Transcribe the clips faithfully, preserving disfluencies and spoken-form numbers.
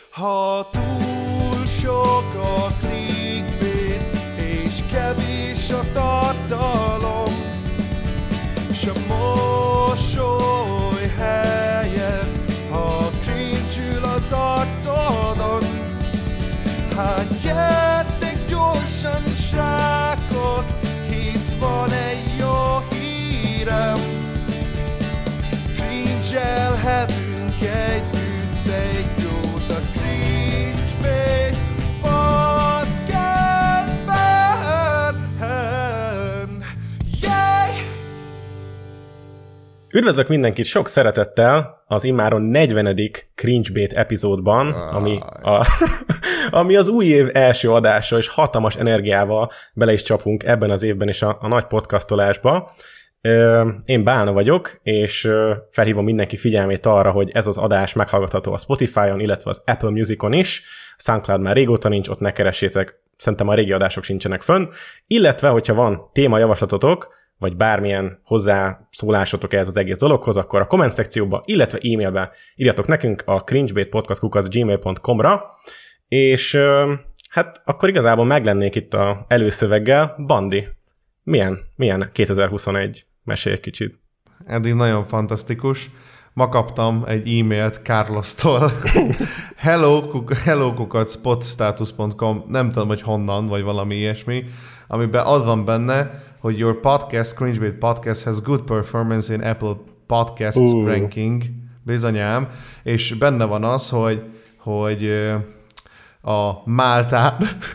Ha túl sok a clickbait, és kevés a tartalom, s a mosoly helyett, ha cringe-ül az arcodon, hát gyertek gyorsan, srákok, hisz van egy jó hírem. Cringe-elhetünk együtt egy jót a Cringe Bait Podcastben. Yeah! Üdvözlök mindenkit sok szeretettel az immáron negyvenedik Cringe Bait epizódban, ami, a, ami az új év első adása, és hatalmas energiával bele is csapunk ebben az évben is a, a nagy podcastolásba. Én Bálna vagyok, és felhívom mindenki figyelmét arra, hogy ez az adás meghallgatható a Spotify-on, illetve az Apple Music-on is. SoundCloud már régóta nincs, ott ne keressétek, szerintem a régi adások sincsenek fönn. Illetve, hogyha van témajavaslatotok, vagy bármilyen hozzászólásotok ehhez az egész dologhoz, akkor a komment szekcióba, illetve e-mailbe írjatok nekünk a cringebaitpodcast kukac gmail pont com-ra, és hát akkor igazából meglennék itt az előszöveggel. Bandi, milyen, milyen kétezer-huszonegy? Mesélj egy kicsit. Eddig nagyon fantasztikus. Ma kaptam egy e-mailt Carlos-tól. hello, hello kukac podstatus pont com, nem tudom, hogy honnan, vagy valami ilyesmi, amiben az van benne, hogy your podcast, Cringe Bait Podcast has good performance in Apple Podcasts uh. ranking, bizonyám, és benne van az, hogy, hogy a Máltár,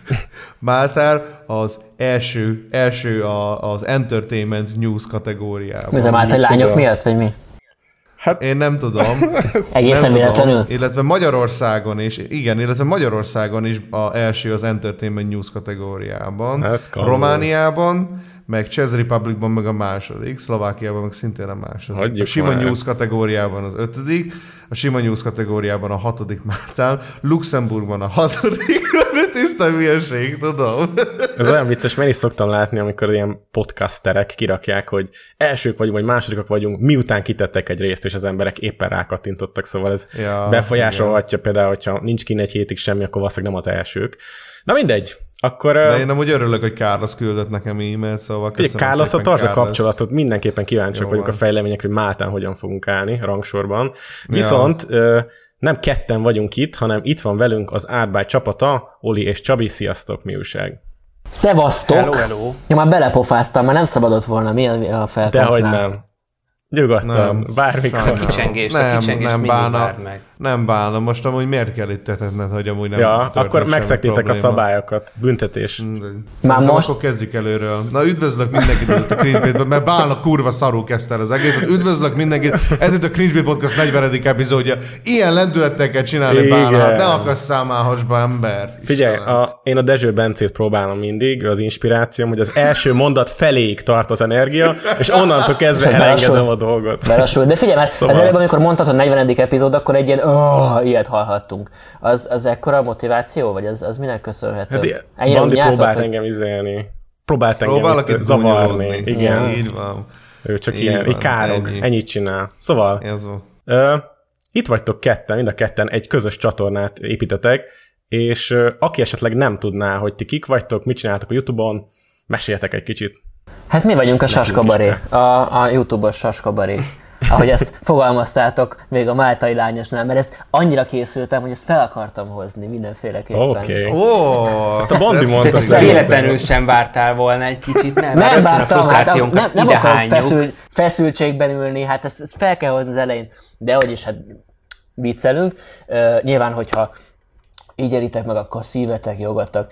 Máltár az első, első a, az Entertainment News kategóriában. Mi az a máltai lányok miatt, vagy mi? Hát én nem tudom. Egészen véletlenül? Illetve Magyarországon is, igen, illetve Magyarországon is az első az Entertainment News kategóriában. Romániában, meg Czech Republicban meg a második, Szlovákiában meg szintén a második. Hagyjuk a sima már. News kategóriában az ötödik, a sima news kategóriában a hatodik Máltán, Luxemburgban a hatodik, tiszta hülyeség, tudom. Ez olyan vicces, mert is szoktam látni, amikor ilyen podcasterek kirakják, hogy elsők vagyunk, vagy másodikak vagyunk, miután kitettek egy részt, és az emberek éppen rákattintottak, szóval ez ja, befolyásolhatja például, hogyha nincs kint egy hétig semmi, akkor valószínűleg nem az elsők. Na mindegy. Akkor, de én nem úgy örülök, hogy Carlos küldött nekem e-mailt, szóval köszönöm. Carlos-a tartsd a kapcsolatot, mindenképpen kíváncsiak vagyunk a fejleményekre, hogy Máltán hogyan fogunk állni rangsorban. Viszont ja. nem ketten vagyunk itt, hanem itt van velünk az Artbyte csapata, Oli és Csabi. Sziasztok, mi újság? Szevasztok! Hello, hello. Ja, már belepofáztam, már nem szabadott volna, mi a felkonfnál? Dehogy nem. Nyugodtan, bármikor. A kicsengést, a kicsengést mindig várd meg. Nem bálna, most amúgy miért kell itt tetetned, hogy amúgy nem ja, akkor megszektétek a szabályokat, büntetés. Már most? Akkor kezdjük előről. Na üdvözlök mindenkit itt a Cringe Baitben, mert Bálna kurva szarul kezdte el az egészet. Üdvözlök mindenkit, ez itt a Cringe Bait Podcast negyvenedik epizódja. Ilyen lendülettel kell csinálni, Bálna, hát ne akarsz számálhasba, ember. Figyelj, a, én a Dezső Bencét próbálom mindig, az inspirációm, hogy az első mondat feléig tart az energia, és onnantól kezdve elengedem a dolgot. Belasul. De figyelj már, szóval... az előbb, amikor mondtad, hogy negyvenedik epizód, akkor egy ilyen oh, ilyet hallhattunk. Az, az ekkora motiváció, vagy az, az minek köszönhető? Hát, Bandi próbált hogy... engem izélni. Próbált engem zavarni. Igen. Ja, így van. Ő csak így ilyen, van, így károg, ennyi. ennyit csinál. Szóval, uh, itt vagytok ketten, mind a ketten egy közös csatornát építetek, és uh, aki esetleg nem tudná, hogy ti kik vagytok, mit csináltok a YouTube-on, meséljetek egy kicsit. Hát mi vagyunk a Saskabaré, a, a YouTube-os Saskabaré. Ahogy ezt fogalmaztátok még a máltai lányosnál, mert ezt annyira készültem, hogy ezt fel akartam hozni mindenféleképpen. Oké. Okay. Oh, ezt a Bandi mondta. Ezt véletlenül sem vártál volna egy kicsit, nem? Nem vártam, hát nem, nem akarok feszül, feszültségben ülni, hát ezt, ezt fel kell hozni az elején. De hogy is, hát viccelünk. Uh, nyilván, hogyha így eritek meg, akkor szívetek, jogatok.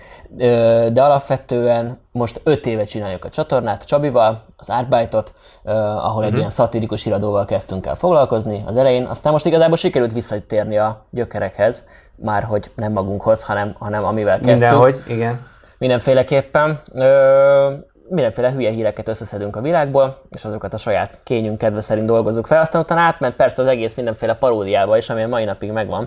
De alapvetően most öt éve csináljuk a csatornát Csabival, az Artbyte-ot, ahol uh-huh. egy ilyen szatirikus híradóval kezdtünk el foglalkozni az elején. Aztán most igazából sikerült visszatérni a gyökerekhez, már hogy nem magunkhoz, hanem, hanem amivel kezdtünk. Mindenhogy, igen. Mindenféleképpen. Ö, mindenféle hülye híreket összeszedünk a világból, és azokat a saját kényünk kedve szerint dolgozzuk fel. Aztán utána átment persze az egész mindenféle paródiába is, ami a mai napig megvan,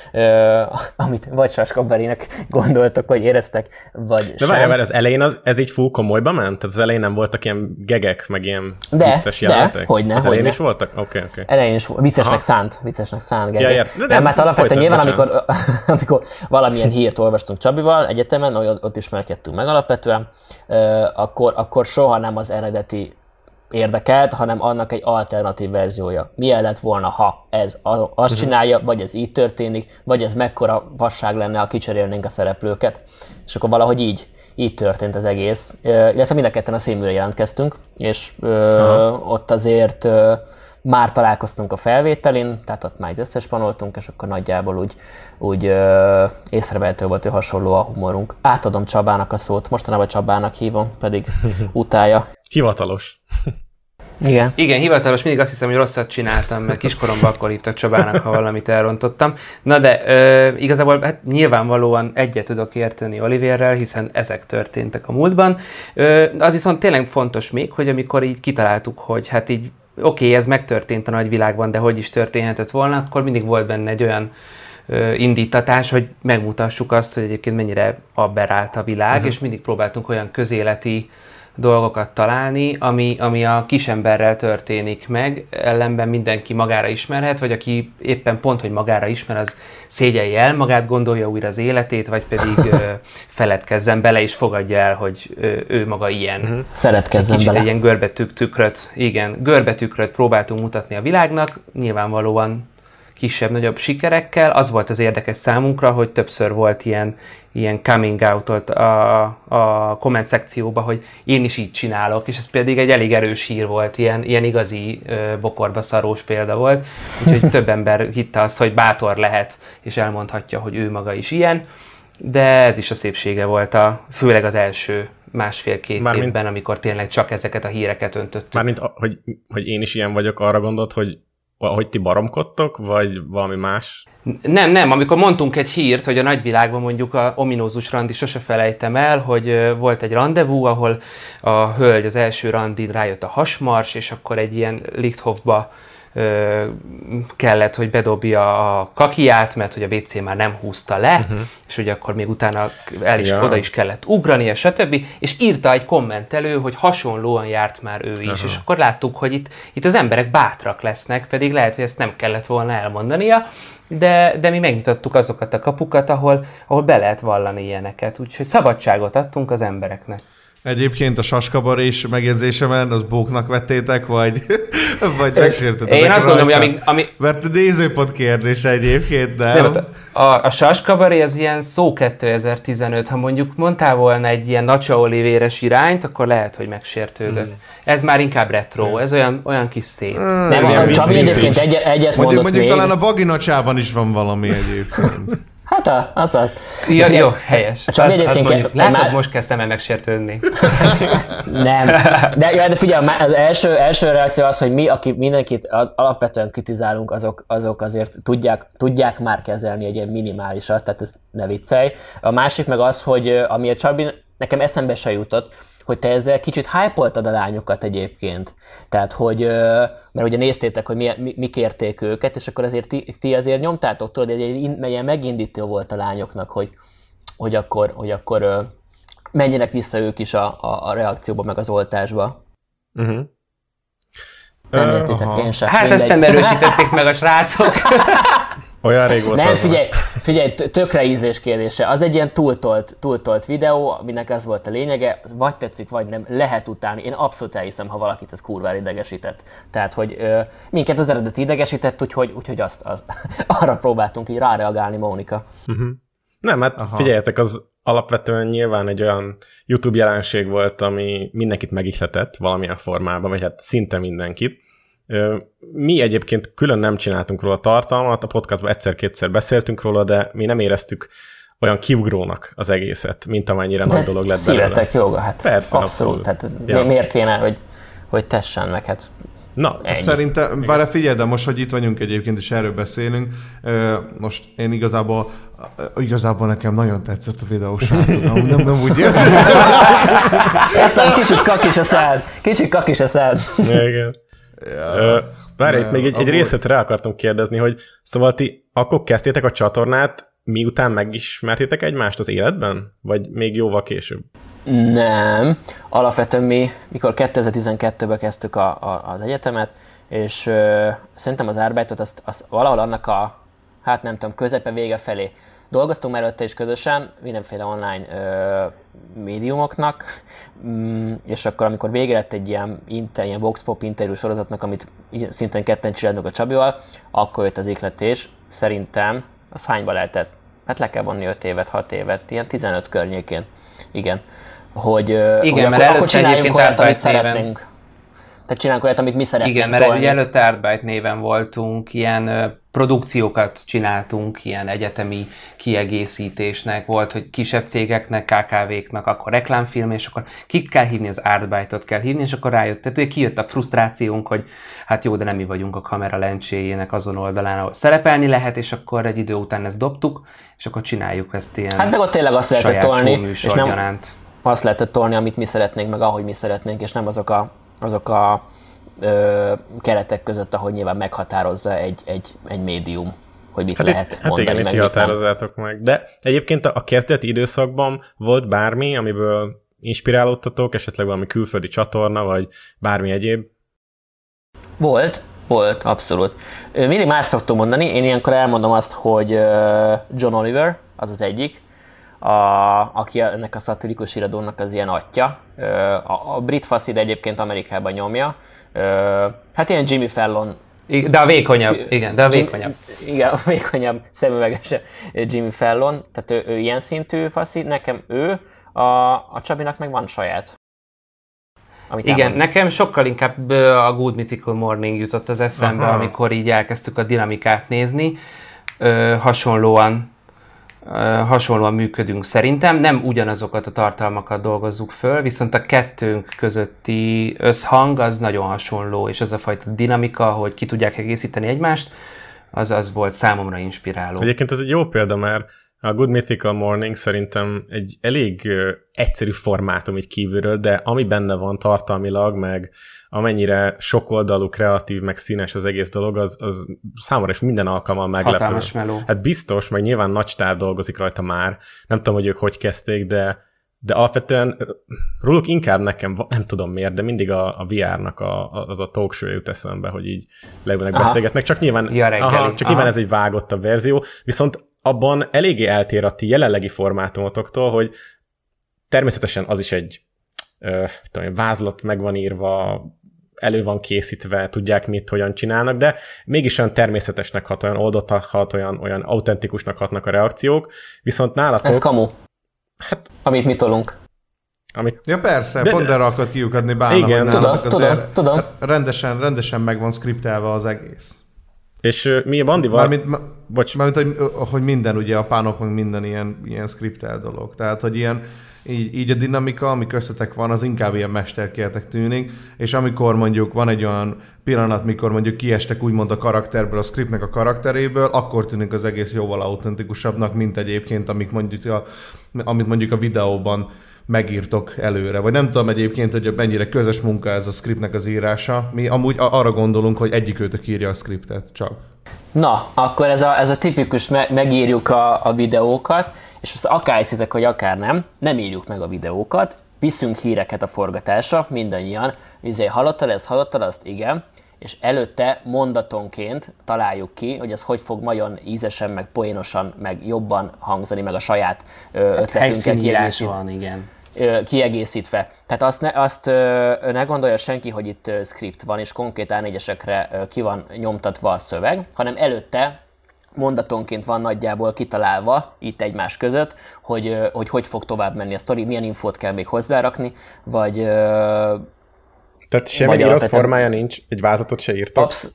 ö, amit vagy Saskaberinek gondoltok, vagy éreztek, vagy De várjál, várjál, az elején az, ez így full komolyba ment? Tehát az elején nem voltak ilyen gegek, meg ilyen de, vicces jelenetek? De, hogyne, Az elején hogyne. is voltak? Oké, okay, oké. Okay. Elején is viccesnek Aha. szánt, viccesnek szánt gegek. Ja, de, de, mert alapvetően nyilván, amikor, amikor valamilyen hírt olvastunk Csabival egyetemen, ott ismerkedtünk meg alapvetően, akkor, akkor soha nem az eredeti érdekelt, hanem annak egy alternatív verziója. Milyen lett volna, ha ez azt csinálja, vagy ez így történik, vagy ez mekkora vasság lenne, ha kicserélnénk a szereplőket. És akkor valahogy így, így történt az egész. Illetve mind a ketten a színműre jelentkeztünk, és ö, ott azért ö, már találkoztunk a felvételin, tehát ott már így összespanoltunk, és akkor nagyjából úgy, úgy ö, észrevehető volt, hogy hasonló a humorunk. Átadom Csabának a szót, mostanában Csabának hívom, pedig utálja. Hivatalos. Igen. Igen, hivatalos, mindig azt hiszem, hogy rosszat csináltam, mert kiskoromban akkor hívtak Csabának, ha valamit elrontottam. Na de ö, igazából hát nyilvánvalóan egyet tudok érteni Olivérrel, hiszen ezek történtek a múltban. Ö, az viszont tényleg fontos még, hogy amikor így kitaláltuk, hogy hát így oké, okay, ez megtörtént a nagyvilágban, de hogy is történhetett volna, akkor mindig volt benne egy olyan ö, indítatás, hogy megmutassuk azt, hogy egyébként mennyire aberrált a világ, uh-huh. és mindig próbáltunk olyan közéleti dolgokat találni, ami, ami a kisemberrel történik meg, ellenben mindenki magára ismerhet, vagy aki éppen pont, hogy magára ismer, az szégyelje el magát, gondolja újra az életét, vagy pedig ö, feledkezzen bele, és fogadja el, hogy ö, ő maga ilyen. Uh-huh. Szeretkezzen kicsit bele. Egy ilyen görbetükröt, igen, görbetükröt próbáltunk mutatni a világnak, nyilvánvalóan kisebb-nagyobb sikerekkel. Az volt az érdekes számunkra, hogy többször volt ilyen, ilyen coming out a, a komment szekcióba, hogy én is így csinálok, és ez pedig egy elég erős hír volt, ilyen, ilyen igazi ö, bokorba szarós példa volt, úgyhogy több ember hitte azt, hogy bátor lehet, és elmondhatja, hogy ő maga is ilyen, de ez is a szépsége volt, a, főleg az első másfél-két Mármint, évben, amikor tényleg csak ezeket a híreket öntöttük. Mármint, hogy, hogy én is ilyen vagyok, arra gondolt, hogy hogy ti baromkodtok, vagy valami más? Nem, nem. Amikor mondtunk egy hírt, hogy a nagyvilágban mondjuk a ominózus randi, sose felejtem el, hogy volt egy randevú, ahol a hölgy az első randin rájött a hasmars, és akkor egy ilyen Lichthofba ö, kellett, hogy bedobja a kakiját, mert hogy a vé cé már nem húzta le, uh-huh. és hogy akkor még utána el is, ja. oda is kellett ugrani, stb. És írta egy kommentelő, hogy hasonlóan járt már ő is, uh-huh. és akkor láttuk, hogy itt, itt az emberek bátrak lesznek, pedig lehet, hogy ezt nem kellett volna elmondania, de, de mi megnyitottuk azokat a kapukat, ahol, ahol be lehet vallani ilyeneket, úgyhogy szabadságot adtunk az embereknek. Egyébként a saskabarés megjegyzésemen, az bóknak vettétek, vagy, vagy megsértetek? Én azt gondolom, hogy amíg... Ami... Mert a nézőpont kérdése egyébként, de... Nem, a, a saskabaré az ilyen szó kétezer-tizenöt, ha mondjuk mondtál volna egy ilyen Nacsa Olivéres irányt, akkor lehet, hogy megsértődök. Hmm. Ez már inkább retro, hmm. ez olyan, olyan kis szép. Hmm. Nem, Csabi egyébként egy, egyet mondott mondjuk, mondjuk még. talán a Bagi Nacsában is van valami egyébként. Hát az az. Ja, jó, helyes. Az, az mondjuk, látod, már... most kezdtem el megsértődni. Nem. De, de figyelj, az első, első reakció az, hogy mi, aki mindenkit alapvetően kritizálunk, azok, azok azért tudják, tudják már kezelni egy ilyen minimálisat, tehát ezt ne viccelj. A másik meg az, hogy ami a Csabi nekem eszembe se jutott, hogy te ezzel kicsit hype-oltad a lányokat egyébként. Tehát, hogy, mert ugye néztétek, hogy mi, mi, mi kérték őket, és akkor azért ti, ti azért nyomtátok, tudod, egy, egy ilyen megindító volt a lányoknak, hogy, hogy akkor, hogy akkor menjenek vissza ők is a, a, a reakcióba, meg az oltásba. Uh-huh. Nem uh, értitek, én sem. Hát mindegy. Ezt nem erősítették meg a srácok. Olyan régóta. Nem, figyelj, figyelj, tökre ízlés kérdése. Az egy ilyen túltolt, túltolt videó, aminek ez volt a lényege, vagy tetszik, vagy nem, lehet utálni. Én abszolút elhiszem, ha valakit ez kurvára idegesített. Tehát, hogy ö, minket az eredeti idegesített, úgyhogy, úgyhogy azt, azt arra próbáltunk így ráreagálni, Mónika. Uh-huh. Nem, hát Aha. figyeljetek, az alapvetően nyilván egy olyan YouTube jelenség volt, ami mindenkit megihletett valamilyen formában, vagy hát szinte mindenkit. Mi egyébként külön nem csináltunk róla tartalmat, a podcastban egyszer-kétszer beszéltünk róla, de mi nem éreztük olyan kiugrónak az egészet, mint amennyire de nagy dolog lett belőle. Szívetek joga, hát persze, abszolút. abszolút. Hát ja. Miért kéne, hogy, hogy tessen meg? Hát Na, hát szerintem, várj, figyelj, de most, hogy itt vagyunk egyébként, és erről beszélünk, most én igazából, igazából nekem nagyon tetszett a videó, srácok, nem, nem, nem úgy értem. Aztán kicsit kakis a szád, kicsit kakis a szád. Igen. Ja, várj, itt még egy, egy részlet rá akartam kérdezni, hogy szóval ti akkor kezdtétek a csatornát, miután megismertétek egymást az életben? Vagy még jóval később? Nem. Alapvetően mi, mikor kétezer-tizenkettőben kezdtük a, a, az egyetemet, és ö, szerintem az Arbeitot azt, azt valahol annak a, hát nem tudom, közepe vége felé dolgoztunk előtte is közösen, mindenféle online ö, médiumoknak, mm, és akkor amikor vége lett egy ilyen, inter, ilyen Vox Pop interjú sorozatnak, amit szintén ketten csináltunk a Csabival, akkor jött az ikletés, szerintem, az hányba lehetett? Hát le kell vonni öt évet, hat évet, ilyen tizenöt környékén. Igen. Hogy, igen, hogy mert akkor, akkor csináljunk olyat, amit néven... szeretnénk. Tehát csinálunk olyat, amit mi szeretnénk. Igen, mert ugye előtte Artbyte néven voltunk, ilyen uh, produkciókat csináltunk, ilyen egyetemi kiegészítésnek, volt, hogy kisebb cégeknek, ká ká véknak, akkor reklámfilm, és akkor kit kell hívni, az Artbyte-ot kell hívni, és akkor rájött, tehát ugye kijött a frusztrációnk, hogy hát jó, de nem mi vagyunk a kamera lencséjének azon oldalán, ahol szerepelni lehet, és akkor egy idő után ezt dobtuk, és akkor csináljuk ezt ilyen hát meg ott tényleg azt lehetett tolni, és nem gyanánt. Azt lehetett tolni, amit mi szeretnénk, meg ahogy mi szeretnénk, és nem azok a azok a ö, keretek között, ahogy nyilván meghatározza egy, egy, egy médium, hogy mit hát lehet itt, mondani. Hát igen, meg itt határozzátok meg. De egyébként a, a kezdeti időszakban volt bármi, amiből inspirálódtatok, esetleg valami külföldi csatorna, vagy bármi egyéb? Volt, volt, abszolút. Mindig más szoktam mondani, én ilyenkor elmondom azt, hogy John Oliver, az az egyik, A, aki ennek a szatirikus irodónak az ilyen atya. A, a brit faszid egyébként Amerikában nyomja. Hát ilyen Jimmy Fallon. De a vékonyabb, igen, de a vékonyabb. Igen, a vékonyabb, szemüveges Jimmy Fallon, tehát ő, ő ilyen szintű faszid, nekem ő, a, a Csabinak meg van saját. Amit igen, elmond. Nekem sokkal inkább a Good Mythical Morning jutott az eszembe, aha, amikor így elkezdtük a dinamikát nézni. Ö, hasonlóan hasonlóan működünk szerintem, nem ugyanazokat a tartalmakat dolgozzuk föl, viszont a kettőnk közötti összhang az nagyon hasonló, és az a fajta dinamika, hogy ki tudják egészíteni egymást, az, az volt számomra inspiráló. Egyébként ez egy jó példa, mert a Good Mythical Morning szerintem egy elég egyszerű formátum így kívülről, de ami benne van tartalmilag, meg amennyire sokoldalú, kreatív, meg színes az egész dolog, az, az számomra is minden alkalommal meglepő. Hatalmas meló. Hát biztos, meg nyilván nagy sztár dolgozik rajta már. Nem tudom, hogy ők hogy kezdték, de, de alapvetően róluk inkább nekem, nem tudom miért, de mindig a, a vé er-nak a, az a talk show jut eszembe, hogy így leülnek, beszélgetnek. Csak nyilván, ja, reggeli, aha, csak nyilván ez egy vágottabb verzió, viszont abban eléggé eltér a ti jelenlegi formátumotoktól, hogy természetesen az is egy uh, tudom, vázlat meg van írva, elő van készítve, tudják mit, hogyan csinálnak, de mégis olyan természetesnek hat, olyan oldottak hat, olyan, olyan autentikusnak hatnak a reakciók, viszont nálatok... Ez kamu, hát, amit mi tolunk. Amit... Ja persze, de, pont erre akart kiukadni bánna, igen, hogy nálatok tudom, azért tudom, tudom. Rendesen, rendesen meg van skriptelve az egész. És uh, mi a Bandival... Mármint, ma, Bocs. Mármint, hogy, hogy minden, ugye a pánok, meg minden ilyen, ilyen skriptel dolog. Tehát, hogy ilyen, így, így a dinamika, ami köztetek van, az inkább ilyen mesterkéletek tűnik, és amikor mondjuk van egy olyan pillanat, mikor mondjuk kiestek úgymond a karakterből, a scriptnek a karakteréből, akkor tűnik az egész jóval autentikusabbnak, mint egyébként, amik mondjuk a, amit mondjuk a videóban megírtok előre. Vagy nem tudom egyébként, hogy mennyire közös munka ez a scriptnek az írása. Mi amúgy arra gondolunk, hogy egyikőtök írja a scriptet csak. Na, akkor ez a, ez a tipikus, me- megírjuk a, a videókat, és azt akár hiszitek, hogy akár nem, nem írjuk meg a videókat, viszünk híreket a forgatásra, mindannyian, izé, hallottad ezt, hallottad azt, igen, és előtte mondatonként találjuk ki, hogy ez hogy fog nagyon ízesen, meg poénosan, meg jobban hangzani, meg a saját ö, ötletünkkel kiegészít, van, igen. ö, kiegészítve. Tehát azt ne, azt ö, ne gondolja senki, hogy itt ö, script van, és konkrét á négyesekre ö, ki van nyomtatva a szöveg, hanem előtte mondatonként van nagyjából kitalálva itt egymás között, hogy hogy, hogy fog tovább menni a sztori, milyen infót kell még hozzárakni, vagy... Tehát semmi írott formája nincs, egy vázlatot se írtak? Absz-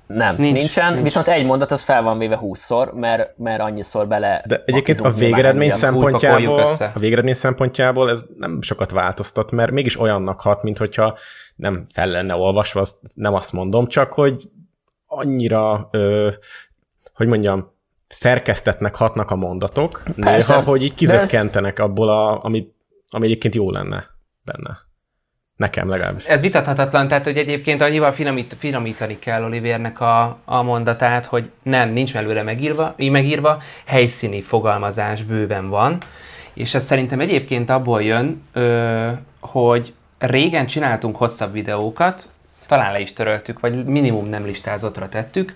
Nem, nincs, nincsen, nincs. Viszont egy mondat az fel van véve húszszor, mert, mert annyiszor bele... De egyébként a végeredmény szempontjából, a végeredmény szempontjából ez nem sokat változtat, mert mégis olyannak hat, mint hogyha nem fel lenne olvasva, azt nem azt mondom, csak hogy annyira, ö, hogy mondjam, szerkesztetnek hatnak a mondatok, Persze, néha, hogy így kizökkentenek ez... abból, a, ami, ami egyébként jó lenne benne. Nekem legalábbis. Ez vitathatatlan, tehát hogy egyébként annyival finomít, finomítani kell Olivernek a, a mondatát, hogy nem, nincs előre megírva, így megírva, helyszíni fogalmazás bőven van, és ez szerintem egyébként abból jön, ö, hogy régen csináltunk hosszabb videókat, talán le is töröltük, vagy minimum nem listázottra tettük,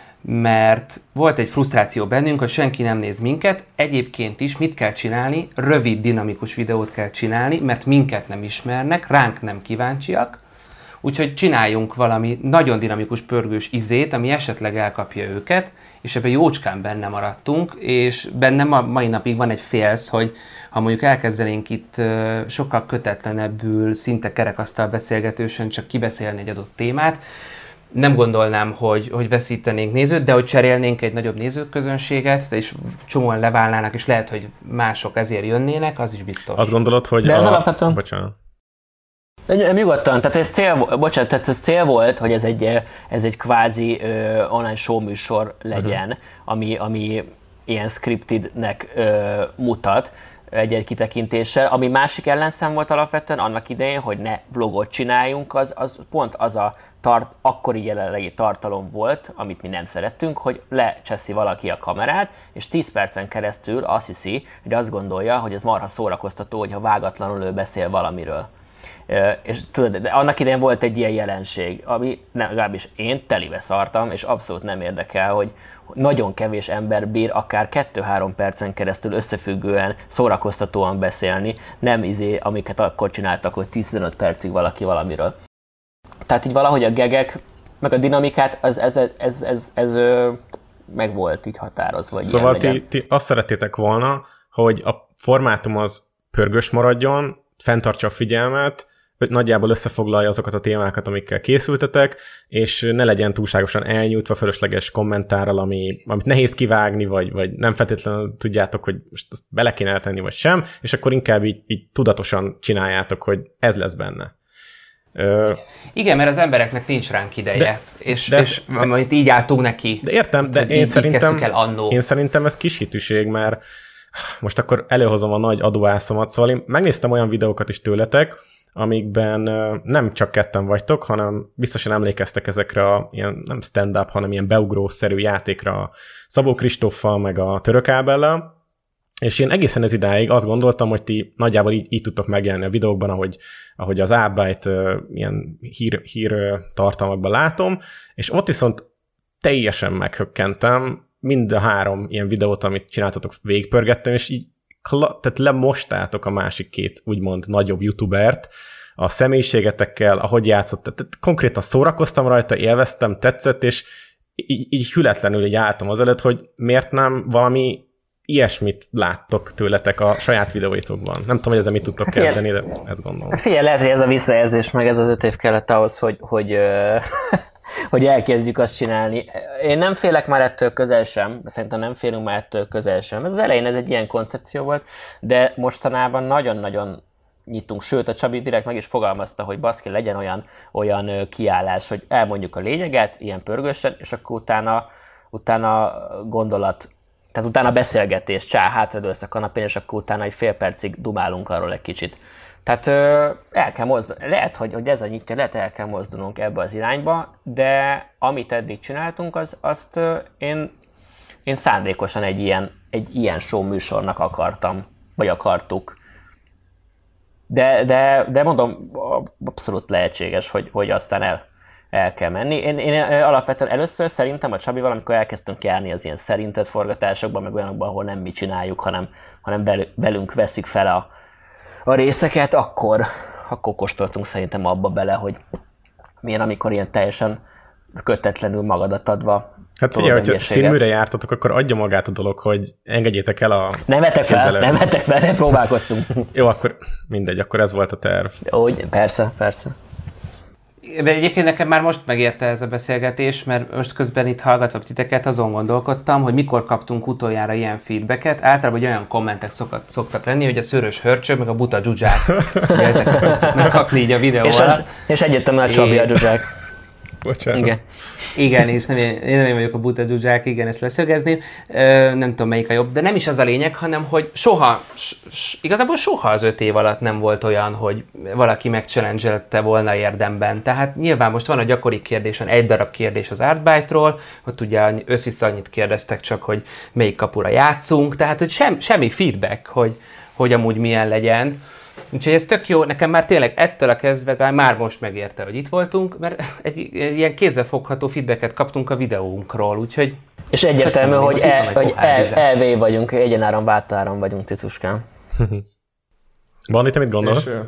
mert volt egy frusztráció bennünk, hogy senki nem néz minket, egyébként is mit kell csinálni? Rövid, dinamikus videót kell csinálni, mert minket nem ismernek, ránk nem kíváncsiak, úgyhogy csináljunk valami nagyon dinamikus, pörgős izét, ami esetleg elkapja őket, és ebben jócskán benne maradtunk, és bennem a mai napig van egy félsz, hogy ha mondjuk elkezdenénk itt sokkal kötetlenebbül, szinte kerekasztal beszélgetősen csak kibeszélni egy adott témát, nem gondolnám, hogy, hogy veszítenénk nézőt, de hogy cserélnénk egy nagyobb nézőközönséget, és csomóan leválnának, és lehet, hogy mások ezért jönnének, az is biztos. Azt gondolod, hogy de ez a... alapvetően... Bocsánat. Nyugodtan, tehát ez cél, bocsánat, tehát ez cél volt, hogy ez egy, ez egy kvázi ö, online show műsor legyen, uh-huh. ami, ami ilyen scriptednek ö, mutat egy-egy kitekintéssel. Ami másik ellenszem volt alapvetően annak idején, hogy ne vlogot csináljunk, az, az pont az a tart, akkori jelenlegi tartalom volt, amit mi nem szerettünk, hogy lecseszi valaki a kamerát, és tíz percen keresztül azt hiszi, hogy azt gondolja, hogy ez marha szórakoztató, hogyha vágatlanul ő beszél valamiről. És tudod, de annak idején volt egy ilyen jelenség, ami nem, legalábbis én telibe szartam, és abszolút nem érdekel, hogy nagyon kevés ember bír akár kettő-három percen keresztül összefüggően, szórakoztatóan beszélni, nem izé, amiket akkor csináltak, hogy tizenöt percig valaki valamiről. Tehát így valahogy a gegek, meg a dinamikát, az, ez, ez, ez, ez, ez, ez meg volt így határozva. Szóval ti, ti azt szerettétek volna, hogy a formátum az pörgős maradjon, fenntartsa a figyelmet, nagyjából összefoglalja azokat a témákat, amikkel készültetek, és ne legyen túlságosan elnyújtva fölösleges kommentárral, ami, amit nehéz kivágni, vagy, vagy nem feltétlenül tudjátok, hogy most azt bele kéne tenni, vagy sem, és akkor inkább így, így tudatosan csináljátok, hogy ez lesz benne. Ö... Igen, mert az embereknek nincs ránk ideje, de, és, de és de, amit így álltunk neki. De értem, de én szerintem, én szerintem ez kis hitűség, mert most akkor előhozom a nagy adóászomat, szóval én megnéztem olyan videókat is tőletek, amikben nem csak ketten vagytok, hanem biztosan emlékeztek ezekre a ilyen, nem stand-up, hanem ilyen beugrószerű játékra a Szabó Kristóffal, meg a Török Ábellel, és én egészen ez idáig azt gondoltam, hogy ti nagyjából így, így tudtok megjelenni a videókban, ahogy, ahogy az Árbájt uh, ilyen hír, hír uh, tartalmakban látom, és ott viszont teljesen meghökkentem, mind a három ilyen videót, amit csináltatok, végigpörgettem, és így tehát lemostátok a másik két úgymond nagyobb youtubert a személyiségetekkel, ahogy játszott. Tehát konkrétan szórakoztam rajta, élveztem, tetszett, és így, így hületlenül így álltam az előtt, hogy miért nem valami ilyesmit láttok tőletek a saját videóitokban. Nem tudom, hogy ezzel mit tudtok kezdeni, de ezt gondolom. Figyelj, lehet, hogy ez a visszajelzés, meg ez az öt év kellett ahhoz, hogy, hogy, hogy elkezdjük azt csinálni. Én nem félek már ettől közel sem, szerintem nem félünk már ettől közel sem. Ez az elején ez egy ilyen koncepció volt, de mostanában nagyon-nagyon nyitunk, sőt a Csabi direkt meg is fogalmazta, hogy baszki, legyen olyan, olyan kiállás, hogy elmondjuk a lényeget, ilyen pörgősen, és akkor utána, utána gondolat, tehát utána beszélgetés, csá, hátradőlsz a kanapén, és akkor utána egy fél percig dumálunk arról egy kicsit. Tehát ö, el kell mozdulni, lehet, hogy, hogy ez a nyitja, lehet el kell mozdulnunk ebbe az irányba, de amit eddig csináltunk, az, azt ö, én, én szándékosan egy ilyen, egy ilyen show műsornak akartam, vagy akartuk. De, de, de mondom, abszolút lehetséges, hogy, hogy aztán el, el kell menni. Én, én alapvetően először szerintem a Csabival, amikor elkezdtünk járni az ilyen szerinted forgatásokban, meg olyanokban, ahol nem mi csináljuk, hanem, hanem velünk veszik fel a, a részeket, akkor, akkor kóstoltunk szerintem abba bele, hogy milyen, amikor ilyen teljesen kötetlenül magadat adva. Hát figyelj, hogyha színműre jártatok, akkor adja magát a dolog, hogy engedjétek el a... Nem vettek fel, nem vettek fel, nem próbálkoztunk. Jó, akkor mindegy, akkor ez volt a terv. Úgy, persze, persze. Egyébként nekem már most megérte ez a beszélgetés, mert most közben itt hallgatva titeket azon gondolkodtam, hogy mikor kaptunk utoljára ilyen feedbacket. Általában olyan kommentek szokott, szoktak lenni, hogy a szőrös hörcsög, meg a buta dzsuzsák. Ezeket szoktuk megkapni így a videó és alatt. És egyértelműen Csabi a dzsuzsák. Bocsánat. Igen. Igen, és nem én, én nem én vagyok a buta dzsuzsák, igen, ezt leszögezném. Ö, nem tudom, melyik a jobb, de nem is az a lényeg, hanem, hogy soha, s, igazából soha az öt év alatt nem volt olyan, hogy valaki megchallengelte volna érdemben. Tehát nyilván most van a gyakori kérdésen egy darab kérdés az Artbyte-ról, ott ugye összvisz annyit kérdeztek csak, hogy melyik kapura játszunk, tehát hogy sem, semmi feedback, hogy, hogy amúgy milyen legyen. Úgyhogy ez tök jó, nekem már tényleg ettől a kezdve már most megérte, hogy itt voltunk, mert egy, egy ilyen kézzelfogható feedbacket kaptunk a videónkról, úgyhogy... És egyértelmű, hogy, el, hogy el, elvé vagyunk, egyenáron váltáron vagyunk, Ticuskám. Bandi, te mit gondolsz? És,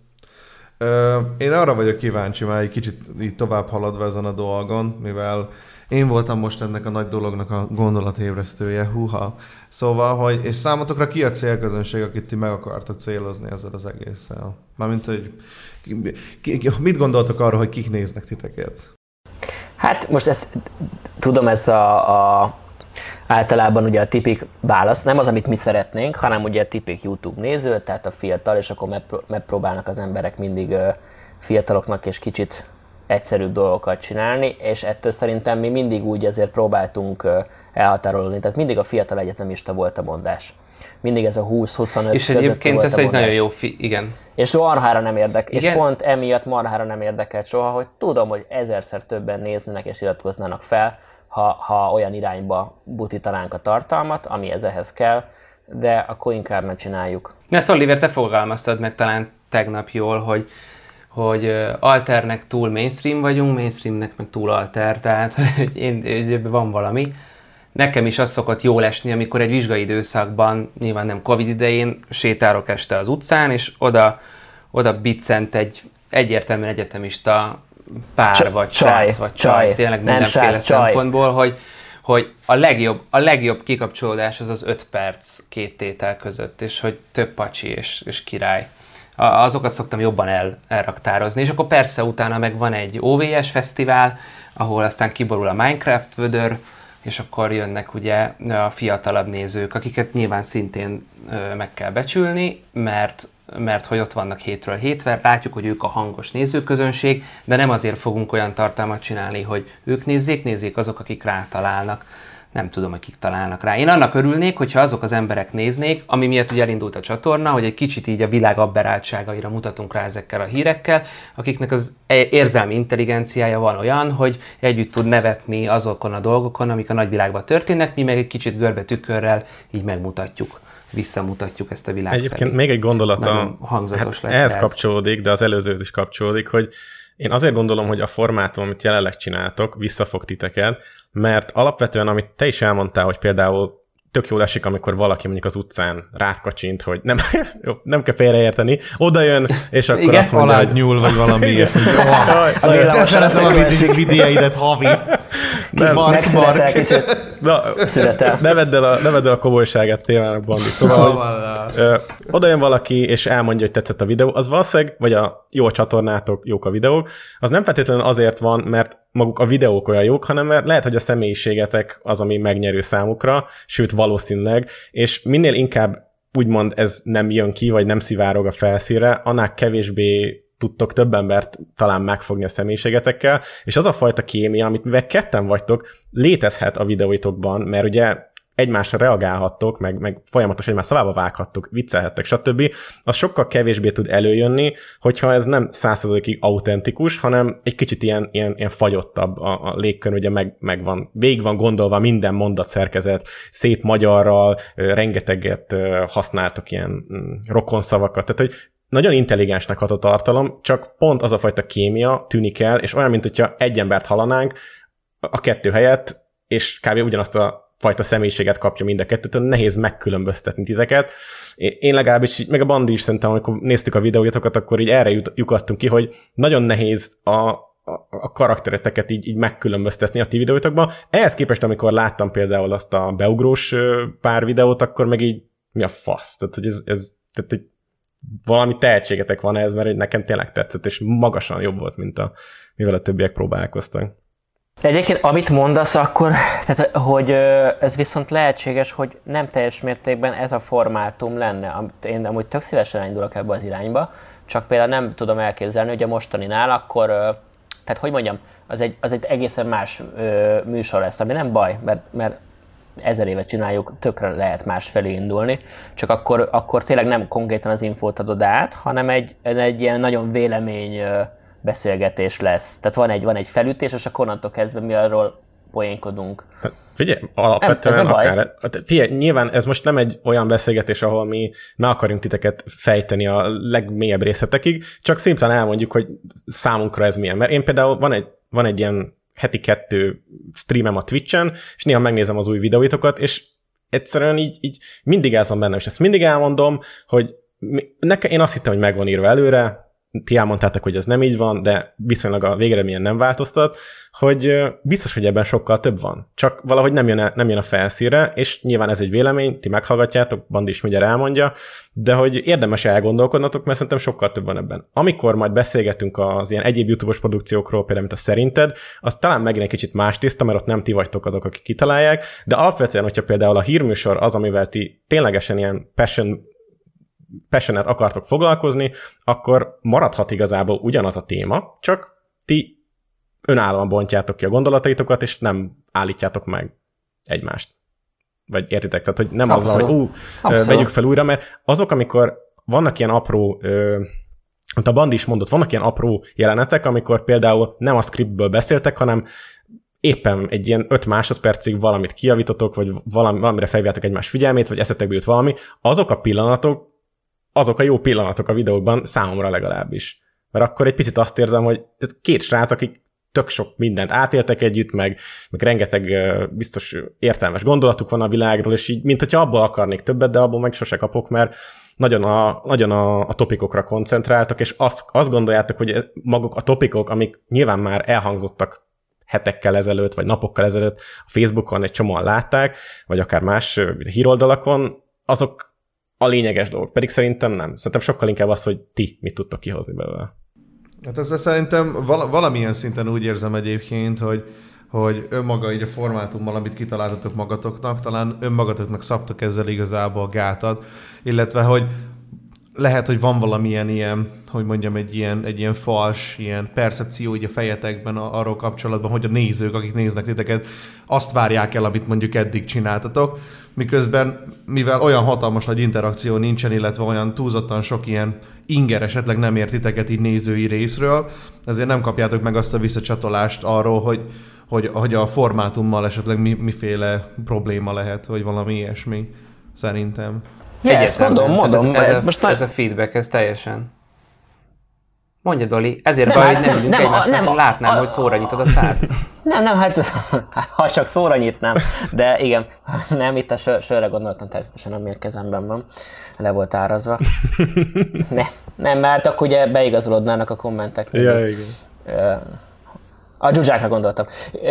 ö, én arra vagyok kíváncsi, már egy kicsit így tovább haladva ezen a dolgon, mivel én voltam most ennek a nagy dolognak a gondolatébresztője, húha. Szóval, hogy, és számotokra ki a célközönség, akit ti meg akartok célozni ezzel az egésszel? Mármint, hogy ki, ki, mit gondoltok arról, hogy kik néznek titeket? Hát most ezt tudom, ez a, a általában ugye a tipik válasz, nem az, amit mi szeretnénk, hanem ugye a tipik YouTube néző, tehát a fiatal, és akkor megpróbálnak az emberek mindig uh, fiataloknak és kicsit egyszerűbb dolgokat csinálni, és ettől szerintem mi mindig úgy azért próbáltunk uh, elhatárolni, tehát mindig a fiatal egyetemista volt a mondás. Mindig ez a húsz-huszonöt és egyébként ez egy nagyon jó fi- igen. És marhára nem érdekel, és pont emiatt marhára nem érdekelt soha, hogy tudom, hogy ezerszer többen néznének és iratkoznának fel, ha, ha olyan irányba butítanánk a tartalmat, ami ez ehhez kell, de akkor inkább nem csináljuk. Ezt Oliver, te fogalmaztad meg talán tegnap jól, hogy hogy alternek túl mainstream vagyunk, mainstreamnek meg túl alter, tehát hogy én, van valami. Nekem is az szokott jól esni, amikor egy vizsgai időszakban, nyilván nem Covid idején, sétálok este az utcán, és oda, oda biccent egy egyértelműen egyetemista pár, Cs- vagy csaj, srác, vagy csaj, csaj. Tényleg mindenféle srác, szempontból, hogy, hogy a legjobb, a legjobb kikapcsolódás az az öt perc két tétel között, és hogy tök pacsi és, és király. Azokat szoktam jobban el, elraktározni, és akkor persze utána meg van egy o vé es fesztivál, ahol aztán kiborul a Minecraft vödör, és akkor jönnek ugye a fiatalabb nézők, akiket nyilván szintén meg kell becsülni, mert, mert hogy ott vannak hétről hétre, látjuk, hogy ők a hangos nézőközönség, de nem azért fogunk olyan tartalmat csinálni, hogy ők nézzék, nézzék azok, akik rátalálnak. Nem tudom, hogy kik találnak rá. Én annak örülnék, hogyha azok az emberek néznék, ami miatt ugye elindult a csatorna, hogy egy kicsit így a világ aberráltságaira mutatunk rá ezekkel a hírekkel, akiknek az érzelmi intelligenciája van olyan, hogy együtt tud nevetni azokon a dolgokon, amik a nagyvilágban történnek, mi meg egy kicsit görbe tükörrel így megmutatjuk, visszamutatjuk ezt a világot. Egyébként felé. még egy gondolata, hangzatos hát ehhez ez. kapcsolódik, de az előzőhöz is kapcsolódik, hogy én azért gondolom, hogy a formátum, amit jelenleg csináltok, visszafog titeket, mert alapvetően, amit te is elmondtál, hogy például tök jól esik, amikor valaki mondjuk az utcán rákacsint, hogy nem, nem kell félreérteni, oda jön, és akkor igen? azt mondja, hogy... nyúl, vagy valami ilyet. Te szeretem a vidékeidet, havi. Mark, Mark. Kicsit. Na, ne vedd el a, ne vedd el a komolyságát témának, Bandi. Szóval, hogy, ö, oda jön valaki, és elmondja, hogy tetszett a videó, az valószínűleg, vagy a jó a csatornátok, jók a videók, az nem feltétlenül azért van, mert maguk a videók olyan jók, hanem mert lehet, hogy a személyiségetek az, ami megnyerő számukra, sőt valószínűleg, és minél inkább úgymond ez nem jön ki, vagy nem szivárog a felszínre, annál kevésbé tudtok több embert talán megfogni a személyiségetekkel, és az a fajta kémia, amit mivel ketten vagytok, létezhet a videóitokban, mert ugye egymásra reagálhattok, meg, meg folyamatosan egymás szavába vághattok, viccelhettek, stb. Az sokkal kevésbé tud előjönni, hogyha ez nem száz százalékig autentikus, hanem egy kicsit ilyen, ilyen, ilyen fagyottabb a, a légkör, ugye meg, meg van, végig van gondolva minden mondatszerkezet, szép magyarral, rengeteget használtok ilyen rokonszavakat, tehát hogy nagyon intelligensnek hat a tartalom, csak pont az a fajta kémia tűnik el, és olyan, mint hogyha egy embert hallanánk a kettő helyett, és kb. Ugyanazt a fajta személyiséget kapja mind a kettőtől, nehéz megkülönböztetni titeket. Én legalábbis, meg a Bandi is szerintem, amikor néztük a videóitokat, akkor így erre lyukadtunk ki, hogy nagyon nehéz a, a, a karaktereteket így, így megkülönböztetni a ti videóitokban. Ehhez képest, amikor láttam például azt a beugrós pár videót, akkor meg így mi a fasz? Tehát, hogy ez, ez tehát, hogy valami tehetségetek van ez, mert nekem tényleg tetszett, és magasan jobb volt, mint a, mivel a többiek próbálkoztak. Egyébként, amit mondasz, akkor, tehát, hogy ez viszont lehetséges, hogy nem teljes mértékben ez a formátum lenne. Amit én amúgy tök szívesen elindulok ebbe az irányba, csak például nem tudom elképzelni, hogy a mostaninál akkor, tehát hogy mondjam, az egy, az egy egészen más műsor lesz, ami nem baj, mert, mert ezer évet csináljuk, tökre lehet másfelé indulni, csak akkor, akkor tényleg nem konkrétan az infót adod át, hanem egy, egy ilyen nagyon vélemény beszélgetés lesz. Tehát van egy, van egy felütés, és akkor onnantól kezdve mi arról poénkodunk. Hát, figyelj, alapvetően akár... Figyelj, nyilván ez most nem egy olyan beszélgetés, ahol mi meg akarjunk titeket fejteni a legmélyebb részletekig, csak szimplán elmondjuk, hogy számunkra ez milyen. Mert én például van egy, van egy ilyen heti kettő streamem a Twitchen, és néha megnézem az új videóitokat, és egyszerűen így, így mindig ez van bennem, és ezt mindig elmondom, hogy nekem, én azt hittem, hogy meg van írva előre, ti elmondtátok, hogy ez nem így van, de viszonylag a végeredményen nem változtat, hogy biztos, hogy ebben sokkal több van. Csak valahogy nem jön a, nem jön a felszínre, és nyilván ez egy vélemény, ti meghallgatjátok, Bandi is mindjárt elmondja, de hogy érdemes elgondolkodnatok, mert szerintem sokkal több van ebben. Amikor majd beszélgetünk az ilyen egyéb YouTube-os produkciókról, például, mint a Szerinted, az talán megint egy kicsit más tiszta, mert ott nem ti vagytok azok, akik kitalálják, de alapvetően, hogyha például a hírműsor az, amivel ti ténylegesen ilyen passion passionate akartok foglalkozni, akkor maradhat igazából ugyanaz a téma, csak ti önállóan bontjátok ki a gondolataitokat, és nem állítjátok meg egymást. Vagy értitek? Tehát, hogy nem Abszolút. Az van, hogy ú, Abszolút. vegyük fel újra, mert azok, amikor vannak ilyen apró, mint a Bandi is mondott, vannak ilyen apró jelenetek, amikor például nem a scriptből beszéltek, hanem éppen egy ilyen öt másodpercig valamit kijavítotok, vagy valami, valamire felhívjátok egymás figyelmét, vagy eszetekbe jut valami, azok a pillanatok, azok a jó pillanatok a videókban számomra legalábbis. Mert akkor egy picit azt érzem, hogy ez két srác, akik tök sok mindent átéltek együtt, meg, meg rengeteg biztos értelmes gondolatuk van a világról, és így, mint hogyha abból akarnék többet, de abból meg sose kapok, mert nagyon a, nagyon a, a topikokra koncentráltak, és azt, azt gondoljátok, hogy maguk a topikok, amik nyilván már elhangzottak hetekkel ezelőtt, vagy napokkal ezelőtt a Facebookon egy csomóan látták, vagy akár más híroldalakon, azok a lényeges dolgok, pedig szerintem nem. Szerintem sokkal inkább az, hogy ti mit tudtok kihozni belőle. Hát ezzel szerintem val- valamilyen szinten úgy érzem egyébként, hogy, hogy önmaga így a formátummal, amit kitaláltatok magatoknak, talán önmagatoknak szabtok ezzel igazából a gátat, illetve, hogy lehet, hogy van valamilyen ilyen, hogy mondjam, egy ilyen, egy ilyen fals, ilyen percepció így a fejetekben arról kapcsolatban, hogy a nézők, akik néznek titeket, azt várják el, amit mondjuk eddig csináltatok, miközben, mivel olyan hatalmas nagy interakció nincsen, illetve olyan túlzottan sok ilyen inger esetleg nem ért titeket így nézői részről, ezért nem kapjátok meg azt a visszacsatolást arról, hogy, hogy, hogy a formátummal esetleg mi, miféle probléma lehet, vagy valami ilyesmi, szerintem. Ja, ezt mondom, mondom. Ez, ez, a, most ez a feedback, ez teljesen. Mondja, Doli, ezért nem, baj, hát hogy nem ülünk egymást, mert látnám, a, hogy szóra nyitod a szád. Nem, nem, hát ha csak szóra nyitnám, de igen, nem, itt a sör, sörre gondoltam természetesen, ami a kezemben van, le volt árazva. Ne, nem, mert akkor ugye beigazolódnának a kommentek. Ja, igen. A dzsuzsákra gondoltam.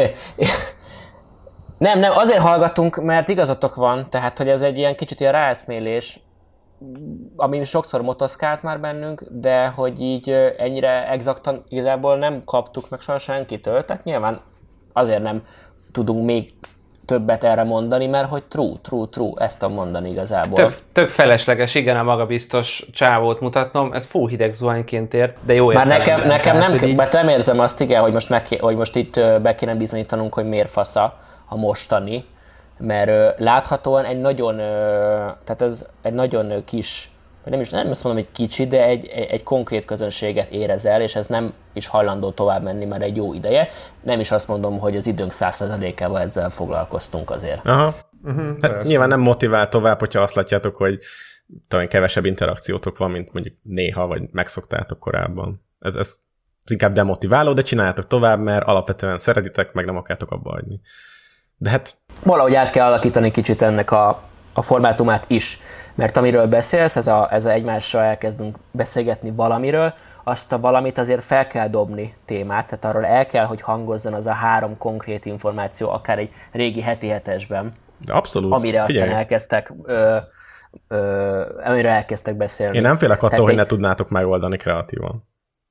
Nem, nem, azért hallgatunk, mert igazatok van, tehát, hogy ez egy ilyen kicsit ilyen ráeszmélés, ami sokszor motoszkált már bennünk, de hogy így ennyire exaktan igazából nem kaptuk meg soha senkitől, tehát nyilván azért nem tudunk még többet erre mondani, mert hogy true, true, true, ezt tudom mondani igazából. Tök, tök felesleges, igen, a magabiztos csávót mutatnom, ez full hideg zuhanyként ért, de jó értelemben. Már nekem, nekem tehát, nem, így... mert nem érzem azt, igen, hogy most, meg, hogy most itt be kéne bizonyítanunk, hogy miért fasza a mostani, mert ö, láthatóan egy nagyon, ö, tehát ez egy nagyon ö, kis, nem is nem azt mondom, hogy kicsi, de egy, egy, egy konkrét közönséget érez el, és ez nem is hajlandó tovább menni, mert egy jó ideje. Nem is azt mondom, hogy az időnk száz százalékával ezzel foglalkoztunk azért. Aha. Uh-huh, hát nyilván nem motivál tovább, hogyha azt látjátok, hogy talán kevesebb interakciótok van, mint mondjuk néha, vagy megszoktátok korábban. Ez, ez inkább demotiváló, de csináljátok tovább, mert alapvetően szeretitek, meg nem akartok abba hagyni. De hát... Valahogy át kell alakítani kicsit ennek a, a formátumát is, mert amiről beszélsz, ez a, ez a egymással elkezdünk beszélgetni valamiről, azt a valamit azért fel kell dobni témát, tehát arról el kell, hogy hangozzon az a három konkrét információ, akár egy régi heti hetesben. Abszolút. Amire Figyelj. aztán elkezdtek ö, amiről elkezdtek beszélni. Én nem félek attól, Tehát hogy én... ne tudnátok megoldani kreatívan.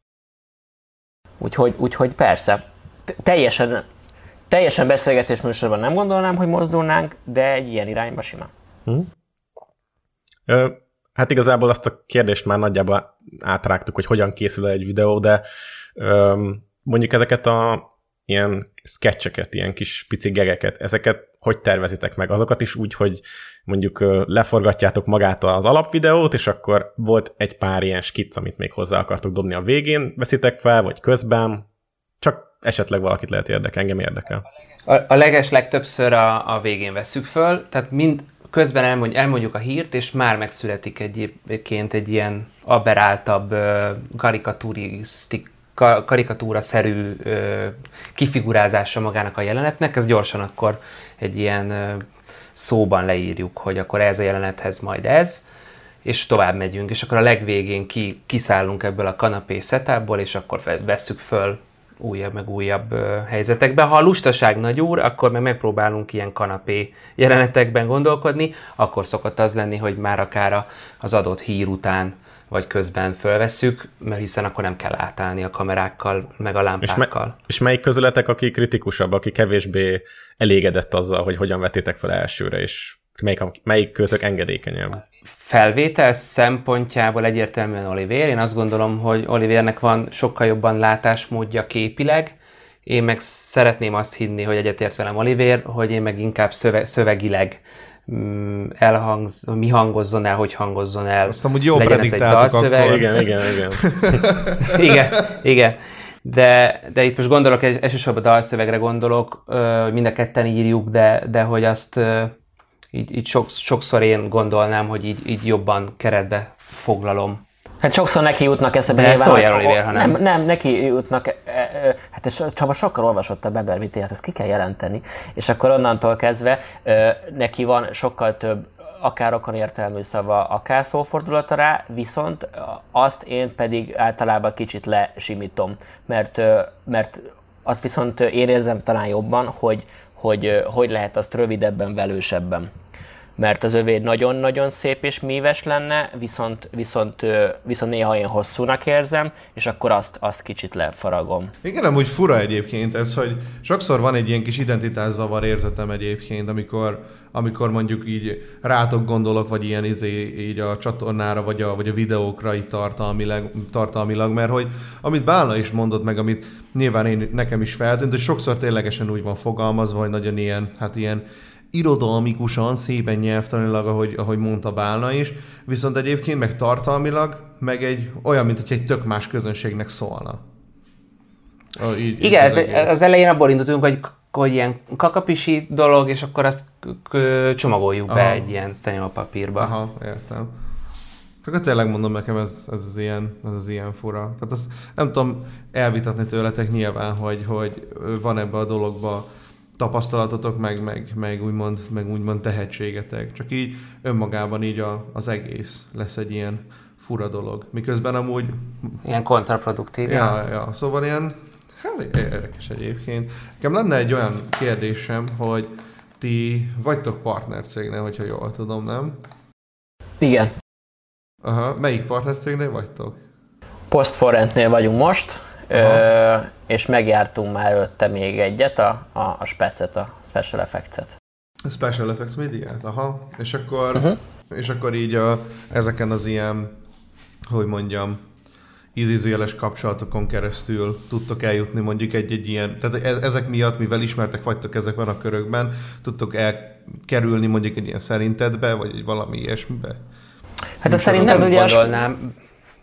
Úgyhogy, úgyhogy persze, teljesen, teljesen beszélgetés műsorban nem gondolnám, hogy mozdulnánk, de egy ilyen irányba simán. Hm? Ö, hát igazából azt a kérdést már nagyjából átrágtuk, hogy hogyan készül egy videó, de ö, mondjuk ezeket a ilyen sketcheket, ilyen kis pici gegeket, ezeket hogy tervezitek meg? Azokat is úgy, hogy mondjuk leforgatjátok magát az alapvideót, és akkor volt egy pár ilyen skicc, amit még hozzá akartok dobni a végén, veszitek fel, vagy közben, csak esetleg valakit lehet érdekel, engem érdekel. A, a leges legtöbbször a, a végén vesszük föl, tehát mind közben elmondj, elmondjuk a hírt, és már megszületik egyébként egy ilyen aberráltabb, karikaturisztik, karikatúra-szerű ö, kifigurázása magának a jelenetnek, ez gyorsan akkor egy ilyen ö, szóban leírjuk, hogy akkor ez a jelenethez majd ez, és tovább megyünk, és akkor a legvégén ki, kiszállunk ebből a kanapé setupból, és akkor vesszük föl újabb meg újabb ö, helyzetekbe. Ha a lustaság nagy úr, akkor meg megpróbálunk ilyen kanapé jelenetekben gondolkodni, akkor szokott az lenni, hogy már akár az adott hír után vagy közben fölvesszük, mert hiszen akkor nem kell átállni a kamerákkal, meg a lámpákkal. És, me- és melyik közületek, aki kritikusabb, aki kevésbé elégedett azzal, hogy hogyan vettétek fel elsőre, és melyik, melyik költök engedékenyebb? Felvétel szempontjából egyértelműen Olivér. Én azt gondolom, hogy Olivérnek van sokkal jobban látásmódja képileg. Én meg szeretném azt hinni, hogy egyetért velem Olivér, hogy én meg inkább szöve- szövegileg elhangz, mi hangozzon el, hogy hangozzon el. Azt amúgy jó prediktáltuk akkor. Igen, igen, igen. igen, igen. De, de itt most gondolok, elsősorban dalszövegre gondolok, hogy mind a ketten írjuk, de, de hogy azt így, így sok, sokszor én gondolnám, hogy így, így jobban keretbe foglalom. Hát sokszor neki jutnak eszebe. De szóljál, Olivér, ha nem. nem. Nem, neki jutnak, hát és Csaba sokkal olvasott a Beber Viti, hát ezt ki kell jelenteni, és akkor onnantól kezdve neki van sokkal több akár okon értelmű szava, akár szófordulata rá, viszont azt én pedig általában kicsit lesimítom, mert, mert azt viszont én érzem talán jobban, hogy hogy, hogy lehet azt rövidebben, velősebben. Mert az övé nagyon-nagyon szép és míves lenne, viszont, viszont, viszont néha én hosszúnak érzem, és akkor azt, azt kicsit lefaragom. Igen, amúgy fura egyébként ez, hogy sokszor van egy ilyen kis identitászavar érzetem egyébként, amikor, amikor mondjuk így rátok gondolok, vagy ilyen izé, így a csatornára, vagy a, vagy a videókra így tartalmilag, tartalmilag, mert hogy amit Bálna is mondott meg, amit nyilván én, nekem is feltűnt, hogy sokszor ténylegesen úgy van fogalmazva, hogy nagyon ilyen, hát ilyen irodalmikusan, szépen nyelvtanilag, ahogy, ahogy mondta Bálna is, viszont egyébként meg tartalmilag, meg egy olyan, mint hogy egy tök más közönségnek szólna. Így, Igen, így az, az elején abból indultunk, hogy, hogy ilyen kakapisi dolog, és akkor azt csomagoljuk Aha. be egy ilyen sztenyolpapírba. Aha, értem. Csak tényleg mondom nekem, ez, ez, az ilyen, ez az ilyen fura. Tehát azt nem tudom elvitatni tőletek nyilván, hogy, hogy van ebbe a dologba tapasztalatotok, meg, meg, meg, úgymond, meg úgymond tehetségetek. Csak így önmagában így a, az egész lesz egy ilyen fura dolog. Miközben amúgy... Ilyen kontraproduktív. Ja, ja, szóval ilyen... Hát érdekes egyébként. Nekem lenne egy olyan kérdésem, hogy ti vagytok partnercégnél, hogyha jól tudom, nem? Igen. Aha, melyik partnercégnél vagytok? Postforrentnél vagyunk most. Ö, és megjártunk már előtte még egyet, a, a, a specet, a Special Effects-et. A Special Effects médiát, aha. És akkor, uh-huh. és akkor így a, ezeken az ilyen, hogy mondjam, idézőjeles kapcsolatokon keresztül tudtok eljutni mondjuk egy-egy ilyen, tehát ezek miatt, mivel ismertek vagytok ezekben a körökben, tudtok elkerülni mondjuk egy ilyen szerintedbe, vagy egy valami ilyesmibe? Hát a szerinted nem ugye... gondolnám.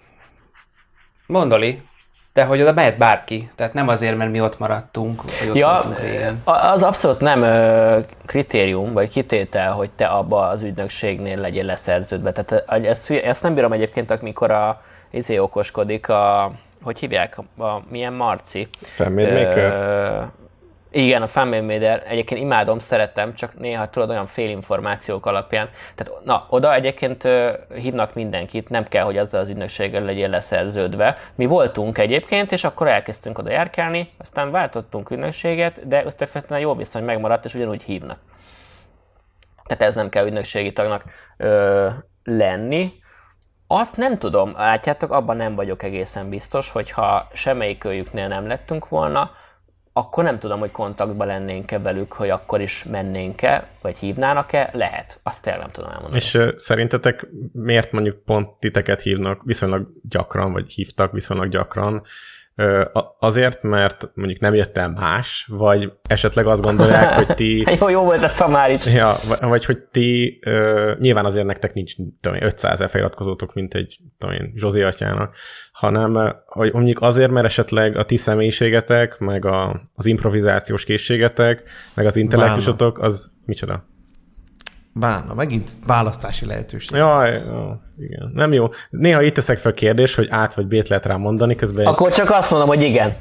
Mondoli. De hogy oda mehet bárki, tehát nem azért, mert mi ott maradtunk, vagy ott ja, voltunk régen. Az abszolút nem ö, kritérium, vagy kitétel, hogy te abba az ügynökségnél legyél leszerződve. Tehát ezt, ezt nem bírom egyébként, amikor a izé okoskodik, a, hogy hívják, a, milyen Marci. Fanmade Maker? Igen, a Fanmade Maker, egyébként imádom, szeretem, csak néha tudod olyan félinformációk alapján. Tehát na, oda egyébként hívnak mindenkit, nem kell, hogy azzal az ügynökséggel legyél leszerződve. Mi voltunk egyébként, és akkor elkezdtünk oda járkálni, aztán váltottunk ügynökséget, de összefetlenül jó viszony megmaradt, és ugyanúgy hívnak. Tehát ez nem kell ügynökségi tagnak ö, lenni. Azt nem tudom, látjátok, abban nem vagyok egészen biztos, hogyha semmelyikőjüknél nem lettünk volna, akkor nem tudom, hogy kontaktban lennénk-e velük, hogy akkor is mennénk-e, vagy hívnának-e, lehet. Azt tényleg nem tudom elmondani. És uh, szerintetek miért mondjuk pont titeket hívnak viszonylag gyakran, vagy hívtak viszonylag gyakran? Uh, azért, mert mondjuk nem jött el más, vagy esetleg azt gondolják, hogy ti... jó, jó volt a szamár is. Ja, vagy hogy ti, uh, nyilván azért nektek nincs tudom én, ötszázezer feliratkozótok, mint egy tudom én, Zsózi atyának, hanem uh, hogy mondjuk azért, mert esetleg a ti személyiségetek, meg a, az improvizációs készségetek, meg az intellektusotok, az micsoda? Bánna, megint választási lehetőség. Jaj, jó, igen. Nem jó. Néha itt teszek fel kérdés, hogy át vagy B-t lehet rám mondani, közben... Akkor csak azt mondom, hogy igen.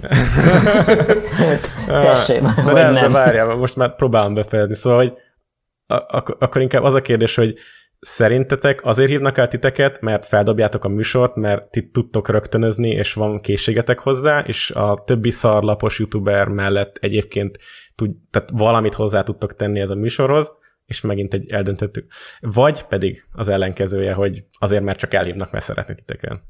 Tessék, de vagy nem. nem. De várjál, most már próbálom befejezni. Szóval, hogy ak- akkor inkább az a kérdés, hogy szerintetek azért hívnak el titeket, mert feldobjátok a műsort, mert ti tudtok rögtönözni, és van készségetek hozzá, és a többi szarlapos youtuber mellett egyébként tud, tehát valamit hozzá tudtok tenni ez a műsorhoz, és megint egy eldöntöttük. Vagy pedig az ellenkezője, hogy azért, mert csak elhívnak, mert szeretni titeket.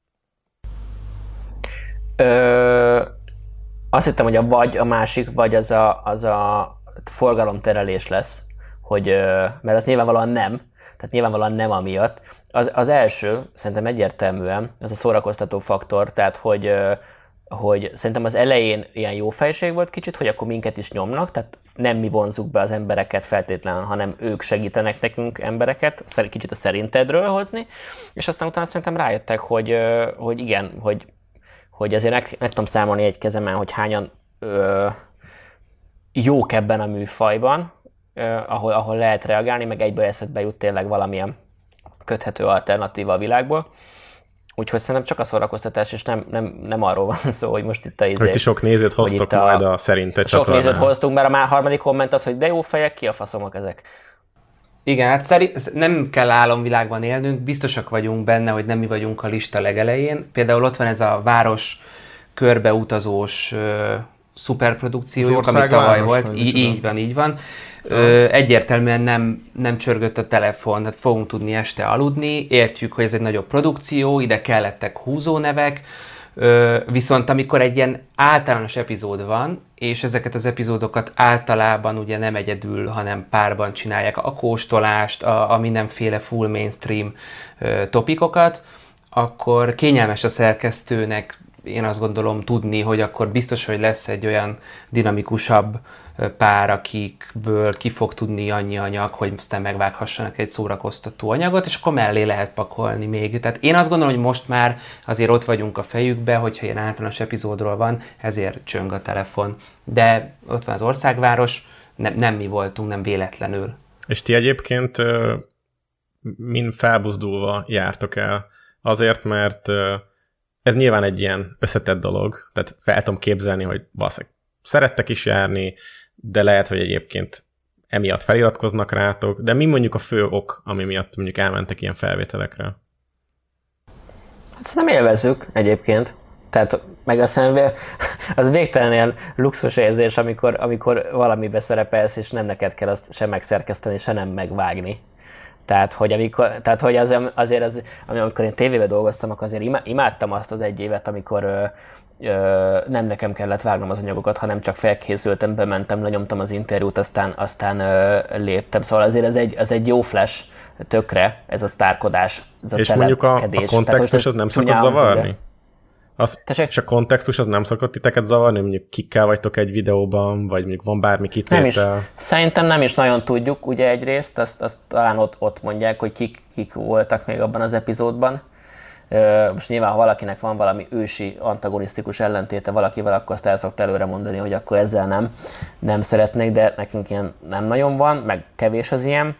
Ö, azt hittem, hogy a vagy, a másik, vagy az a, az a forgalomterelés lesz, hogy, mert az nyilvánvalóan nem, tehát nyilvánvalóan nem amiatt. Az, az első, szerintem egyértelműen, az a szórakoztató faktor, tehát hogy, hogy szerintem az elején ilyen jó fejség volt kicsit, hogy akkor minket is nyomnak, tehát nem mi vonzuk be az embereket feltétlenül, hanem ők segítenek nekünk embereket, kicsit a szerintedről hozni, és aztán utána szerintem rájöttek, hogy, hogy igen, hogy, hogy azért meg, meg tudom számolni egy kezemen, hogy hányan ö, jók ebben a műfajban, ö, ahol, ahol lehet reagálni, meg egyből eszedbe jut tényleg valamilyen köthető alternatíva a világból. Úgyhogy szerintem csak a szórakoztatás, és nem, nem, nem arról van szó, hogy most itt a izé... Hogy ti sok nézőt hoztok a, majd a szerinted sok csatornán. Sok nézőt hoztunk, mert a már harmadik komment az, hogy de jó fejek, ki a faszomok ezek. Igen, hát szerint nem kell álomvilágban élnünk, biztosak vagyunk benne, hogy nem mi vagyunk a lista legelején. Például ott van ez a város körbeutazós uh, szuperprodukciójuk, ami tavaly volt. Így, így van, így van. Ö, egyértelműen nem, nem csörgött a telefon, tehát fogunk tudni este aludni, értjük, hogy ez egy nagyobb produkció, ide kellettek húzónevek, ö, viszont amikor egy ilyen általános epizód van, és ezeket az epizódokat általában ugye nem egyedül, hanem párban csinálják a kóstolást, a, a mindenféle full mainstream ö, topikokat, akkor kényelmes a szerkesztőnek, én azt gondolom tudni, hogy akkor biztos, hogy lesz egy olyan dinamikusabb pár, akikből ki fog tudni annyi anyag, hogy aztán megvághassanak egy szórakoztató anyagot, és akkor mellé lehet pakolni még. Tehát én azt gondolom, hogy most már azért ott vagyunk a fejükbe, hogyha ilyen általános epizódról van, ezért csöng a telefon. De ott van az országváros, nem, nem mi voltunk, nem véletlenül. És ti egyébként mind felbuzdulva jártok el, azért, mert ez nyilván egy ilyen összetett dolog, tehát fel tudom képzelni, hogy valószínűleg szerettek is járni, de lehet, hogy egyébként emiatt feliratkoznak rátok, de mi mondjuk a fő ok, ami miatt mondjuk elmentek ilyen felvételekre? Hát szerintem élvezzük egyébként. Tehát meg azt mondom, az végtelen ilyen luxus érzés, amikor, amikor valamibe szerepelsz, és nem neked kell azt sem megszerkeszteni, se nem megvágni. Tehát, hogy, amikor, tehát, hogy az, azért az, amikor én tévében dolgoztam, akkor azért imádtam azt az egy évet, amikor ö, ö, nem nekem kellett vágnom az anyagokat, hanem csak felkészültem, bementem, lenyomtam az interjút, aztán, aztán ö, léptem. Szóval azért ez egy, ez egy jó flash, tökre, ez a sztárkodás, ez a és mondjuk a, a kontextus az nem szokott zavarni? Az, és a kontextus az nem szokott titeket zavarni, mondjuk kikkel vagytok egy videóban, vagy mondjuk van bármi kitétel? Nem is. Szerintem nem is nagyon tudjuk, ugye egyrészt, azt, azt talán ott, ott mondják, hogy kik, kik voltak még abban az epizódban. Most nyilván, ha valakinek van valami ősi, antagonisztikus ellentéte valakivel, akkor azt el szokta előre mondani, hogy akkor ezzel nem, nem szeretnék, de nekünk ilyen nem nagyon van, meg kevés az ilyen.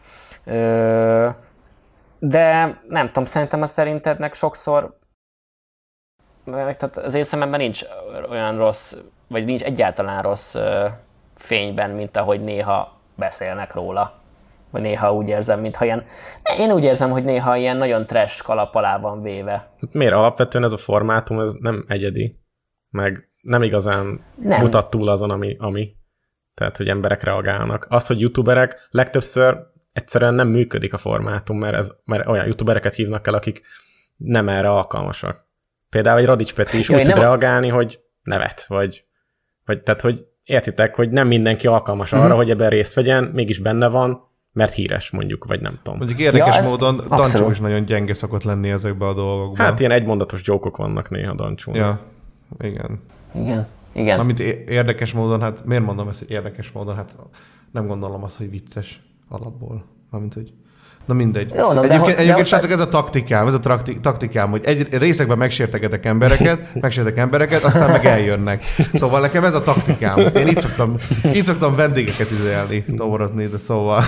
De nem tudom, szerintem a szerintednek sokszor tehát az én szememben nincs olyan rossz, vagy nincs egyáltalán rossz ö, fényben, mint ahogy néha beszélnek róla. Vagy néha úgy érzem, mintha ilyen... Én úgy érzem, hogy néha ilyen nagyon trash kalap alá van véve. Miért? Alapvetően ez a formátum ez nem egyedi. Meg nem igazán nem. mutat túl azon, ami, ami. Tehát, hogy emberek reagálnak. Az, hogy youtuberek legtöbbször egyszerűen nem működik a formátum, mert, ez, mert olyan youtubereket hívnak el, akik nem erre alkalmasak. Például egy Radics Peti is Jaj, úgy tud nem... reagálni, hogy nevet, vagy, vagy tehát, hogy értitek, hogy nem mindenki alkalmas arra, mm-hmm. hogy ebben részt vegyen, mégis benne van, mert híres mondjuk, vagy nem tudom. Mondjuk érdekes ja, módon Dancsó is nagyon gyenge szokott lenni ezekben a dolgokban. Hát ilyen egymondatos jókok vannak néha Dancsónak. Ja, igen. Igen, igen. Amit érdekes módon, hát miért mondom ezt, hogy érdekes módon, hát nem gondolom azt, hogy vicces alapból. Mármint, hogy na mindegy. Jó, no, egyébként egyébként srácok, ez a taktikám, ez a trakti, taktikám, hogy egy részekben megsértegetek embereket, megsértek embereket, aztán meg eljönnek. Szóval nekem ez a taktikám. Én így szoktam, így szoktam vendégeket üzelni, toborozni, de szóval...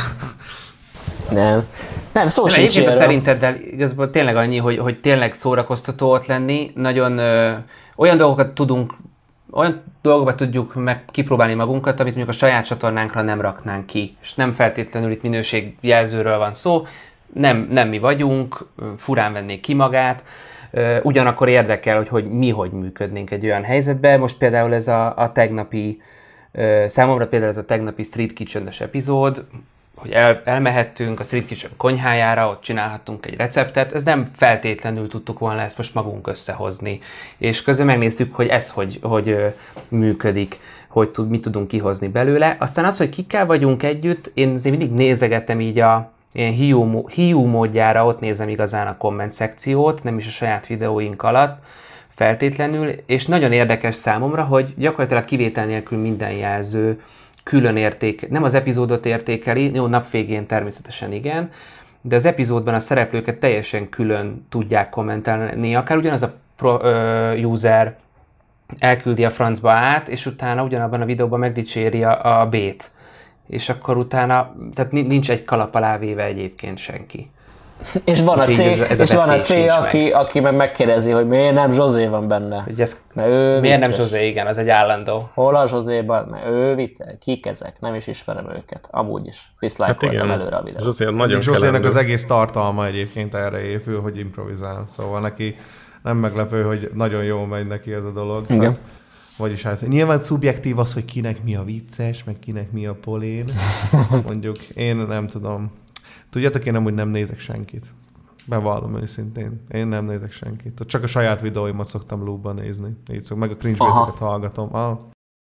Nem. Nem, szó sincs egyébként a szerinteddel igazából tényleg annyi, hogy, hogy tényleg szórakoztató ott lenni, nagyon ö, olyan dolgokat tudunk, olyan dolgokba tudjuk meg kipróbálni magunkat, amit mondjuk a saját csatornánkra nem raknánk ki. És nem feltétlenül itt minőségjelzőről van szó, nem, nem mi vagyunk, furán vennék ki magát, ugyanakkor érdekel, hogy, hogy mi hogy működnénk egy olyan helyzetben. Most például ez a, a tegnapi, számomra például ez a tegnapi Street Kitchen-ös epizód, hogy el, elmehettünk a Street Kitchen konyhájára, ott csinálhattunk egy receptet, ez nem feltétlenül tudtuk volna ezt most magunk összehozni. És közben megnéztük, hogy ez hogy, hogy működik, hogy tud, mit tudunk kihozni belőle. Aztán az, hogy kikkel vagyunk együtt, én azért mindig nézegettem így a ilyen hiú, hiú módjára, ott nézem igazán a komment szekciót, nem is a saját videóink alatt feltétlenül, és nagyon érdekes számomra, hogy gyakorlatilag kivétel nélkül minden jelző külön érték, nem az epizódot értékeli, jó, nap végén természetesen igen, de az epizódban a szereplőket teljesen külön tudják kommentelni, akár ugyanaz a pro, ö, user elküldi a francba át, és utána ugyanabban a videóban megdicséri a, a B-t. És akkor utána, tehát nincs egy kalap alá véve egyébként senki. És van a C, ez, ez és a van a C aki, aki meg megkérdezi, hogy miért nem Zsozé van benne. Hogy ez, mert ő miért vicces. nem Zsozé, igen, az egy állandó. Hol a Zsozéban? Mert ő vicces, kik ezek? Nem is ismerem őket. Amúgy is. Dislike-oltam hát előre a videót. Zsozé nagyon Zsozének az egész tartalma egyébként erre épül, hogy improvizál. Szóval neki nem meglepő, hogy nagyon jól megy neki ez a dolog. Igen. Hát, vagyis hát nyilván szubjektív az, hogy kinek mi a vicces, meg kinek mi a polén. Mondjuk én nem tudom. Tudjátok, én amúgy nem nézek senkit. Bevallom őszintén. Én nem nézek senkit. Csak a saját videóimat szoktam loopban nézni. Így szok, meg a cringe-véteket hallgatom. Ah.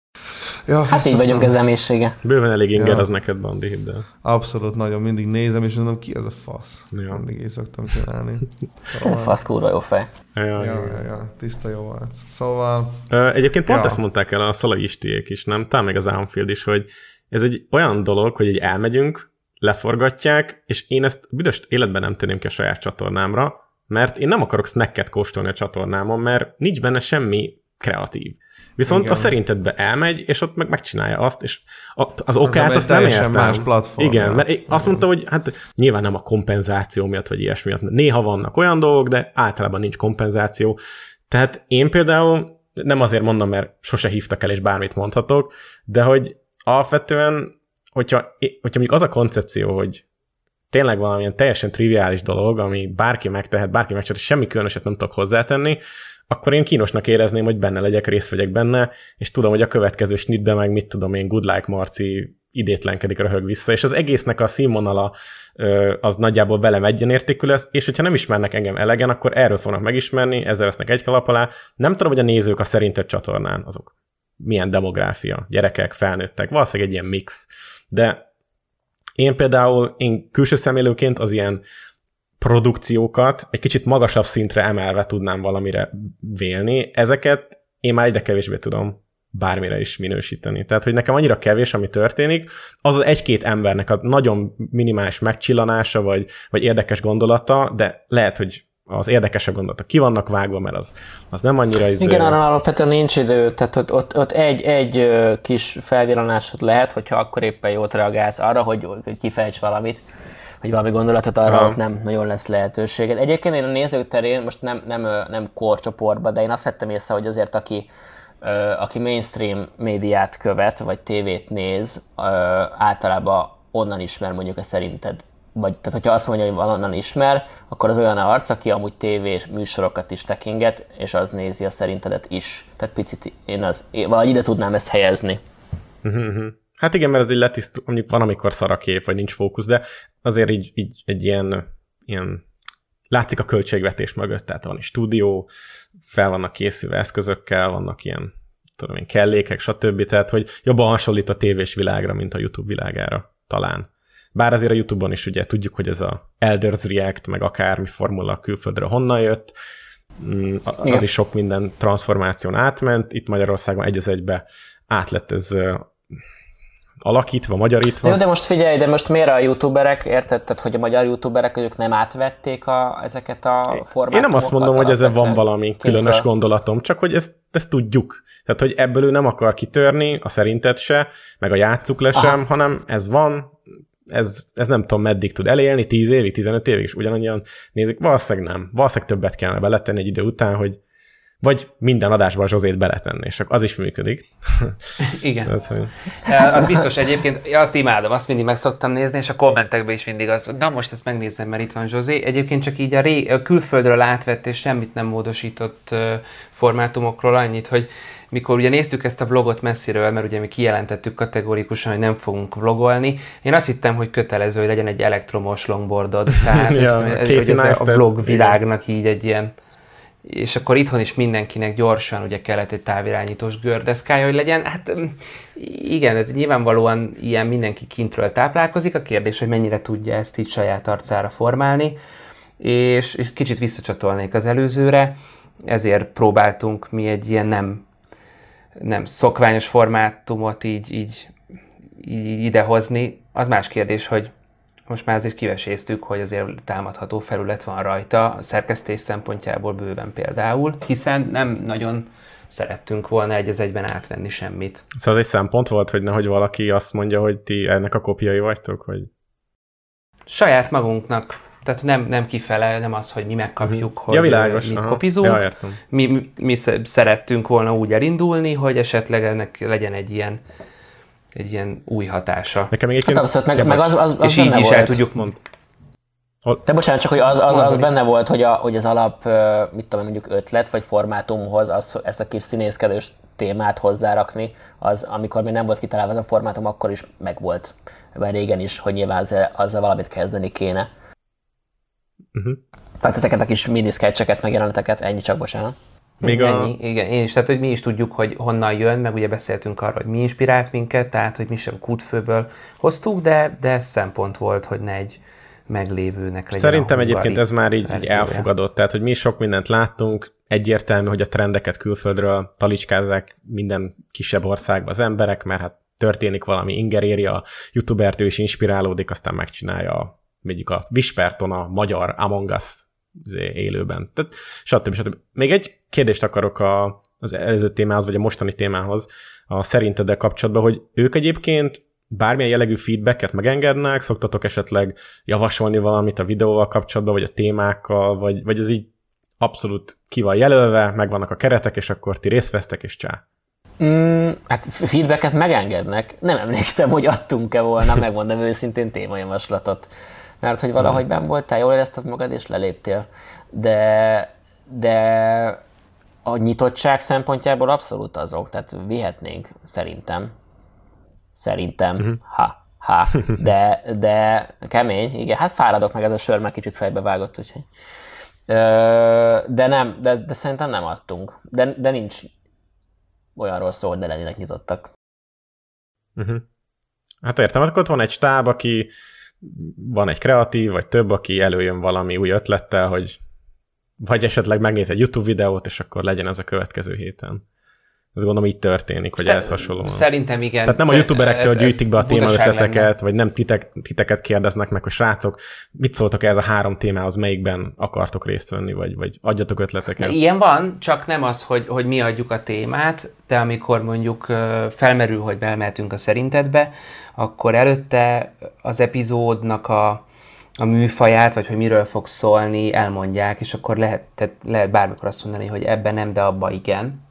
Ja, hát így vagyunk ez emészsége. Bőven elég inger ja. az neked, Bandi, hidd el. Abszolút, nagyon. Mindig nézem, és mondom, ki az a fasz? Ja. Mindig így szoktam csinálni. Szóval... fasz kurva jó fej. Ja, ja, ja, ja. Tiszta jó arc. Szóval... Ö, egyébként pont ja. ezt mondták el a Szalai Istiék is, nem? Talán meg az Armfield is, hogy ez egy olyan dolog, hogy így elmegyünk, leforgatják, és én ezt büdös életben nem tenném ki a saját csatornámra, mert én nem akarok snacket kóstolni a csatornámon, mert nincs benne semmi kreatív. Viszont igen. a szerintetbe elmegy, és ott meg megcsinálja azt, és az okát az azt nem értem. Más platform. Igen, mert igen. azt mondta, hogy hát nyilván nem a kompenzáció miatt, vagy ilyesmi miatt. Néha vannak olyan dolgok, de általában nincs kompenzáció. Tehát én például nem azért mondom, mert sose hívtak el, és bármit mondhatok, de hogy alapvetően Hogyha, hogyha mondjuk az a koncepció, hogy tényleg valamilyen teljesen triviális dolog, ami bárki megtehet, bárki megcsinál, és semmi különöset nem tudok hozzátenni, akkor én kínosnak érezném, hogy benne legyek, részt vegyek benne, és tudom, hogy a következő snitben meg mit tudom én, Good Like Marci idétlenkedik, röhög vissza, és az egésznek a színvonala az nagyjából velem egyenértékű lesz, és hogyha nem ismernek engem elegen, akkor erről fognak megismerni, ezzel vesznek egy kalap alá. Nem tudom, hogy a nézők a szerinted csatornán azok milyen demográfia, gyerekek, felnőttek, valószínűleg egy ilyen mix. De én például, én külső szemlélőként az ilyen produkciókat egy kicsit magasabb szintre emelve tudnám valamire vélni. Ezeket én már egyre kevésbé tudom bármire is minősíteni. Tehát, hogy nekem annyira kevés, ami történik, az az egy-két embernek a nagyon minimális megcsillanása, vagy, vagy érdekes gondolata, de lehet, hogy az érdekesebb gondolatok ki vannak vágva, mert az, az nem annyira... Izé... Igen, arra alapvetően nincs idő, tehát ott, ott, ott egy, egy kis felvillanásod lehet, hogyha akkor éppen jót reagálsz arra, hogy, hogy kifejts valamit, hogy valami gondolatot arra ott nem nagyon lesz lehetőséged. Egyébként én a nézők terén most nem, nem, nem korcsoportban, de én azt vettem észre, hogy azért aki, aki mainstream médiát követ, vagy tévét néz, általában onnan ismer mondjuk a szerinted. Vagy, tehát, hogyha azt mondja, hogy valonnan ismer, akkor az olyan arc, aki amúgy tévés műsorokat is tekinget, és az nézi a szerintedet is. Tehát picit én az, én valahogy ide tudnám ezt helyezni. Hát igen, mert az így letisztul, mondjuk van, amikor szar a kép, vagy nincs fókusz, de azért így, így egy ilyen, ilyen látszik a költségvetés mögött, tehát van is stúdió, fel vannak készülve eszközökkel, vannak ilyen, tudom én, kellékek, stb. Tehát, hogy jobban hasonlít a tévés világra, mint a YouTube világára talán. Bár azért a YouTube-on is ugye tudjuk, hogy ez a Elders React, meg akármi formula külföldről honnan jött, az igen. is sok minden transformáción átment, itt Magyarországon egy az egybe át lett ez alakítva, magyarítva. Jó, de most figyelj, de most miért a youtuberek, érted? Tehát, hogy a magyar youtuberek, ők nem átvették a, ezeket a formátumokat? Én nem azt mondom, hogy ezzel van valami különös kintről. gondolatom, csak hogy ezt, ezt tudjuk. Tehát, hogy ebből ő nem akar kitörni, a szerinted se, meg a játsszuk le sem, hanem ez van, ez, ez nem tudom meddig tud elélni, tíz évig, tizenöt évig, és ugyanannyian nézik. Valószínűleg nem. Valószínűleg többet kellene beletenni egy idő után, hogy vagy minden adásban a Zsozét beletenni, és az is működik. Igen. Tehát, az biztos egyébként, azt imádom, azt mindig meg szoktam nézni, és a kommentekben is mindig az, na most ezt megnézem, mert itt van Zsozé. Egyébként csak így a, ré, a külföldről átvett és semmit nem módosított uh, formátumokról annyit, hogy mikor ugye néztük ezt a vlogot messziről, mert ugye mi kijelentettük kategórikusan, hogy nem fogunk vlogolni, én azt hittem, hogy kötelező, hogy legyen egy elektromos longboardod. Tehát ja, ez, ez, ez a vlog világnak így egy ilyen... És akkor itthon is mindenkinek gyorsan ugye kellett egy távirányítós gördeszkája, hogy legyen. Hát igen, nyilvánvalóan ilyen mindenki kintről táplálkozik, a kérdés, hogy mennyire tudja ezt így saját arcára formálni, és, és kicsit visszacsatolnék az előzőre, ezért próbáltunk mi egy ilyen nem, nem szokványos formátumot így, így, így idehozni. Az más kérdés, hogy most már azért kiveséztük, hogy azért támadható felület van rajta, a szerkesztés szempontjából bőven például, hiszen nem nagyon szerettünk volna egy az egyben átvenni semmit. Szóval ez egy szempont volt, hogy nehogy valaki azt mondja, hogy ti ennek a kopjai vagytok? Vagy... Saját magunknak. Tehát nem, nem kifele, nem az, hogy mi megkapjuk, hogy ja, világos, mit aha. kopizunk. Ja, értem. Mi, mi, mi szerettünk volna úgy elindulni, hogy esetleg ennek legyen egy ilyen egy ilyen új hatása. Nekem még egyébként... Hát abszolút, meg, meg az, az, az és így is el tudjuk mondani. De bocsánat, csak hogy az, az, az benne volt, hogy, a, hogy az alap, mit tudom, mondjuk ötlet, vagy formátumhoz az, ezt a kis színészkedős témát hozzárakni, az, amikor még nem volt kitalálva ez a formátum, akkor is megvolt. Már régen is, hogy nyilván azzal, azzal valamit kezdeni kéne. Uh-huh. Tehát ezeket a kis miniszketcheket, megjeleneteket, ennyi csak, bocsánat. Még ennyi, a... igen, én is, tehát hogy mi is tudjuk, hogy honnan jön, meg ugye beszéltünk arról, hogy mi inspirált minket, tehát hogy mi sem kútfőből hoztuk, de, de ez szempont volt, hogy ne egy meglévőnek legyen. Szerintem egyébként ez már így, így elfogadott, tehát hogy mi sok mindent láttunk, egyértelmű, hogy a trendeket külföldről talicskázzák minden kisebb országban az emberek, mert hát történik valami, inger éri a youtubertől is inspirálódik, aztán megcsinálja mondjuk a Whisperton a magyar Among Us élőben. Tehát, stb. stb. Még egy kérdést akarok a, az előző témához, vagy a mostani témához, a szerinteddel kapcsolatban, hogy ők egyébként bármilyen jellegű feedbacket megengednek, szoktatok esetleg javasolni valamit a videóval kapcsolatban, vagy a témákkal, vagy, vagy ez így abszolút ki van jelölve, megvannak a keretek, és akkor ti részt vesztek, és csá. Mm, hát feedbacket megengednek. Nem emlékszem, hogy adtunk-e volna, megmondom őszintén témajavaslatot. Mert hogy valahogy benn voltál, jól érezted magad, és leléptél. De, de a nyitottság szempontjából abszolút azok, tehát vihetnénk, szerintem. Szerintem. Uh-huh. Ha, ha. De, de kemény, igen, hát fáradok meg, ez a sör már kicsit fejbe vágott, úgyhogy. De nem, de, de szerintem nem adtunk. De, de nincs olyanról szó, hogy ne lennének nyitottak. Uh-huh. Hát értem, akkor ott van egy stáb, aki van egy kreatív, vagy több, aki előjön valami új ötlettel, hogy vagy esetleg megnéz egy YouTube videót, és akkor legyen ez a következő héten. Ez gondolom így történik, vagy ehhez hasonlóan. Szerintem igen. Tehát nem a youtuberektől ez, gyűjtik be a témaötleteket, vagy nem titek, titeket kérdeznek meg, hogy srácok, mit szóltok ehhez a három témához, melyikben akartok részt venni, vagy, vagy adjatok ötleteket. Ilyen van, csak nem az, hogy, hogy mi adjuk a témát, de amikor mondjuk felmerül, hogy belemehetünk a szerintedbe, akkor előtte az epizódnak a, a műfaját, vagy hogy miről fog szólni, elmondják, és akkor lehet, tehát lehet bármikor azt mondani, hogy ebben nem, de abba igen.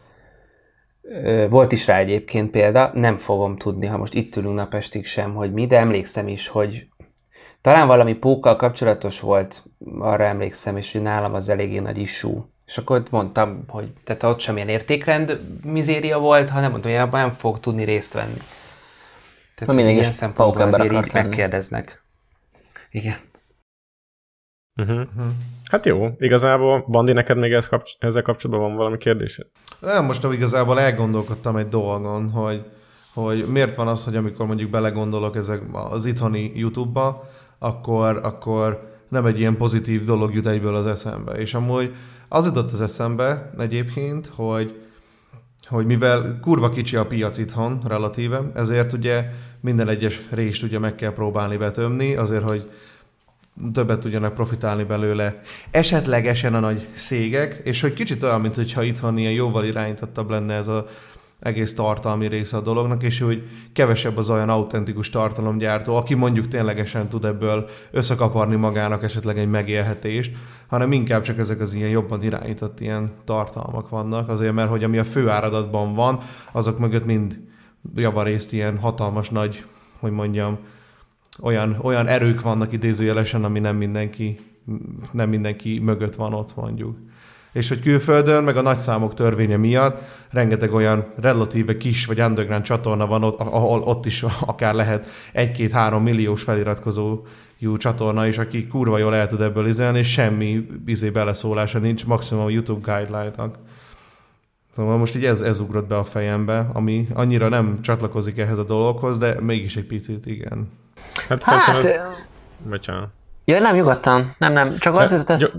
Volt is rá egyébként példa, nem fogom tudni, ha most itt ülünk napestig sem, hogy mi, de emlékszem is, hogy talán valami pókkal kapcsolatos volt, arra emlékszem, és hogy nálam az eléggé nagy issue. És akkor mondtam, hogy tehát ott sem ilyen értékrend mizéria volt, hanem mondtam, hogy abban nem fog tudni részt venni. Tehát mindig ilyen szempontból azért így megkérdeznek. Igen. Uh-huh. Uh-huh. Hát jó, igazából, Bandi, neked még ez kapcs- ezzel kapcsolatban van valami kérdésed? Nem, most igazából elgondolkodtam egy dolgon, hogy, hogy miért van az, hogy amikor mondjuk belegondolok ezek az itthoni YouTube-ba, akkor, akkor nem egy ilyen pozitív dolog jut egyből az eszembe. És amúgy az jutott az eszembe egyébként, hogy hogy mivel kurva kicsi a piac itthon relatíve, ezért ugye minden egyes részt ugye meg kell próbálni betömni, azért, hogy többet tudjanak profitálni belőle esetlegesen a nagy cégek, és hogy kicsit olyan, mintha itthon ilyen jóval irányítottabb lenne ez az egész tartalmi része a dolognak, és hogy kevesebb az olyan autentikus tartalomgyártó, aki mondjuk ténylegesen tud ebből összekaparni magának esetleg egy megélhetést, hanem inkább csak ezek az ilyen jobban irányított ilyen tartalmak vannak, azért mert hogy ami a fő áradatban van, azok mögött mind javarészt ilyen hatalmas nagy, hogy mondjam, olyan, olyan erők vannak idézőjelesen, ami nem mindenki, nem mindenki mögött van ott mondjuk. És hogy külföldön, meg a nagyszámok törvénye miatt rengeteg olyan relatíve kis vagy underground csatorna van ott, ahol ott is akár lehet egy-két-három milliós feliratkozó jó csatorna is, aki kurva jól el tud ebből izélni, és semmi izé beleszólása nincs, maximum a YouTube guideline-nak. Szóval most így ez, ez ugrott be a fejembe, ami annyira nem csatlakozik ehhez a dologhoz, de mégis egy picit igen. Hát szerintem hát, ez... Bocsánat. Ja, nem, nyugodtan. Nem, nem. Csak az jutott ez...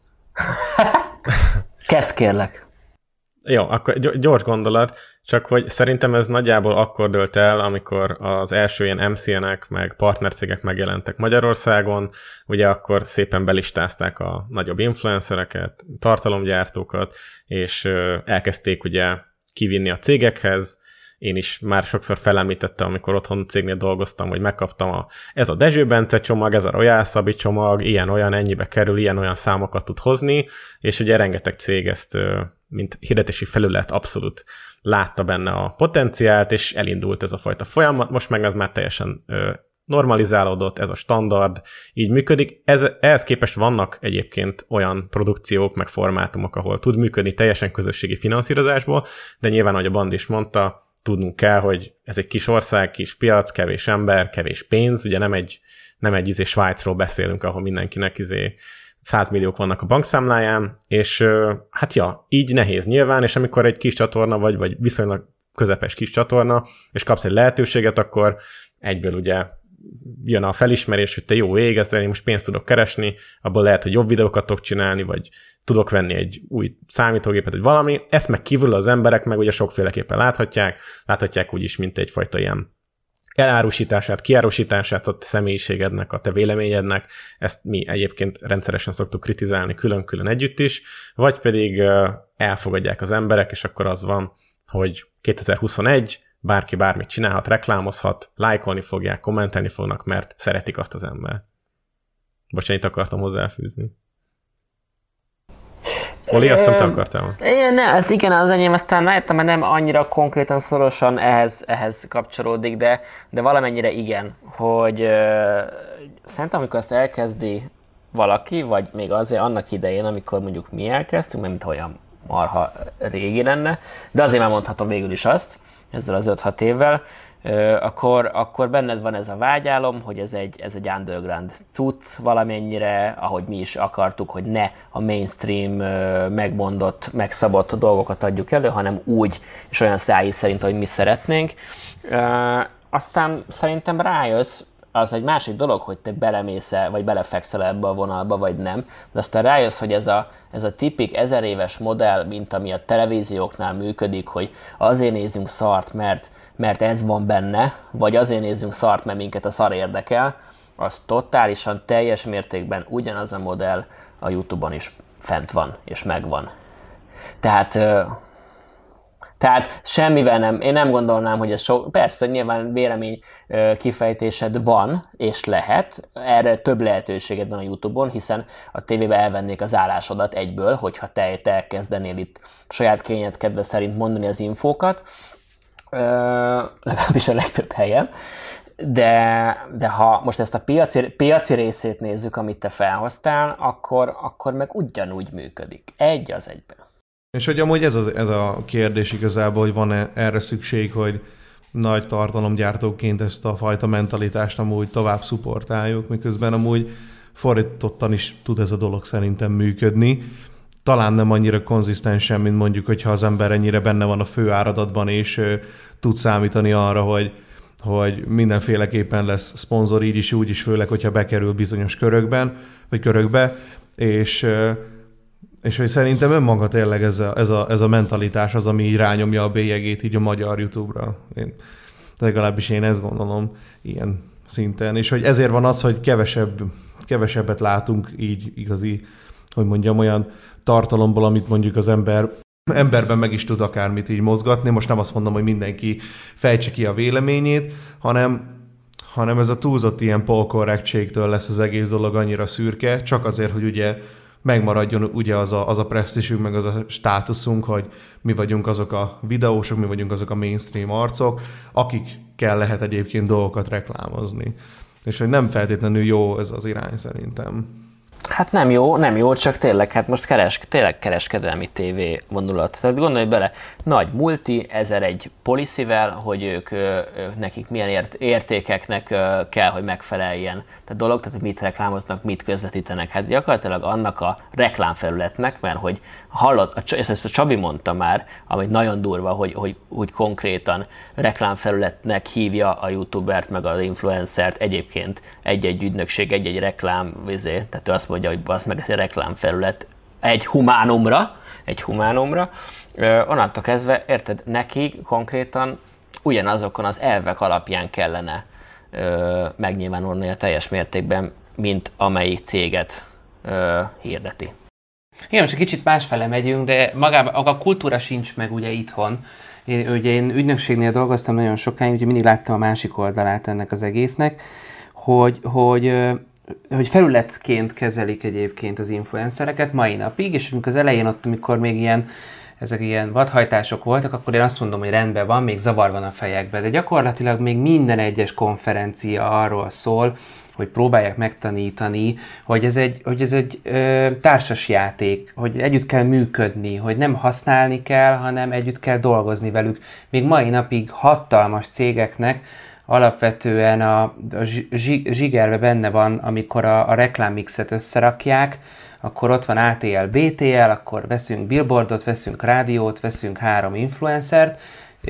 Kezd kérlek. Jó, akkor gyors gondolat, csak hogy szerintem ez nagyjából akkor dőlt el, amikor az első ilyen em cé en-ek meg partnercégek megjelentek Magyarországon, ugye akkor szépen belistázták a nagyobb influencereket, tartalomgyártókat, és elkezdték ugye kivinni a cégekhez. Én is már sokszor felemlítettem, amikor otthon cégnél dolgoztam, hogy megkaptam a, ez a Dezső Bence csomag, ez a Royal Szabi csomag, ilyen-olyan, ennyibe kerül, ilyen-olyan számokat tud hozni, és ugye rengeteg cég ezt, mint hirdetési felület abszolút látta benne a potenciált, és elindult ez a fajta folyamat, most meg ez már teljesen normalizálódott, ez a standard, így működik. Ez, ehhez képest vannak egyébként olyan produkciók, meg formátumok, ahol tud működni teljesen közösségi finanszírozásból, de nyilván, ahogy a Bandi is mondta, tudnunk kell, hogy ez egy kis ország, kis piac, kevés ember, kevés pénz, ugye nem egy, nem egy izé Svájcról beszélünk, ahol mindenkinek izé százmilliók vannak a bankszámláján, és hát ja, így nehéz nyilván, és amikor egy kis csatorna vagy, vagy viszonylag közepes kis csatorna, és kapsz egy lehetőséget, akkor egyből ugye jön a felismerés, hogy te jó ég, ezzel én most pénzt tudok keresni, abból lehet, hogy jobb videókat tudok csinálni, vagy tudok venni egy új számítógépet, vagy valami. Ezt meg kívül az emberek meg ugye sokféleképpen láthatják, láthatják úgyis, mint egyfajta ilyen elárusítását, kiárusítását a te személyiségednek, a te véleményednek, ezt mi egyébként rendszeresen szoktuk kritizálni külön-külön együtt is, vagy pedig elfogadják az emberek, és akkor az van, hogy kétezer-huszonegy, bárki bármit csinálhat, reklámozhat, lájkolni fogják, kommentelni fognak, mert szeretik azt az embert. Bocsánat, itt akartam hozzáfűzni. Oli, azt nem te akartál? Ne, ezt igen, az enyém aztán rájöttem, mert nem annyira konkrétan szorosan ehhez, ehhez kapcsolódik, de, de valamennyire igen, hogy uh, szerintem amikor ezt elkezdi valaki, vagy még azért annak idején, amikor mondjuk mi elkezdtünk, mert mint olyan marha régi lenne, de azért már mondhatom végül is azt, ezzel az öt-hat évvel, akkor, akkor benned van ez a vágyálom, hogy ez egy, ez egy underground cucc valamennyire, ahogy mi is akartuk, hogy ne a mainstream megmondott, megszabott dolgokat adjuk elő, hanem úgy, és olyan szájí szerint, ahogy mi szeretnénk. Aztán szerintem rájössz, az egy másik dolog, hogy te belemész-e, vagy belefekszel ebbe a vonalba, vagy nem, de aztán rájössz, hogy ez a, ez a tipik ezer éves modell, mint ami a televízióknál működik, hogy azért nézzünk szart, mert, mert ez van benne, vagy azért nézzünk szart, mert minket a szar érdekel, az totálisan, teljes mértékben ugyanaz a modell a YouTube-on is fent van, és megvan. Tehát... Tehát semmivel nem, én nem gondolnám, hogy ez sok, persze nyilván vélemény kifejtésed van, és lehet, erre több lehetőséged van a YouTube-on, hiszen a tévében elvennék az állásodat egyből, hogyha te, te elkezdenél itt saját kényed kedve szerint mondani az infókat, legalábbis a legtöbb helyen. De, de ha most ezt a piaci, piaci részét nézzük, amit te felhoztál, akkor, akkor meg ugyanúgy működik. Egy az egyben. És hogy amúgy ez, az, ez a kérdés igazából, hogy van-e erre szükség, hogy nagy tartalomgyártóként ezt a fajta mentalitást amúgy tovább szupportáljuk, miközben amúgy fordítottan is tud ez a dolog szerintem működni. Talán nem annyira konzisztensen, mint mondjuk, hogyha az ember ennyire benne van a fő áradatban, és ö, tud számítani arra, hogy, hogy mindenféleképpen lesz szponzor így is, úgy is, főleg, hogyha bekerül bizonyos körökben, vagy körökbe, és, ö, és hogy szerintem önmaga tényleg ez a, ez, a, ez a mentalitás az, ami így rányomja a bélyegét így a magyar YouTube-ra. Én, legalábbis én ezt gondolom ilyen szinten, és hogy ezért van az, hogy kevesebb, kevesebbet látunk így igazi, hogy mondjam, olyan tartalomból, amit mondjuk az ember emberben meg is tud akármit így mozgatni. Most nem azt mondom, hogy mindenki fejtse ki a véleményét, hanem, hanem ez a túlzott ilyen polkorrektségtől lesz az egész dolog annyira szürke, csak azért, hogy ugye megmaradjon ugye az a, az a presztízsünk, meg az a státuszunk, hogy mi vagyunk azok a videósok, mi vagyunk azok a mainstream arcok, akikkel lehet egyébként dolgokat reklámozni. És hogy nem feltétlenül jó ez az irány szerintem. Hát nem jó, nem jó, csak tényleg, hát most keres, tényleg kereskedelmi tévé vonulat. Tehát gondolj bele, nagy multi, ezer egy policyvel, hogy ők, ők nekik milyen ért, értékeknek kell, hogy megfeleljen. Tehát dolog, tehát mit reklámoznak, mit közvetítenek. Hát gyakorlatilag annak a reklámfelületnek, mert hogy hallott, ezt a Csabi mondta már, ami nagyon durva, hogy, hogy úgy konkrétan reklámfelületnek hívja a youtubert, meg az influencert, egyébként egy-egy ügynökség, egy-egy reklám, vizé, tehát ő azt mondja, hogy basz meg, ez egy reklámfelület egy humánumra, egy humánumra, Ö, onnantól kezdve, érted, neki konkrétan ugyanazokon az elvek alapján kellene ö, megnyilvánulni a teljes mértékben, mint amelyik céget ö, hirdeti. Igen, most egy kicsit másfele megyünk, de magában a kultúra sincs meg ugye itthon. Én, ugye én ügynökségnél dolgoztam nagyon sokáig, ugye mindig láttam a másik oldalát ennek az egésznek, hogy, hogy, hogy felületként kezelik egyébként az influencereket mai napig, és amikor az elején ott, amikor még ilyen ezek ilyen vadhajtások voltak, akkor én azt mondom, hogy rendben van, még zavar van a fejekben, de gyakorlatilag még minden egyes konferencia arról szól, hogy próbálják megtanítani, hogy ez egy, hogy ez egy ö, társasjáték, hogy együtt kell működni, hogy nem használni kell, hanem együtt kell dolgozni velük. Még mai napig hatalmas cégeknek alapvetően a, a zsigerbe benne van, amikor a, a reklámmixet összerakják, akkor ott van á té el, bé té el, akkor veszünk billboardot, veszünk rádiót, veszünk három influencert,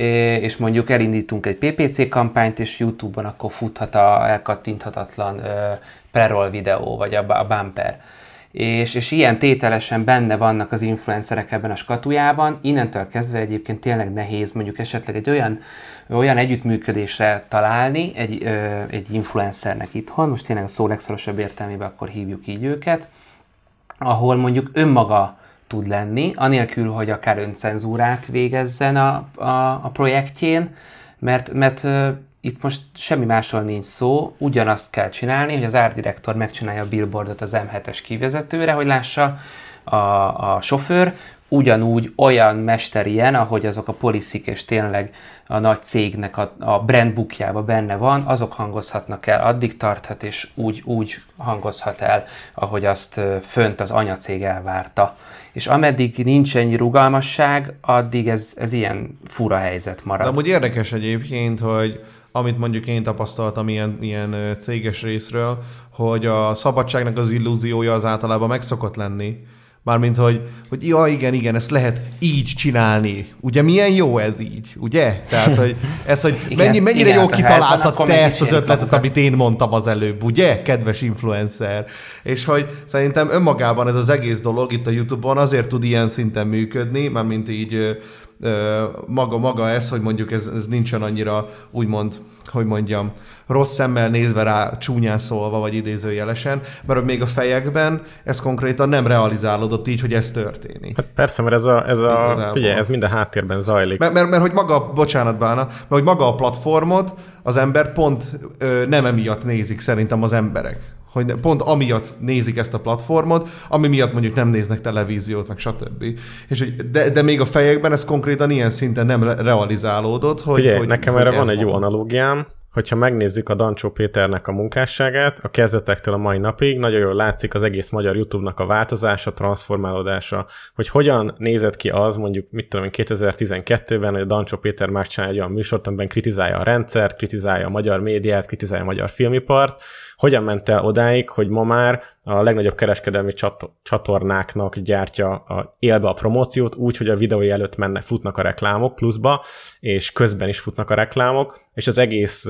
és mondjuk elindítunk egy pé pé cé kampányt, és YouTube-on akkor futhat a elkattinthatatlan uh, pre-roll videó, vagy a, a bumper. És, és ilyen tételesen benne vannak az influencerek ebben a skatujában, innentől kezdve egyébként tényleg nehéz mondjuk esetleg egy olyan, olyan együttműködésre találni egy, ö, egy influencernek itthon, most tényleg a szó legszorosabb értelmében akkor hívjuk így őket, ahol mondjuk önmaga tud lenni, anélkül, hogy akár öncenzúrát végezzen a, a, a projektjén, mert, mert uh, itt most semmi másról nincs szó, ugyanazt kell csinálni, hogy az art director megcsinálja a billboardot az em hetes kivezetőre, hogy lássa a, a sofőr, ugyanúgy olyan mesterien, ahogy azok a policy-k és tényleg a nagy cégnek a, a brandbookjába benne van, azok hangozhatnak el, addig tarthat, és úgy, úgy hangozhat el, ahogy azt fönt az anyacég elvárta. És ameddig nincs ennyi rugalmasság, addig ez, ez ilyen fura helyzet marad. De amúgy érdekes egyébként, hogy amit mondjuk én tapasztaltam ilyen, ilyen céges részről, hogy a szabadságnak az illúziója az általában meg szokott lenni. Mármint, hogy, hogy ja, igen, igen, ezt lehet így csinálni. Ugye milyen jó ez így, ugye? Tehát, hogy ez, hogy igen, mennyi, mennyire igen, jól kitaláltad van, te ezt az ötletet, amit én mondtam az előbb, ugye, kedves influencer? És hogy szerintem önmagában ez az egész dolog itt a YouTube-on azért tud ilyen szinten működni, mármint így maga, maga ez, hogy mondjuk ez, ez nincsen annyira, úgymond, hogy mondjam, rossz szemmel nézve rá, csúnyán szólva, vagy idézőjelesen, mert még a fejekben ez konkrétan nem realizálódott így, hogy ez történik. Hát persze, mert ez a, ez a figyelj, ez mind a háttérben zajlik. Mert, mert, mert hogy maga, bocsánat Bána, mert hogy maga a platformot, az ember pont ö, nem emiatt nézik szerintem az emberek. Hogy pont amiatt nézik ezt a platformot, ami miatt mondjuk nem néznek televíziót, meg stb. És, de, de még a fejekben ez konkrétan ilyen szinten nem realizálódott. Hogy, Figyelj, hogy, nekem hogy erre van egy van. jó analógiám. hogyha megnézzük a Dancsó Péternek a munkásságát, a kezdetektől a mai napig, nagyon jól látszik az egész magyar YouTube-nak a változása, transformálódása, hogy hogyan nézett ki az, mondjuk, mit tudom én, kétezer-tizenkettőben, hogy a Dancsó Péter már csinálja egy olyan műsort, amiben kritizálja a rendszert, kritizálja a magyar médiát, kritizálja a magyar filmipart, hogyan ment el odáig, hogy ma már a legnagyobb kereskedelmi csator- csatornáknak gyártja a, élbe a promóciót úgy, hogy a videói előtt mennek, futnak a reklámok pluszba, és közben is futnak a reklámok, és az egész,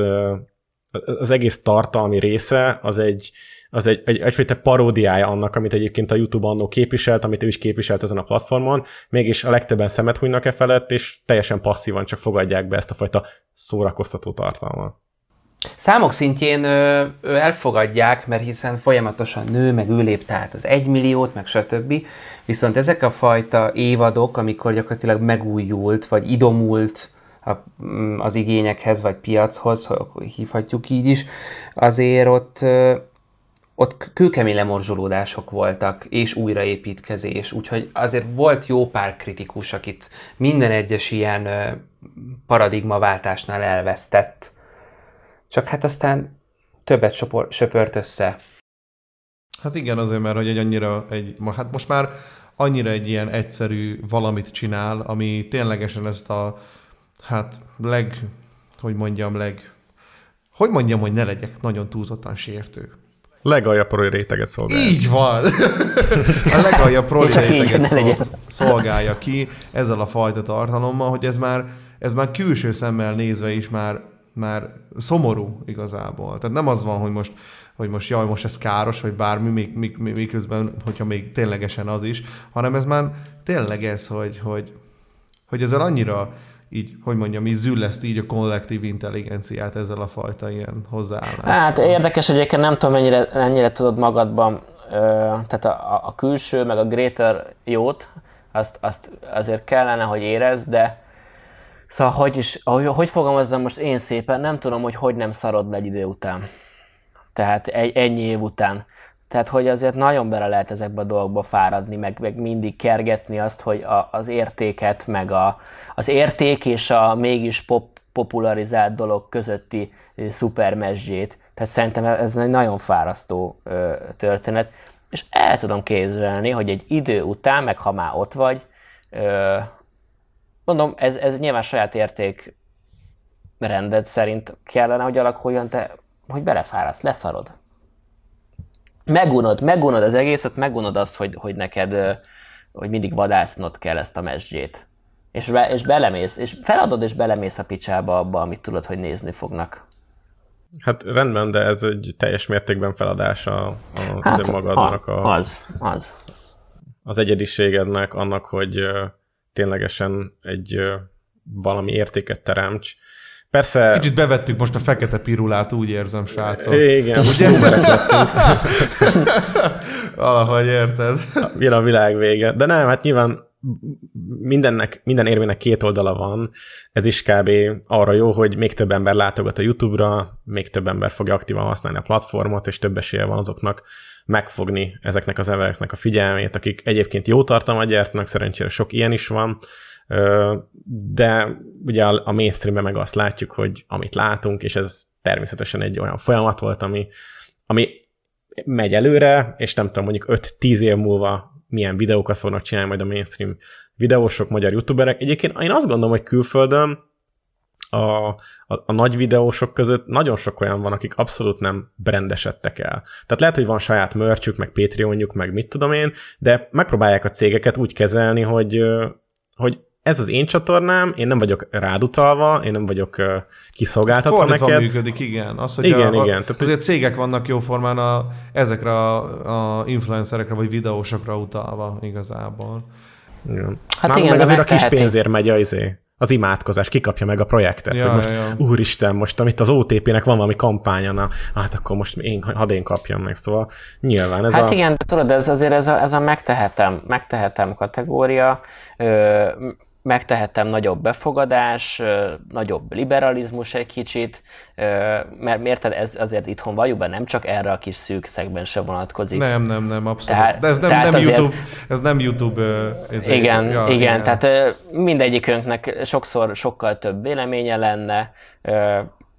az egész tartalmi része az egy, az egy, egy, egyfajta paródiája annak, amit egyébként a YouTube annó képviselt, amit ő is képviselt ezen a platformon, mégis a legtöbben szemet hunynak e felett, és teljesen passzívan csak fogadják be ezt a fajta szórakoztató tartalmat. Számok szintjén ö, ö, elfogadják, mert hiszen folyamatosan nő, meg ő lépte át az egymilliót, meg stb. Viszont ezek a fajta évadok, amikor gyakorlatilag megújult, vagy idomult a, az igényekhez, vagy piachoz, hívhatjuk így is, azért ott, ö, ott kőkemény lemorzsolódások voltak, és újraépítkezés. Úgyhogy azért volt jó pár kritikus, akit minden egyes ilyen ö, paradigmaváltásnál elvesztett. Csak hát aztán többet sopor, söpört össze. Hát igen, azért, mert hogy egy annyira, egy, hát most már annyira egy ilyen egyszerű valamit csinál, ami ténylegesen ezt a, hát leg, hogy mondjam, leg, hogy mondjam, hogy ne legyek nagyon túlzottan sértő. Legaljabb proli réteget szolgálja. Így van! A legaljabb proli réteget szol, szolgálja ki ezzel a fajta tartalommal, hogy ez már, ez már külső szemmel nézve is már már szomorú igazából. Tehát nem az van, hogy most, hogy most jaj, most ez káros, vagy bármi, még, még, még, miközben, hogyha még ténylegesen az is, hanem ez már tényleg ez, hogy, hogy, hogy ezzel annyira így, hogy mondjam, így zülleszt így a kollektív intelligenciát ezzel a fajta ilyen hozzáállás. Hát érdekes, hogy egyébként nem tudom, mennyire, mennyire tudod magadban, ö, tehát a, a külső, meg a greater jót, azt, azt azért kellene, hogy érezd, de szóval, hogy is, hogy, hogy fogalmazzam most én szépen, nem tudom, hogy hogy nem szarod le egy idő után. Tehát egy, ennyi év után. Tehát, hogy azért nagyon bele lehet ezekbe a dolgokba fáradni, meg, meg mindig kergetni azt, hogy a, az értéket, meg a, az érték és a mégis pop, popularizált dolog közötti szupermezsgyét. Tehát szerintem ez egy nagyon fárasztó ö, történet. És el tudom képzelni, hogy egy idő után, meg ha már ott vagy, ö, mondom, ez, ez nyilván saját érték rended szerint kellene, hogy alakuljon, te, hogy belefáradsz, leszarod. Megunod, megunod az egészet, megunod azt, hogy, hogy neked, hogy mindig vadásznod kell ezt a mesdjét. És, be, és belemész, és feladod, és belemész a picsába abba, amit tudod, hogy nézni fognak. Hát rendben, de ez egy teljes mértékben feladás a, a, hát, az önmagadnak. A, az, az. Az egyediségednek, annak, hogy ténylegesen egy ö, valami értéket teremts. Persze... Kicsit bevettük most a fekete pirulát, úgy érzem, srácok. Igen, most jóberek lettünk. Valahogy érted. Jön a világ vége. De nem, hát nyilván mindennek, minden érvének két oldala van. Ez is kb. Arra jó, hogy még több ember látogat a YouTube-ra, még több ember fogja aktívan használni a platformot, és több esélye van azoknak megfogni ezeknek az embereknek a figyelmét, akik egyébként jó tartalmat gyártanak, szerencsére sok ilyen is van, de ugye a mainstreamben meg azt látjuk, hogy amit látunk, és ez természetesen egy olyan folyamat volt, ami, ami megy előre, és nem tudom, mondjuk öt-tíz év múlva milyen videókat fognak csinálni majd a mainstream videósok, magyar youtuberek. Egyébként én azt gondolom, hogy külföldön a, a, a nagy videósok között nagyon sok olyan van, akik abszolút nem brandesedtek el. Tehát lehet, hogy van saját merchük, meg Patreonjuk, meg mit tudom én, de megpróbálják a cégeket úgy kezelni, hogy, hogy ez az én csatornám, én nem vagyok rád utalva, én nem vagyok uh, kiszolgáltatva Fordítva neked. működik, igen. Az, hogy igen, a, igen. A, azért a cégek vannak jóformán a, ezekre a, a influencerekre vagy videósokra utalva igazából. Igen. Hát Már igen, meg azért a megteheti. kis pénzért megy a, izé, az imádkozás, kikapja meg a projektet. Ja, hogy most, ja, ja. úristen, most amit az o té pének van valami kampánya, na, hát akkor most én, hadd én kapjam meg. Szóval nyilván ez hát a... igen, tudod, ez azért ez a, ez a megtehetem, megtehetem kategória, ö, megtehetem nagyobb befogadás, nagyobb liberalizmus egy kicsit, mert érted, ez azért itthon valljuk be, nem csak erre a kis szűk szegmensre vonatkozik. Nem, nem, nem, abszolút. Tehát, De ez nem, nem azért, YouTube, ez nem YouTube. Ez igen, ja, igen, igen, tehát mindegyikünknek sokszor sokkal több véleménye lenne,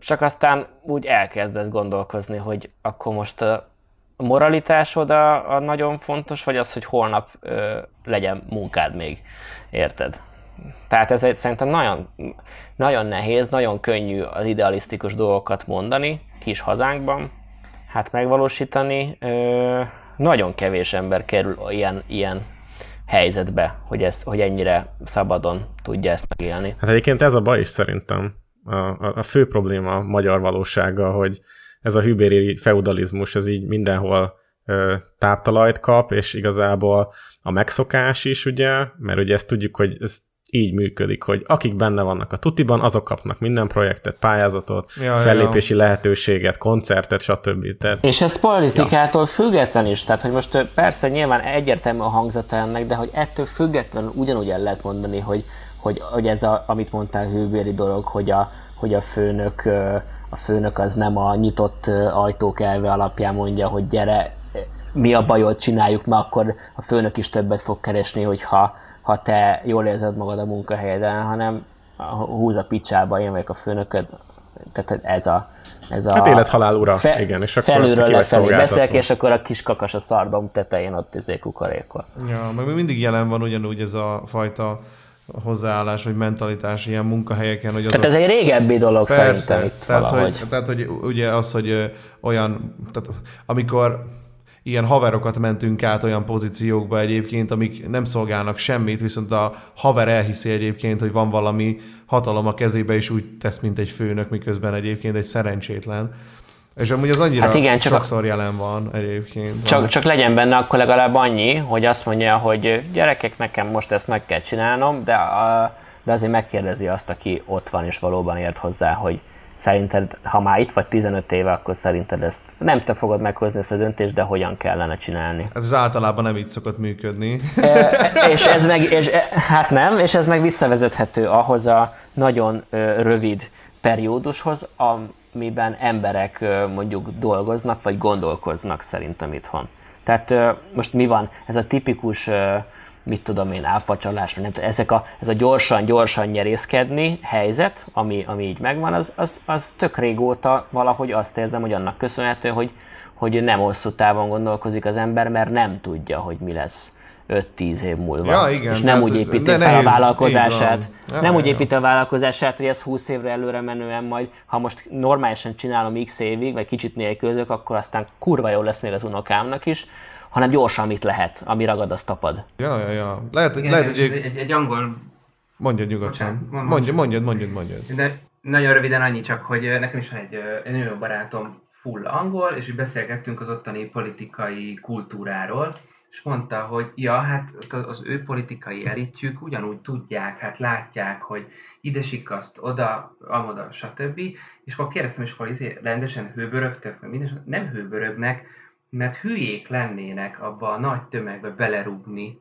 csak aztán úgy elkezdesz gondolkozni, hogy akkor most a moralitásod a, a nagyon fontos, vagy az, hogy holnap ö, legyen munkád még, érted? Tehát ez egy, szerintem nagyon, nagyon nehéz, nagyon könnyű az idealisztikus dolgokat mondani kis hazánkban, hát megvalósítani. Ö, nagyon kevés ember kerül ilyen, ilyen helyzetbe, hogy, ezt, hogy ennyire szabadon tudja ezt megélni. Hát egyébként ez a baj is szerintem. A, a, a fő probléma a magyar valósággal, hogy ez a hűbéri feudalizmus, ez így mindenhol ö, táptalajt kap, és igazából a megszokás is, ugye, mert ugye ezt tudjuk, hogy ez így működik, hogy akik benne vannak a tutiban, azok kapnak minden projektet, pályázatot, ja, fellépési ja. lehetőséget, koncertet, stb. Tehát, és ez politikától ja. független is, tehát hogy most persze nyilván egyértelmű a hangzata ennek, de hogy ettől függetlenül ugyanúgy el lehet mondani, hogy, hogy, hogy ez, a, amit mondtál, hűbéri dolog, hogy a, hogy a főnök, a főnök az nem a nyitott ajtók elve alapján mondja, hogy gyere, mi a bajod, csináljuk, mert akkor a főnök is többet fog keresni, hogyha ha te jól érzed magad a munkahelyeden, hanem húz a picsába, én vagyok a főnököd. Tehát ez a... Ez a hát élet-halál ura, fe, igen, és akkor felülről lefelé beszélek, és akkor a kis kakas a szardom tetején ott izé kukorékol. Ja, meg mindig jelen van ugyanúgy ez a fajta hozzáállás, vagy mentalitás ilyen munkahelyeken. Hogy tehát ez egy régebbi dolog persze, szerintem itt tehát, valahogy. Hogy, tehát, hogy ugye az, hogy olyan, tehát amikor ilyen haverokat mentünk át olyan pozíciókba egyébként, amik nem szolgálnak semmit, viszont a haver elhiszi egyébként, hogy van valami hatalom a kezébe, és úgy tesz, mint egy főnök, miközben egyébként egy szerencsétlen. És amúgy az annyira hát igen, sokszor a... jelen van egyébként. Csak, van. csak legyen benne akkor legalább annyi, hogy azt mondja, hogy gyerekek, nekem most ezt meg kell csinálnom, de, a, de azért megkérdezi azt, aki ott van és valóban ért hozzá, hogy szerinted, ha már itt vagy tizenöt éve, akkor szerinted ezt nem te fogod meghozni ezt a döntést, de hogyan kellene csinálni? Ez általában nem így szokott működni. E, és ez meg, és, hát nem, és ez meg visszavezethető ahhoz a nagyon rövid periódushoz, amiben emberek mondjuk dolgoznak, vagy gondolkoznak szerintem itthon. Tehát most mi van? Ez a tipikus, mit tudom én, áfacsalás, nem tudom, ezek a, ez a gyorsan-gyorsan nyerészkedni helyzet, ami, ami így megvan, az, az, az tök régóta valahogy azt érzem, hogy annak köszönhető, hogy, hogy nem hosszú távon gondolkozik az ember, mert nem tudja, hogy mi lesz öt-tíz év múlva. Ja, igen, és nem úgy építi fel a vállalkozását, ja, nem ja, úgy építi a vállalkozását, hogy ez húsz évre előre menően majd, ha most normálisan csinálom x évig, vagy kicsit nélkülözök, akkor aztán kurva jó lesz még az unokámnak is, hanem gyorsan mit lehet, ami ragad, az tapad. Ja, ja, ja. Lehet, igen, lehet, hogy egy, egy, egy angol... Mondjad nyugodtan. Mondjad, mondjad, mondjad, mondjad. De nagyon röviden annyi csak, hogy nekem is van egy, egy nagyon barátom full angol, és beszélgettünk az ottani politikai kultúráról, és mondta, hogy ja, hát az ő politikai elitjük ugyanúgy tudják, hát látják, hogy ide sikaszt, oda, amoda, stb. És akkor kérdeztem, és akkor rendesen hőbörögtök, mert minden, nem hőbörögnek, mert hülyék lennének abba a nagy tömegbe belerúgni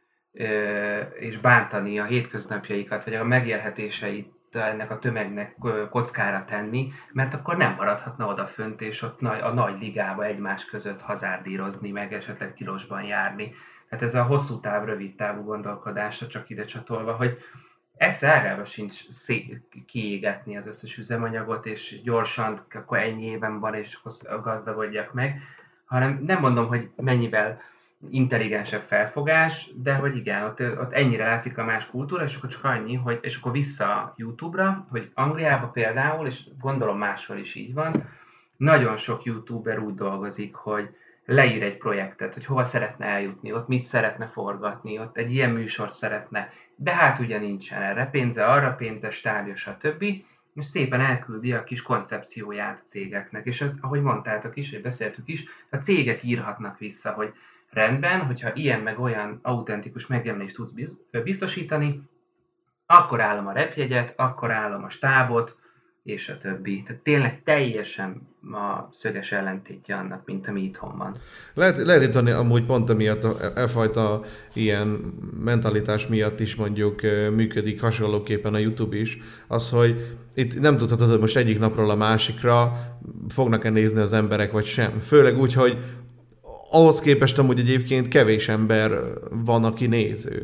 és bántani a hétköznapjaikat, vagy a megélhetéseit ennek a tömegnek kockára tenni, mert akkor nem maradhatna odafönt, és ott a nagy ligába egymás között hazárdírozni, meg esetleg tilosban járni. Tehát ez a hosszú táv, rövid távú gondolkodásra csak ide csatolva, hogy esze ágában sincs szé- kiégetni az összes üzemanyagot, és gyorsan, akkor ennyi éven van, és akkor gazdagodjak meg, hanem nem mondom, hogy mennyivel intelligensebb felfogás, de hogy igen, ott, ott ennyire látszik a más kultúra, és akkor csak annyi, hogy, és akkor vissza YouTube-ra, hogy Angliában például, és gondolom máshol is így van, nagyon sok YouTuber úgy dolgozik, hogy leír egy projektet, hogy hova szeretne eljutni, ott mit szeretne forgatni, ott egy ilyen műsort szeretne, de hát ugye nincsen erre pénze, arra pénze, stábja, stb., és szépen elküldi a kis koncepcióját a cégeknek. És ahogy mondtátok is, vagy beszéltük is, a cégek írhatnak vissza, hogy rendben, hogyha ilyen meg olyan autentikus megjelenést tudsz biztosítani, akkor állom a repjegyet, akkor állom a stábot, és a többi. Tehát tényleg teljesen a szöges ellentétje annak, mint ami itthon van. Lehet, lehet itt amúgy pont emiatt, e fajta ilyen mentalitás miatt is mondjuk működik hasonlóképpen a YouTube is, az, hogy itt nem tudhatod, hogy most egyik napról a másikra fognak-e nézni az emberek, vagy sem. Főleg úgy, hogy ahhoz képest amúgy egyébként kevés ember van, aki néző.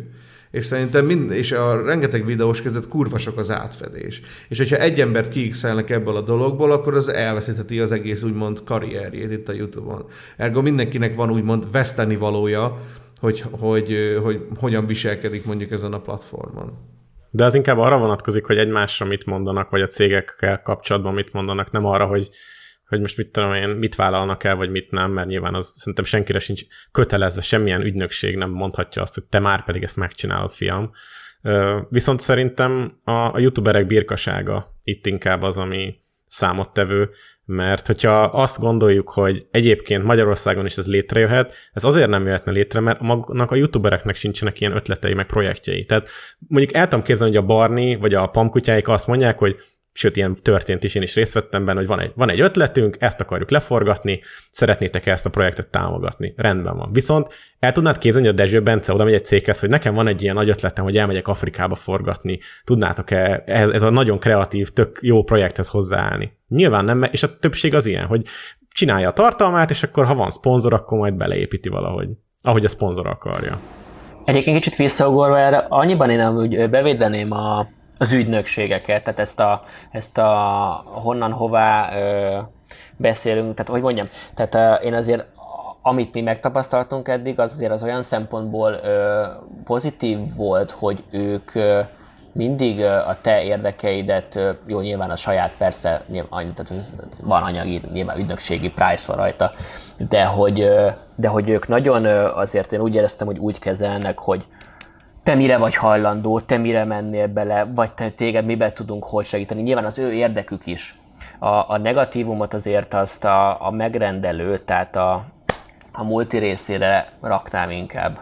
És szerintem mind, és a rengeteg videós között kurva sok az átfedés. És hogyha egy embert kiixelnek ebből a dologból, akkor az elveszítheti az egész úgymond karrierjét itt a YouTube-on. Ergo mindenkinek van úgymond veszteni valója, hogy, hogy, hogy hogyan viselkedik mondjuk ezen a platformon. De az inkább arra vonatkozik, hogy egymásra mit mondanak, vagy a cégekkel kapcsolatban mit mondanak, nem arra, hogy hogy most mit tudom én, mit vállalnak el, vagy mit nem, mert nyilván az szerintem senkire sincs kötelezve, semmilyen ügynökség nem mondhatja azt, hogy te már pedig ezt megcsinálod, fiam. Viszont szerintem a, a youtuberek birkasága itt inkább az, ami számottevő, mert hogyha azt gondoljuk, hogy egyébként Magyarországon is ez létrejöhet, ez azért nem jöhetne létre, mert magnak a youtubereknek sincsenek ilyen ötletei, meg projektjei. Tehát mondjuk el tudom képzelni, hogy a Barni, vagy a Pamkutyáik azt mondják, hogy sőt, ilyen történt is, én is részt vettem benne, hogy van egy, van egy ötletünk, ezt akarjuk leforgatni, szeretnétek ezt a projektet támogatni. Rendben van. Viszont el tudnád képzelni, hogy a Dezső Bence oda megy egy céghez, hogy nekem van egy ilyen nagy ötletem, hogy elmegyek Afrikába forgatni. Tudnátok-e ez, ez a nagyon kreatív, tök jó projekthez hozzáállni? Nyilván nem, és a többség az ilyen, hogy csinálja a tartalmát, és akkor ha van szponzor, akkor majd beleépíti valahogy, ahogy a szponzor akarja. Egyébként kicsit visszaugorva erre, annyiban én amúgy bevédeném a az ügynökségeket, tehát ezt a, ezt a honnan, hová ö, beszélünk, tehát hogy mondjam, tehát ö, én azért, amit mi megtapasztaltunk eddig, az azért az olyan szempontból ö, pozitív volt, hogy ők ö, mindig ö, a te érdekeidet, ö, jó, nyilván a saját persze, nyilván, tehát ez van anyagi, nyilván ügynökségi price van rajta, de hogy, ö, de hogy ők nagyon ö, azért én úgy éreztem, hogy úgy kezelnek, hogy te mire vagy hajlandó, te mire mennél bele, vagy te, téged miben tudunk hogy segíteni. Nyilván az ő érdekük is. A, a negatívumot azért azt a, a megrendelő, tehát a, a multi részére raknám inkább.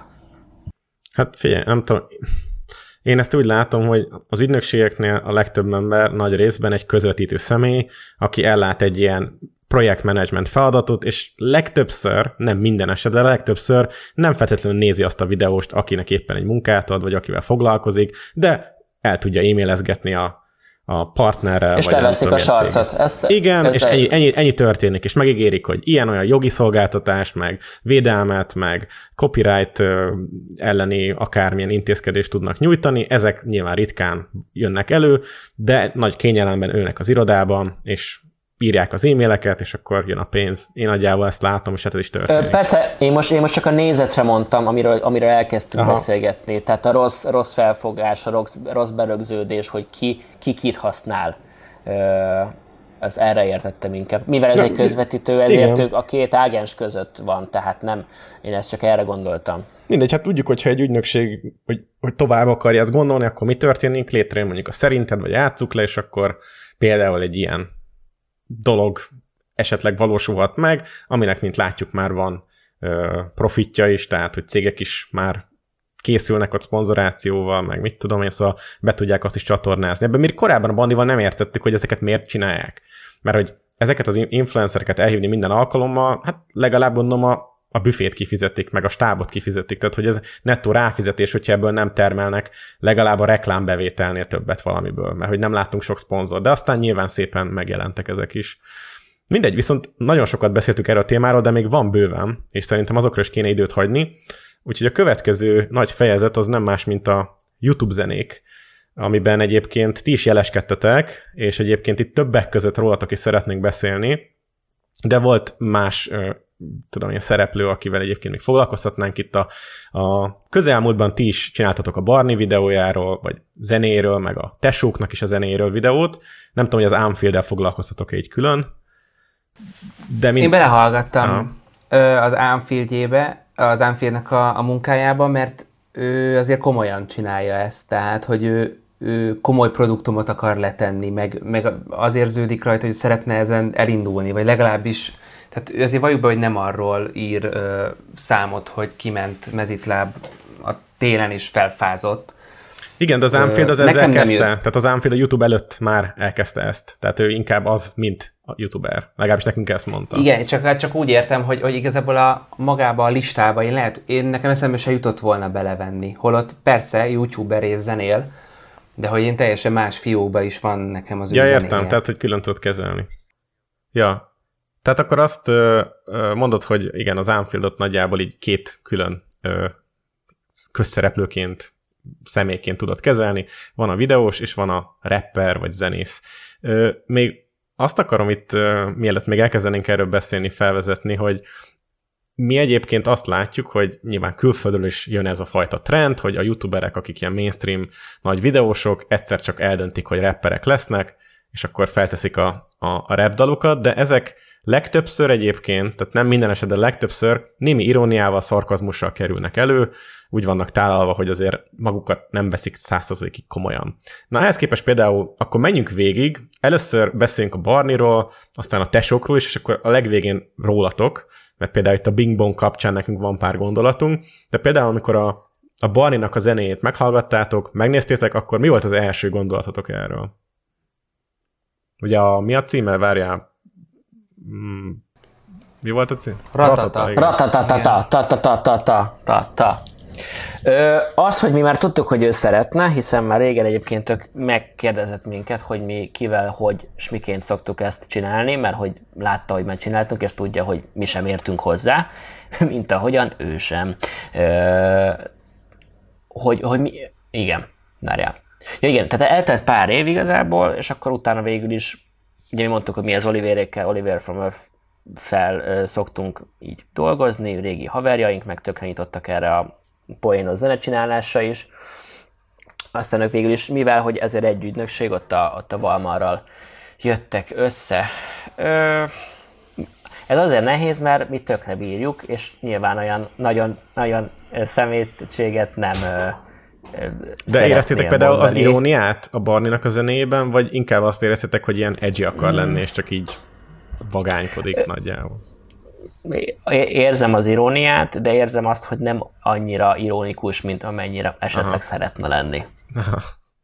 Hát figyelj, nem tudom, én ezt úgy látom, hogy az ügynökségeknél a legtöbb ember nagy részben egy közvetítő személy, aki ellát egy ilyen projektmenedzsment feladatot, és legtöbbször, nem minden esetben, de legtöbbször nem feltétlenül nézi azt a videóst, akinek éppen egy munkát ad, vagy akivel foglalkozik, de el tudja e-mailezgetni a, a partnerrel. És leveszik a sarcot. Ez, Igen, ez és ennyi, ennyi, ennyi történik, és megígérik, hogy ilyen-olyan jogi szolgáltatást, meg védelmet, meg copyright elleni akármilyen intézkedést tudnak nyújtani. Ezek nyilván ritkán jönnek elő, de nagy kényelemben ülnek az irodában, és írják az e-maileket, és akkor jön a pénz. Én nagyjából ezt látom, és hát ez is történik. Persze, én most, én most csak a nézetre mondtam, amiről, amiről elkezdtünk Aha. beszélgetni. Tehát a rossz, rossz felfogás, a rossz, rossz berögződés, hogy ki, ki kit használ. Az erre értettem inkább. Mivel ez ja, egy közvetítő, ezért ők a két ágens között van, tehát nem, én ezt csak erre gondoltam. Mindegy, hát tudjuk, hogyha egy ügynökség, hogy, hogy tovább akarja ezt gondolni, akkor mi történik? Létrejön mondjuk a szerinted, vagy játsszuk le, és akkor például egy ilyen dolog esetleg valósulhat meg, aminek, mint látjuk, már van ö, profitja is, tehát, hogy cégek is már készülnek ott szponzorációval, meg mit tudom én, szóval be tudják azt is csatornázni. Ebben mi korábban a Bandival nem értettük, hogy ezeket miért csinálják. Mert hogy ezeket az influencereket elhívni minden alkalommal, hát legalább mondom a, a büfét kifizetik, meg a stábot kifizetik, tehát hogy ez nettó ráfizetés, hogyha ebből nem termelnek legalább a reklámbevételnél többet valamiből, mert hogy nem láttunk sok szponzor, de aztán nyilván szépen megjelentek ezek is. Mindegy, viszont nagyon sokat beszéltük erről a témáról, de még van bőven, és szerintem azokra is kéne időt hagyni, úgyhogy a következő nagy fejezet az nem más, mint a YouTube zenék, amiben egyébként ti is jeleskedtetek, és egyébként itt többek között rólatok is szeretnénk beszélni, de volt más tudom, ilyen szereplő, akivel egyébként még foglalkoztatnánk itt a, a közelmúltban ti is csináltatok a Barni videójáról, vagy zenéről, meg a tesóknak is a zenéről videót. Nem tudom, hogy az Anfield-el foglalkoztatok-e így külön. De mind... Én belehallgattam ja. az Anfieldjébe, az Anfieldnek a, a munkájába, mert ő azért komolyan csinálja ezt, tehát, hogy ő, ő komoly produktumot akar letenni, meg, meg az érződik rajta, hogy szeretne ezen elindulni, vagy legalábbis tehát azért valljuk be, hogy nem arról ír ö, számot, hogy kiment mezitláb a télen is felfázott. Igen, de az Anfield az ezzel kezdte. Tehát az Anfield a YouTube előtt már elkezdte ezt. Tehát ő inkább az, mint a YouTuber. Legalábbis nekünk ezt mondta. Igen, csak, csak úgy értem, hogy, hogy igazából a magába a listába én lehet, én nekem eszembe se jutott volna belevenni. Holott persze YouTuber és zenél, de hogy én teljesen más fiókba is van nekem az ő Ja, zenéje. értem, tehát hogy külön tudod kezelni. Ja. Tehát akkor azt mondod, hogy igen, az Anfieldot nagyjából így két külön közszereplőként személyként tudod kezelni. Van a videós, és van a rapper, vagy zenész. Még azt akarom itt, mielőtt még elkezdenénk erről beszélni, felvezetni, hogy mi egyébként azt látjuk, hogy nyilván külföldről is jön ez a fajta trend, hogy a youtuberek, akik ilyen mainstream nagy videósok, egyszer csak eldöntik, hogy rapperek lesznek, és akkor felteszik a, a, a rap dalokat, de ezek legtöbbször egyébként, tehát nem minden esetben, legtöbbször némi iróniával, szarkazmussal kerülnek elő, úgy vannak tálalva, hogy azért magukat nem veszik száz százalékig komolyan. Na ehhez képest például akkor menjünk végig, először beszéljünk a Barneyról, aztán a tesókról is, és akkor a legvégén rólatok, mert például itt a Bing Bong kapcsán nekünk van pár gondolatunk, de például amikor a, a Barneynak a zenéjét meghallgattátok, megnéztétek, akkor mi volt az első gondolatotok erről? Ugye a, mi a címe, várjál? Hmm. Mi volt a cím? Ratata. Ratata. Az, hogy mi már tudtuk, hogy ő szeretne, hiszen már régen egyébként ők megkérdezett minket, hogy mi kivel, hogy és miként szoktuk ezt csinálni, mert hogy látta, hogy már csináltunk, és tudja, hogy mi sem értünk hozzá, mint ahogyan ő sem. Ö, hogy, hogy mi... Igen, várjál. Ja, igen, tehát eltelt pár év igazából, és akkor utána végül is, ugye mi mondtuk, hogy mi az Oliverékkel, Oliver from Earth fel szoktunk így dolgozni, régi haverjaink, meg tökre nyitottak erre a poénos zenecsinálásra is. Aztán ők végül is, mivel hogy ezért egy ügynökség, ott a, ott a Valmarral jöttek össze. Ö, ez azért nehéz, mert mi tökre bírjuk, és nyilván olyan nagyon, nagyon szemétséget nem De éreztétek például mondani. Az iróniát a Barneynak a zenéjében, vagy inkább azt éreztétek, hogy ilyen edgy akar hmm. lenni, és csak így vagánykodik nagyjából? Érzem az iróniát, de érzem azt, hogy nem annyira ironikus, mint amennyire esetleg Aha. szeretne lenni. Aha.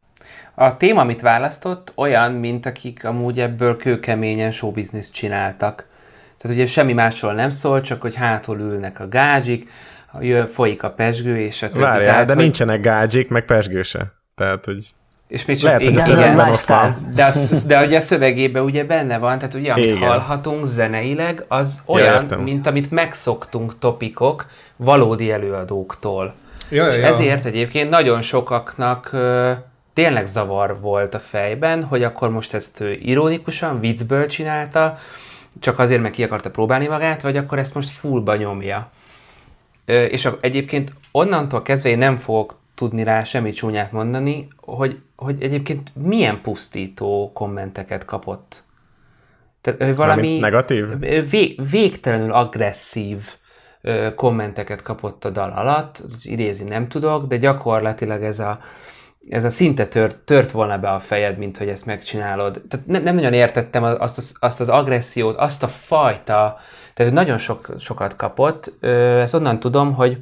A téma, amit választott, olyan, mint akik amúgy ebből kőkeményen showbiznisz csináltak. Tehát ugye semmi másról nem szól, csak hogy hátul ülnek a gázsik, jön, folyik a pezsgő, és a többi. Várjál, tehát, de hogy... nincsenek gázsik, meg pezsgő se. Tehát, hogy... És még csak lehet, hogy a szövegben ott van. De, az, de ugye a szövegében ugye benne van, tehát ugye amit igen. hallhatunk zeneileg, az olyan, ja, mint amit megszoktunk topikok valódi előadóktól. Ja, és ja. ezért egyébként nagyon sokaknak uh, tényleg zavar volt a fejben, hogy akkor most ezt uh, ironikusan, viccből csinálta, csak azért, meg ki akarta próbálni magát, vagy akkor ezt most fullba nyomja. Uh, és a, egyébként onnantól kezdve én nem fogok tudni rá semmi csúnyát mondani, hogy, hogy egyébként milyen pusztító kommenteket kapott. Tehát hogy valami negatív? Vég, végtelenül agresszív ö, kommenteket kapott a dal alatt, idézni nem tudok, de gyakorlatilag ez a, ez a szinte tört, tört volna be a fejed, mint hogy ezt megcsinálod. Tehát ne, nem nagyon értettem azt az, azt az agressziót, azt a fajta, tehát nagyon sok, sokat kapott. Ö, ezt onnan tudom, hogy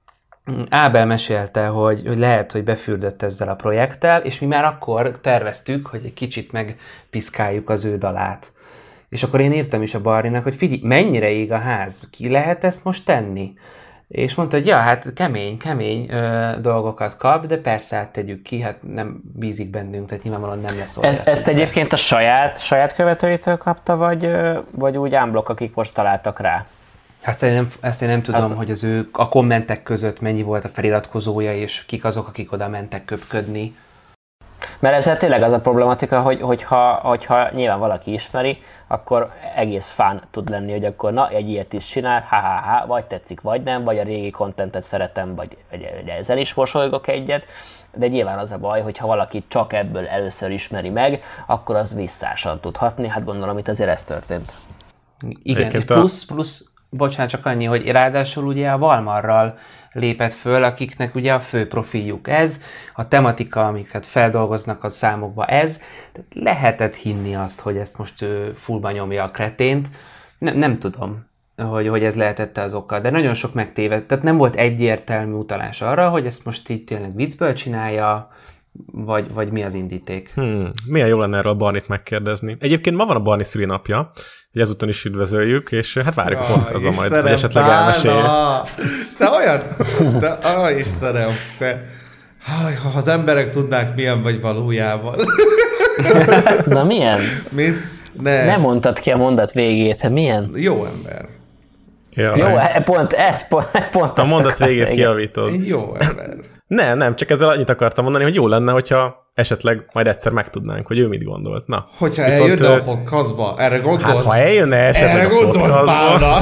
Ábel mesélte, hogy, hogy lehet, hogy befürdött ezzel a projekttel, és mi már akkor terveztük, hogy egy kicsit megpiszkáljuk az ő dalát. És akkor én írtam is a Barneynak, hogy figyelj, mennyire ég a ház, ki lehet ezt most tenni? És mondta, hogy ja, hát kemény, kemény ö, dolgokat kap, de persze hát tegyük ki, hát nem bízik bennünk, tehát nyilvánvalóan nem lesz olyan. Ezt, ezt egyébként a saját, saját követőitől kapta, vagy, vagy úgy unblock, akik most találtak rá? Ezt én nem, ezt én nem tudom, azt... hogy az ő a kommentek között mennyi volt a feliratkozója, és kik azok, akik oda mentek köpködni. Mert ezzel tényleg az a problematika, hogy, hogyha, hogyha nyilván valaki ismeri, akkor egész fán tud lenni, hogy akkor na, egy ilyet is csinál, ha-ha-ha, vagy tetszik, vagy nem, vagy a régi kontentet szeretem, vagy, vagy, vagy ezzel is mosolygok egyet, de nyilván az a baj, hogyha valaki csak ebből először ismeri meg, akkor az visszásan tud hatni, hát gondolom itt azért ez történt. Igen, és plusz, plusz, bocsánat, csak annyi, hogy ráadásul ugye a Valmarral lépett föl, akiknek ugye a fő profiljuk ez, a tematika, amiket feldolgoznak a számokba ez, tehát lehetett hinni azt, hogy ezt most ő fullba nyomja a kretént, nem, nem tudom, hogy, hogy ez lehetette az oka, de nagyon sok megtévedt, tehát nem volt egyértelmű utalás arra, hogy ezt most így tényleg viccből csinálja, vagy, vagy mi az indíték. Hmm, milyen jó lenne erről a Barneyt megkérdezni. Egyébként ma van a Barney szülinapja, hogy ezúton is üdvözöljük, és hát várjuk ja, a pontra majd, hogy esetleg elmesélj. Te olyan, te, ó, Istenem, te, ha az emberek tudnák, milyen vagy valójában. Na milyen? Mit? Ne. Nem mondtad ki a mondat végét, hát milyen? Jó ember. Ja. Jó, pont ez, pont, pont a mondat végét kijavítod. Egy jó ember. Nem, nem, csak ezzel annyit akartam mondani, hogy jó lenne, hogyha esetleg majd egyszer megtudnánk, hogy ő mit gondolt. Na, hogyha viszont, eljönne a podcastba, erre gondolsz? Hát, ha eljönne esetleg erre a gondolsz, Pálna.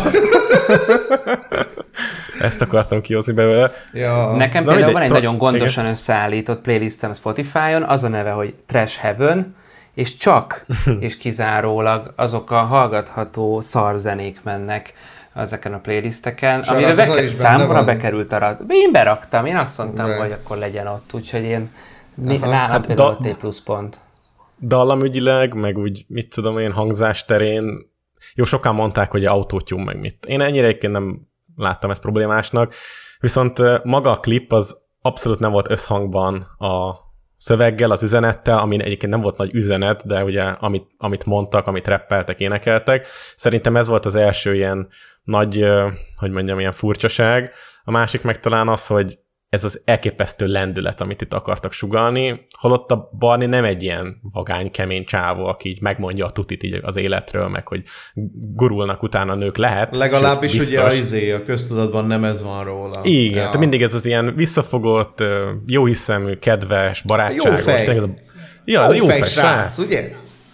Ezt akartam kihozni belőle. Ja. Nekem Na, például mindegy, van egy szó... nagyon gondosan igen. összeállított playlistem Spotify-on, az a neve, hogy Trash Heaven, és csak és kizárólag azok a hallgatható szarzenék mennek ezeken a playlisteken, amire beke- számomra bekerült a... Én beraktam, én azt mondtam, de. hogy akkor legyen ott, úgyhogy én nálam hát például da- T plusz pont. Dallamügyileg, meg úgy, mit tudom én, hangzás terén, jó, sokan mondták, hogy autótyún, meg mit. Én ennyire egyébként nem láttam ezt problémásnak, viszont maga a klip az abszolút nem volt összhangban a szöveggel, az üzenettel, ami egyébként nem volt nagy üzenet, de ugye amit, amit mondtak, amit rappeltek, énekeltek. Szerintem ez volt az első ilyen nagy, hogy mondjam, ilyen furcsaság. A másik meg talán az, hogy ez az elképesztő lendület, amit itt akartak sugallni, holott a Barni nem egy ilyen vagány, kemény csávó, aki így megmondja a tutit így az életről, meg hogy gurulnak utána nők lehet. Legalábbis sőt, ugye a, izé, a köztudatban nem ez van róla. Igen, ja. Tehát mindig ez az ilyen visszafogott, jóhiszemű, kedves, barátságos. Jó fej. Ez a, ja, ez jó a jó fej, fej srác, srác, ugye?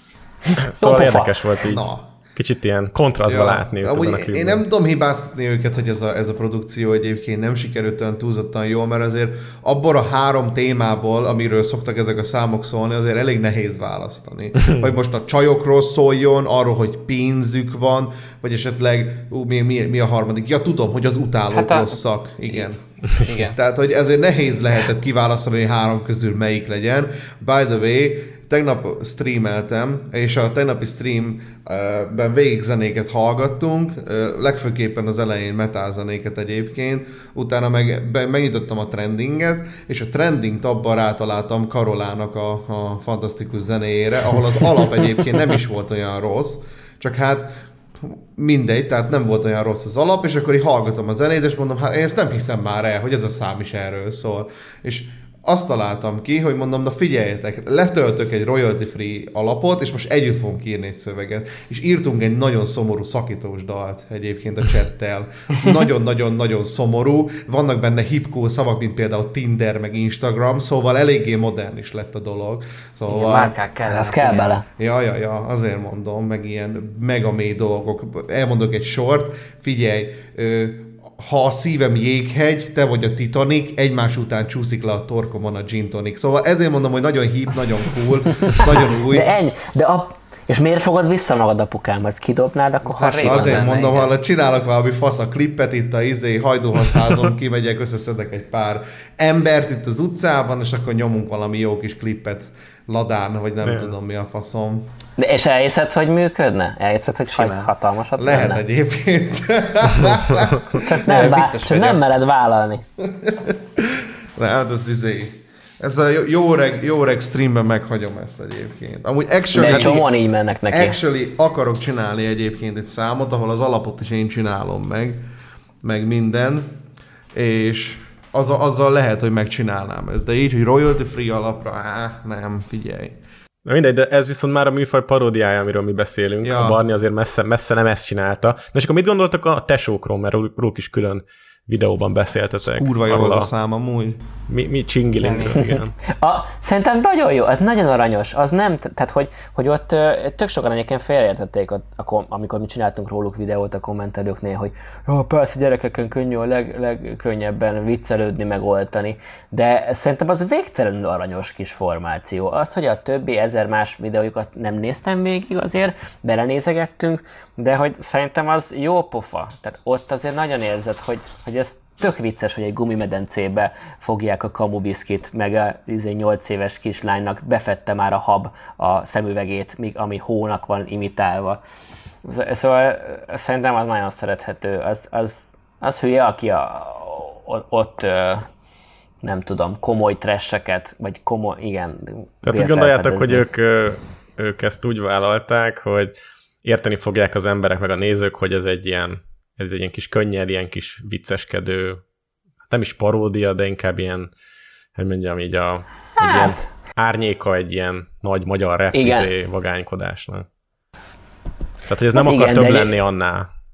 Szóval Topofa. Érdekes volt így. Na. Kicsit ilyen kontrasztba ja, látni. Amúgy a én nem tudom hibáztatni őket, hogy ez a, ez a produkció egyébként nem sikerült olyan túlzottan jól, mert azért abból a három témából, amiről szoktak ezek a számok szólni, azért elég nehéz választani. Vagy most a csajokról szóljon, arról, hogy pénzük van, vagy esetleg, ú, mi, mi, mi a harmadik? Ja, tudom, hogy az utálók hát a... rosszak. Igen. Igen. Tehát, hogy ezért nehéz lehetett kiválasztani, hogy három közül melyik legyen. By the way, tegnap streameltem, és a tegnapi streamben végig zenéket hallgattunk, legfőképpen az elején metal zenéket egyébként, utána meg megnyitottam a trendinget, és a trending tabban rátaláltam Karolának a, a fantasztikus zenéjére, ahol az alap egyébként nem is volt olyan rossz, csak hát mindegy, tehát nem volt olyan rossz az alap, és akkor így hallgatom a zenét, és mondom, hát én ezt nem hiszem már el, hogy ez a szám is erről szól. És azt találtam ki, hogy mondom, na figyeljetek, letöltök egy royalty-free alapot, és most együtt fogunk írni egy szöveget. És írtunk egy nagyon szomorú szakítós dalt egyébként a chattel. Nagyon-nagyon-nagyon szomorú. Vannak benne hip cool szavak, mint például Tinder, meg Instagram, szóval eléggé modern is lett a dolog. Szóval... Igen, márkák kell, ez kell bele. Ja, ja, ja, azért mondom, meg ilyen megamély dolgok. Elmondok egy sort, figyelj, ö, ha a szívem jéghegy, te vagy a Titanic, egymás után csúszik le a torkomon a gin tonic. Szóval ezért mondom, hogy nagyon hip, nagyon cool, nagyon új. De ennyi, de a... És miért fogod vissza magad apukám? Ezt kidobnád, akkor hasonló. Azért mondom, ha csinálok valami fasz a klippet, itt a izé, hajdúhatházon kimegyek, összeszedek egy pár embert itt az utcában, és akkor nyomunk valami jó kis klippet Ladán, vagy nem Igen. tudom mi a faszom. De és elhiszed, hogy működne? Elhiszed, hogy Simán. hatalmasat Lehet lenne? egyébként. Csak nem, vá- csak nem mered vállalni. De hát az izé. Ez a jó reg, jó reg streamben meghagyom ezt egyébként. Amúgy actually, de csomóan így mennek neki. Actually akarok csinálni egyébként egy számot, ahol az alapot is én csinálom meg, meg minden, és azzal, azzal lehet, hogy megcsinálnám ezt. De így, hogy royalty free alapra, á, nem, figyelj. Na mindegy, de ez viszont már a műfaj paródiája, amiről mi beszélünk. Ja. A Barni azért messze, messze nem ezt csinálta. Na és akkor mit gondoltak a tesókról, mert róluk is külön videóban beszéltetek. Kurva jó az a szám amúgy. Mi, mi csingilin, igen. A, szerintem nagyon jó, ez nagyon aranyos. Az nem, tehát hogy, hogy ott tök sokan egyébként félreértették, a, a, amikor mi csináltunk róluk videót a kommentelőknél, hogy jó, persze gyerekeken könnyű a leg, legkönnyebben viccelődni, megoltani, de szerintem az végtelenül aranyos kis formáció. Az, hogy a többi ezer más videójukat nem néztem végig azért, belenézegettünk, de hogy szerintem az jó pofa. Tehát ott azért nagyon érzed, hogy, hogy ez tök vicces, hogy egy gumimedencébe fogják a kamubiszkit, meg a nyolc éves kislánynak befette már a hab a szemüvegét, ami hónak van imitálva. Szóval szerintem az nagyon szerethető. Az, az, az hülye, aki a, ott nem tudom, komoly trasheket, vagy komoly, igen. Tehát úgy gondoljátok, hogy ők, ők ezt úgy vállalták, hogy érteni fogják az emberek, meg a nézők, hogy ez egy ilyen, ez egy ilyen kis könnyed, ilyen kis vicceskedő, nem is paródia, de inkább ilyen, hogy mondjam így a, hát. egy ilyen árnyéka egy ilyen nagy magyar rap izé vagánykodásnak. Tehát, hogy ez nem hát akar igen, több lenni annál.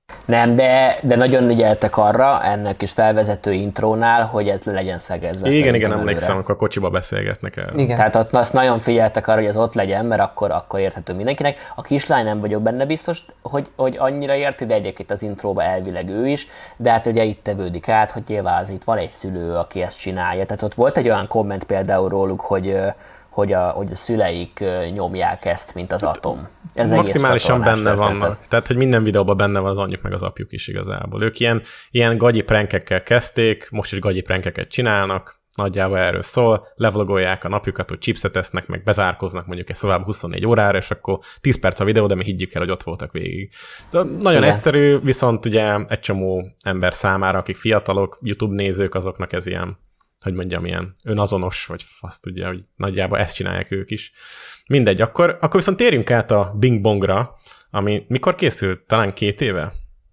Nem, de, de nagyon ügyeltek arra, ennek is felvezető intrónál, hogy ez le legyen szegezve. Igen, igen, emlékszem, amikor a kocsiba beszélgetnek el. Igen. Tehát ott azt nagyon figyeltek arra, hogy az ott legyen, mert akkor, akkor érthető mindenkinek. A kislány nem vagyok benne biztos, hogy, hogy annyira érti, de egyébként az intróba elvileg ő is, de hát ugye itt tevődik át, hogy nyilván az itt van egy szülő, aki ezt csinálja. Tehát ott volt egy olyan komment például róluk, hogy Hogy a, hogy a szüleik nyomják ezt, mint az atom. Ez maximálisan benne vannak. Tehát. tehát, hogy minden videóban benne van az anyjuk meg az apjuk is igazából. Ők ilyen, ilyen gagyi prankekkel kezdték, most is gagyi prankeket csinálnak, nagyjából erről szól, levlogolják a napjukat, hogy chipset esznek, meg bezárkoznak mondjuk egy szóval huszonnégy órára, és akkor tíz perc a videó, de mi higgyük el, hogy ott voltak végig. Szóval nagyon Igen. egyszerű, viszont ugye egy csomó ember számára, akik fiatalok, YouTube nézők, azoknak ez ilyen, hogy mondjam, ilyen önazonos, vagy azt tudja, hogy nagyjából ezt csinálják ők is. Mindegy, akkor, akkor viszont térjünk át a Bing Bongra, ami mikor készült? Talán két éve?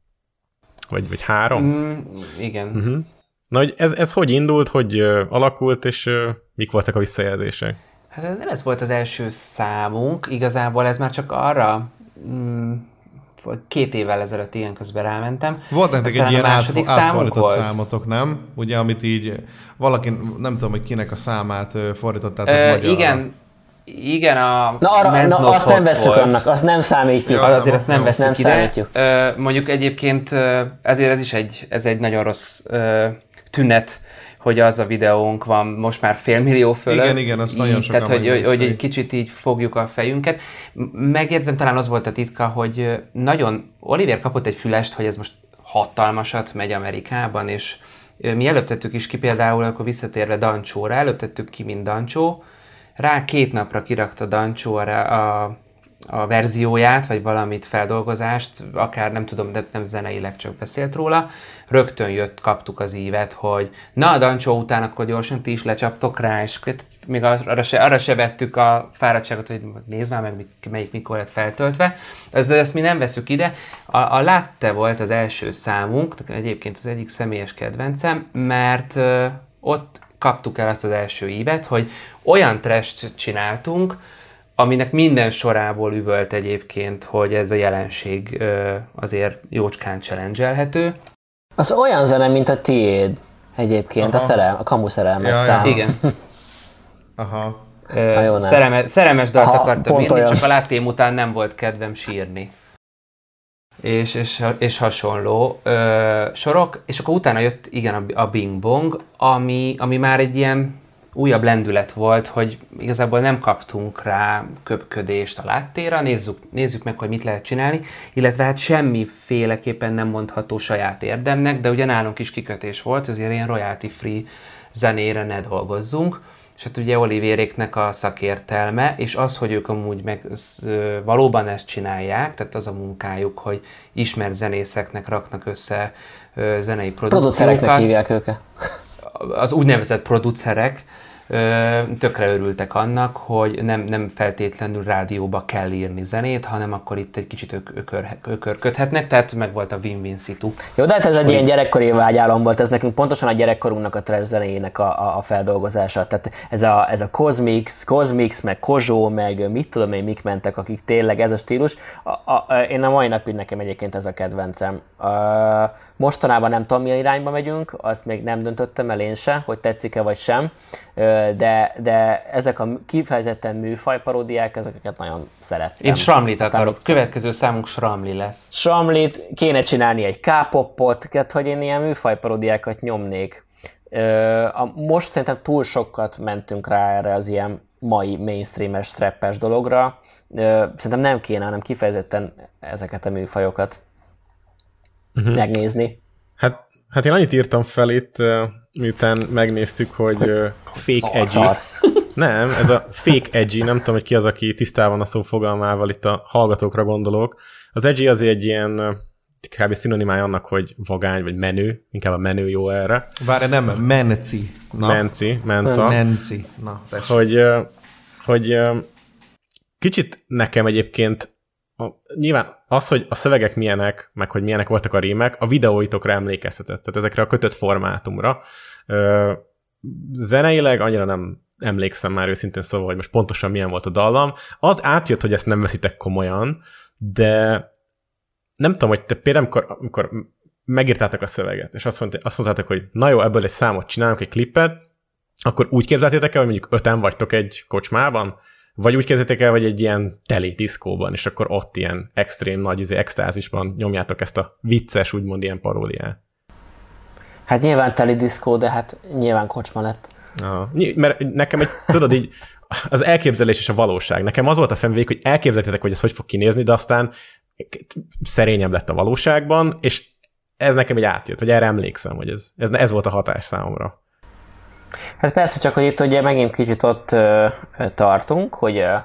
Vagy, vagy három? Mm, igen. Uh-huh. Na, hogy ez, ez hogy indult, hogy uh, alakult, és uh, mik voltak a visszajelzések? Hát nem ez volt az első számunk, igazából ez már csak arra... Mm, két évvel ezelőtt ilyen közben rámentem. Volt nektek egy ilyen átf- átfordított számotok, nem? Ugye, amit így valaki, nem tudom, hogy kinek a számát fordítottátok Ö, magyarra. Igen, igen, a Na, arra, na azt nem veszük annak, azt nem számítjuk. Ja, az azért azt nem no, veszük nem ide. Számítjuk. Ö, mondjuk egyébként ezért ez is egy, ez egy nagyon rossz ö, tünet, hogy az a videónk van most már félmillió fölött. Igen, igen, azt nagyon sokan Tehát, hogy, hogy egy kicsit így fogjuk a fejünket. Megjegyzem, talán az volt a titka, hogy nagyon Oliver kapott egy fülest, hogy ez most hatalmasat megy Amerikában, és mi előbb is ki például, akkor visszatérve Dancsóra, előbb ki, mint Dancsó. Rá két napra kirakta Dancsó a, a, a verzióját, vagy valamit feldolgozást, akár nem tudom, de nem zeneileg csak beszélt róla. Rögtön jött, kaptuk az ívet, hogy na, a Dancsó után akkor gyorsan ti is lecsaptok rá, és még arra se, arra se vettük a fáradtságot, hogy nézd már meg, melyik mikor lett feltöltve. Ezzel ezt mi nem veszük ide. A, a Latte volt az első számunk, egyébként az egyik személyes kedvencem, mert ö, ott kaptuk el azt az első ívet, hogy olyan trash-t csináltunk, aminek minden sorából üvölt egyébként, hogy ez a jelenség ö, azért jócskán challenge-elhető. Az olyan zene, mint a tiéd egyébként, a, szerel, a kamu szerelmes ja, szám. Ja. Igen. Aha. Ö, szereme, szerelmes dalt Aha, akartam írni, olyan. Csak a Lattém után nem volt kedvem sírni. És, és, és hasonló ö, sorok, és akkor utána jött igen a, a Bing Bong, ami, ami már egy ilyen újabb lendület volt, hogy igazából nem kaptunk rá köpködést a láttéra, nézzük, nézzük meg, hogy mit lehet csinálni, illetve hát semmiféleképpen nem mondható saját érdemnek, de ugye nálunk is kikötés volt, azért ilyen royalty free zenére ne dolgozzunk, és hát ugye Olivéréknek a szakértelme, és az, hogy ők amúgy meg valóban ezt csinálják, tehát az a munkájuk, hogy ismert zenészeknek raknak össze zenei produkciókat. Producereknek hívják őket. Az úgynevezett producerek tökre örültek annak, hogy nem, nem feltétlenül rádióba kell írni zenét, hanem akkor itt egy kicsit ök, ökör, ökörködhetnek, tehát meg volt a win-win szitu. Jó, de hát ez egy ilyen gyerekkori vágyálom volt, ez nekünk pontosan a gyerekkorunknak a trash zenéjének a, a, a feldolgozása. Tehát ez a, ez a Cosmix, Cosmix, meg Kozsó, meg mit tudom én, mik mentek, akik tényleg ez a stílus. A, a, én a mai napig nekem egyébként ez a kedvencem. A, mostanában nem tudom, milyen irányba megyünk, azt még nem döntöttem el én se, hogy tetszik-e vagy sem, de, de ezek a kifejezetten műfajparódiák, ezeket nagyon szerettem. Én Sramlit akarok, következő számunk Sramli lesz. Sramlit, kéne csinálni egy K-popot, hogy én ilyen műfajparódiákat nyomnék. Most szerintem túl sokat mentünk rá erre az ilyen mai mainstreames, trappes dologra. Szerintem nem kéne, hanem kifejezetten ezeket a műfajokat uh-huh. megnézni. Hát, hát én annyit írtam fel itt, miután megnéztük, hogy, hogy fake edgy. Nem, ez a fake edgy, nem tudom, hogy ki az, aki tisztában a szó fogalmával, itt a hallgatókra gondolok. Az edgy azért egy ilyen kb. Szinonimája annak, hogy vagány, vagy menő, inkább a menő jó erre. Várj, nem, menci. Na. Menci, menca. Menci. Na, hogy, hogy kicsit nekem egyébként A, nyilván az, hogy a szövegek milyenek, meg hogy milyenek voltak a rímek, a videóitokra emlékeztetett, tehát ezekre a kötött formátumra. Ö, zeneileg annyira nem emlékszem már őszintén szóval, hogy most pontosan milyen volt a dallam. Az átjött, hogy ezt nem veszitek komolyan, de nem tudom, hogy te például, amikor, amikor megírtátok a szöveget, és azt, mondta, azt mondtátok, hogy na jó, ebből egy számot csinálunk, egy klippet, akkor úgy képzeltétek el, hogy mondjuk öten vagytok egy kocsmában, vagy úgy képzeltétek el, hogy egy ilyen teli diszkóban, és akkor ott ilyen extrém nagy izé, extázisban nyomjátok ezt a vicces, úgymond ilyen paródiát. Hát nyilván teli diszkó, de hát nyilván kocsma lett. Aha. Mert nekem egy, tudod így, az elképzelés és a valóság. Nekem az volt a femvék, hogy elképzeltétek, hogy ez hogy fog kinézni, de aztán szerényebb lett a valóságban, és ez nekem egy átjött, vagy erre emlékszem, hogy ez, ez, ez volt a hatás számomra. Hát persze, csak hogy itt ugye megint kicsit ott ö, tartunk, hogy ö,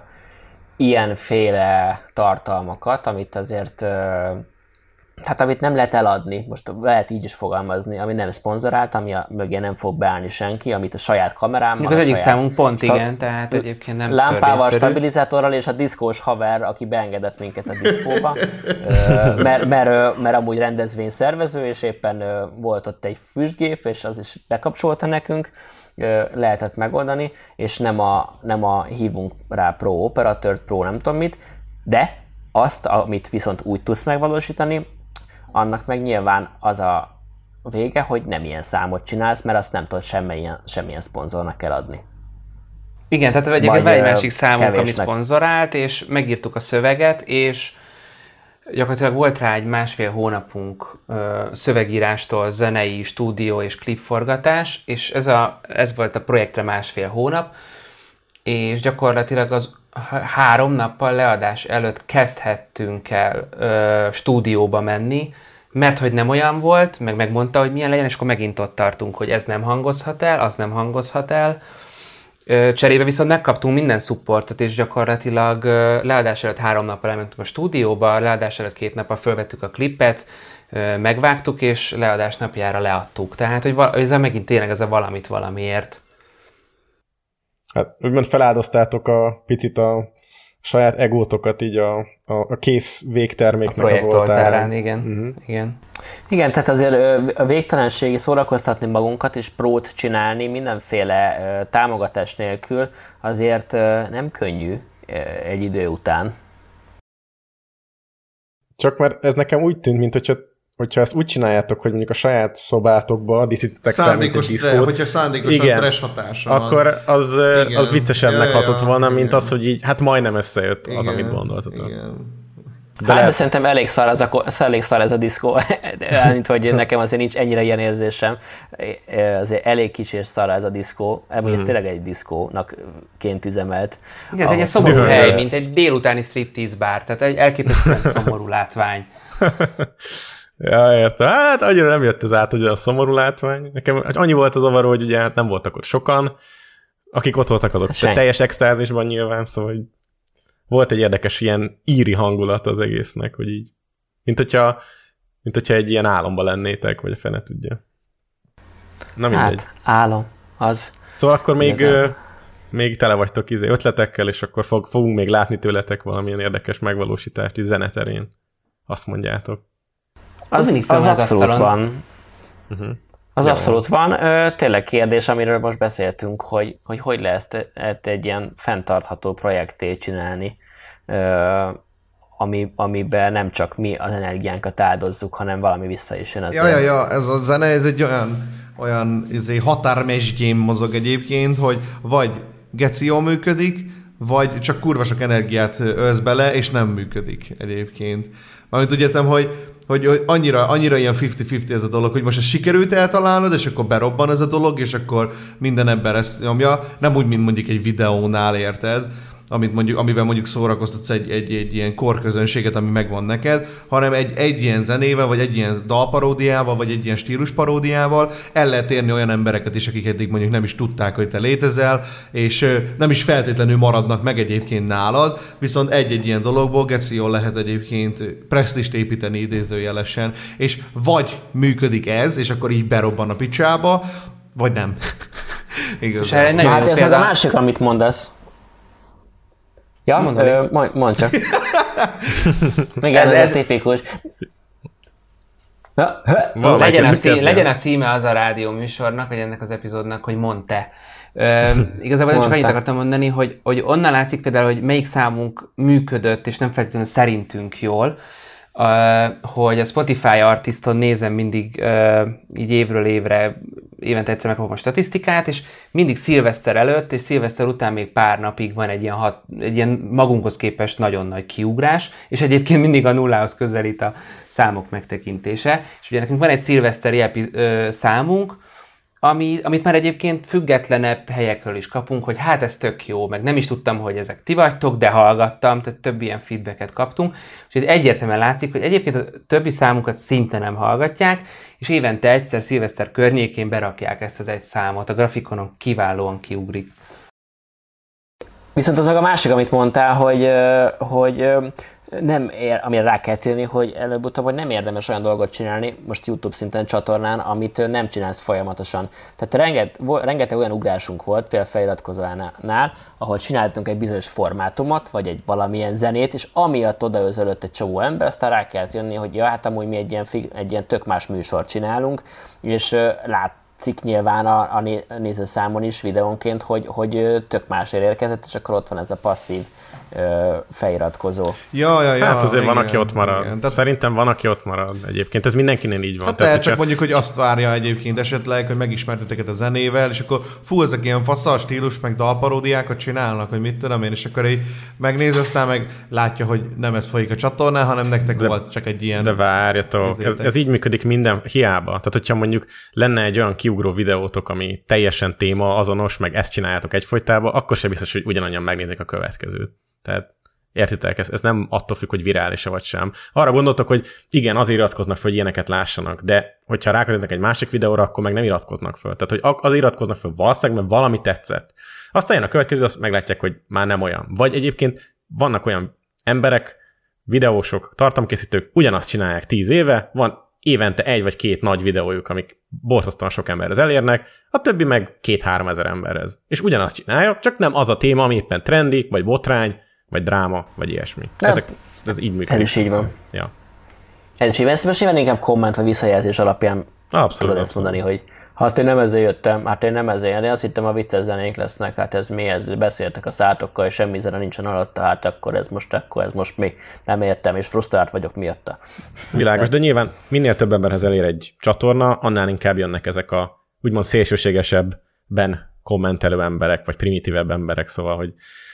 ilyenféle tartalmakat, amit azért, ö, hát amit nem lehet eladni, most lehet így is fogalmazni, ami nem szponzorált, ami a mögé nem fog beállni senki, amit a saját kamerámmal, az egyik saját számunk pont sta- igen, tehát egyébként nem lámpával, stabilizátorral, és a diszkós haver, aki beengedett minket a diszkóba, ö, mert, mert, mert amúgy rendezvényszervező, és éppen ö, volt ott egy füstgép, és az is bekapcsolta nekünk, lehetett megoldani, és nem a, nem a hívunk rá pro operatőrt, pro nem tudom mit, de azt, amit viszont úgy tudsz megvalósítani, annak meg nyilván az a vége, hogy nem ilyen számot csinálsz, mert azt nem tudod semmilyen, semmilyen szponzornak eladni. Igen, tehát egyébként van egy másik számunk, ami szponzorált, és megírtuk a szöveget, és gyakorlatilag volt rá egy másfél hónapunk ö, szövegírástól, zenei, stúdió és klipforgatás, és ez, a, ez volt a projektre másfél hónap, és gyakorlatilag az három nappal leadás előtt kezdhettünk el ö, stúdióba menni, mert hogy nem olyan volt, meg megmondta, hogy milyen legyen, és akkor megint ott tartunk, hogy ez nem hangozhat el, az nem hangozhat el. Cserébe viszont megkaptunk minden szupportot, és gyakorlatilag leadás előtt három nappal elmentünk a stúdióba, leadás előtt két nappal fölvettük a klipet, megvágtuk, és leadás napjára leadtuk. Tehát, hogy ez megint tényleg ez a valamit valamiért. Hát úgymond feláldoztátok a picit a saját egótokat így a, a, a kész végterméknek a projekt oltárán. Igen, uh-huh. igen. Igen, tehát azért a végtelenségi szórakoztatni magunkat és prót csinálni mindenféle támogatás nélkül azért nem könnyű egy idő után. Csak mert ez nekem úgy tűnt, mint hogyha, hogyha ezt úgy csináljátok, hogy mondjuk a saját szobátokba díszítitek fel, mint egy diszkót. Hogyha szándékosan igen, trash hatása akkor az, az viccesebbnek ja, hatott volna, ja, mint igen. az, hogy így, hát majdnem összejött igen, az, amit gondoltatok. Igen. De, hát, lehet... de szerintem elég szar, az a, elég szar ez a diszkó, mint hogy nekem azért nincs ennyire ilyen érzésem. Azért elég kicsi és szar ez a diszkó, ebből hmm. ez tényleg egy diszkónak ként üzemelt. Igen, ez egy szomorú Dőle. hely, mint egy délutáni striptease bár, tehát egy elképesztően szomorú látvány. Ja, értem. Hát annyira nem jött ez át, hogy a szomorú látvány. Nekem annyi volt az zavaró, hogy ugye hát nem voltak ott sokan, akik ott voltak, azok Senki. teljes extázisban nyilván, szóval hogy volt egy érdekes ilyen íri hangulat az egésznek, hogy így, mint hogyha, mint hogyha egy ilyen álomban lennétek, vagy a fene tudja. Na mindegy. Hát, álom, az. Szóval akkor még, ö, még tele vagytok izé ötletekkel, és akkor fog, fogunk még látni tőletek valamilyen érdekes megvalósítást így zeneterén. Azt mondjátok. Az, az, az abszolút van. Uh-huh. Az Jó. abszolút van. Ö, tényleg kérdés, amiről most beszéltünk, hogy hogy, hogy lehet ezt egy ilyen fenntartható projekté csinálni, ö, ami, amiben nem csak mi az energiánkat áldozzuk, hanem valami vissza is jön azért. Ja, ja, ja, ez a zene, ez egy olyan, olyan izé, határmesdjén mozog egyébként, hogy vagy geci jól működik, vagy csak kurva sok energiát ölsz bele, és nem működik egyébként. Amit úgy értem, hogy Hogy, hogy annyira, annyira ilyen fifty-fifty ez a dolog, hogy most ezt sikerült eltalálnod, és akkor berobban ez a dolog, és akkor minden ember ezt nyomja. Nem úgy, mint mondjuk egy videónál, érted? Amit mondjuk, amivel mondjuk szórakoztatsz egy, egy, egy ilyen korközönséget, ami megvan neked, hanem egy, egy ilyen zenével, vagy egy ilyen dalparódiával, vagy egy ilyen stílusparódiával el lehet érni olyan embereket is, akik eddig mondjuk nem is tudták, hogy te létezel, és nem is feltétlenül maradnak meg egyébként nálad, viszont egy-egy ilyen dologból geci jól lehet egyébként presztist építeni idézőjelesen, és vagy működik ez, és akkor így berobban a picsába, vagy nem. Igazán. Na, hát ez meg a másik, amit mondasz. Ja, ö, mondj, mondd csak. Még ez, ez, ez tipikus. Legyen a, cím, legyen a címe az a rádió műsornak, vagy ennek az epizódnak, hogy mondd te. Ö, igazából nem csak annyit akartam mondani, hogy, hogy onnan látszik például, hogy melyik számunk működött, és nem feltétlenül szerintünk jól, hogy a Spotify Artiston nézem mindig így évről évre, évente egyszer megkapom a statisztikát, és mindig szilveszter előtt, és szilveszter után még pár napig van egy ilyen, hat, egy ilyen magunkhoz képest nagyon nagy kiugrás, és egyébként mindig a nullához közelít a számok megtekintése. És ugye nekünk van egy szilveszteri epi, ö, számunk, Ami, amit már egyébként függetlenebb helyekről is kapunk, hogy hát ez tök jó, meg nem is tudtam, hogy ezek ti vagytok, de hallgattam, tehát több ilyen feedbacket kaptunk. Úgyhogy egyértelműen látszik, hogy egyébként a többi számunkat szinte nem hallgatják, és évente egyszer szilveszter környékén berakják ezt az egy számot. A grafikonon kiválóan kiugrik. Viszont az meg a másik, amit mondtál, hogy, hogy nem ér, amire rá kell térni, hogy előbb-utóbb hogy nem érdemes olyan dolgot csinálni, most YouTube szinten csatornán, amit nem csinálsz folyamatosan. Tehát renget, rengeteg olyan ugrásunk volt, például feliratkozónál, ahol csináltunk egy bizonyos formátumot, vagy egy valamilyen zenét, és amiatt odaözölött egy csomó ember, aztán rá kellett jönni, hogy ja, hát amúgy mi egy ilyen, egy ilyen tök más műsort csinálunk, és lát cikk nyilván a, a nézőszámon is videónként, hogy, hogy tök másért érkezett, és akkor ott van ez a passzív ö, feliratkozó. Ja, ja, ja. Hát azért igen, van, aki ott marad. Igen. Tehát... Szerintem van, aki ott marad egyébként. Ez mindenkinél így van. Hát tehát, csak csak mondjuk, hogy azt várja egyébként esetleg, hogy megismerteteket a zenével, és akkor fú, ezek ilyen faszal stílus, meg dalparódiákat csinálnak, hogy mit tudom én, és akkor így megnéz, aztán meg látja, hogy nem ez folyik a csatornán, hanem nektek de, volt csak egy ilyen... De várjatok, ez, ez így működik minden, hiába. Tehát, hogyha mondjuk lenne egy olyan kiugró videótok, ami teljesen téma azonos, meg ezt csináljátok egyfolytában, akkor sem biztos, hogy ugyanannyian megnézik a következőt. Tehát értitek, ez, ez nem attól függ, hogy virális-e vagy sem. Arra gondoltok, hogy igen, azért iratkoznak föl, hogy ilyeneket lássanak, de hogyha rákezdnek egy másik videóra, akkor meg nem iratkoznak föl. Tehát, hogy az iratkoznak föl valószínűleg, mert valami tetszett. Aztán jön a következő, azt meglátják, hogy már nem olyan. Vagy egyébként vannak olyan emberek, videósok, tartalomkészítők, ugyanazt csinálják tíz éve, van évente egy vagy két nagy videójuk, amik borzasztóan sok emberhez elérnek, a többi meg két-három ezer emberhez. És ugyanazt csinálják, csak nem az a téma, ami éppen trendi, vagy botrány, vagy dráma, vagy ilyesmi. Ezek, ez így működik. Ez is így van. Ja. Ez is így van. Ezt most inkább komment vagy visszajelzés alapján abszolút, tudod ezt abszolút. mondani, hogy hát én nem ezzel jöttem, hát én nem ezzel jöttem, én azt hittem a vicces zenék lesznek, hát ez mi, ez beszéltek a szátokkal, és semmi zene nincsen alatta, hát akkor ez most, akkor ez most mi, nem értem, és frusztrált vagyok miatta. Világos, de nyilván minél több emberhez elér egy csatorna, annál inkább jönnek ezek a úgymond szélsőségesebben kommentelő emberek, vagy primitívebb emberek, szóval, hogy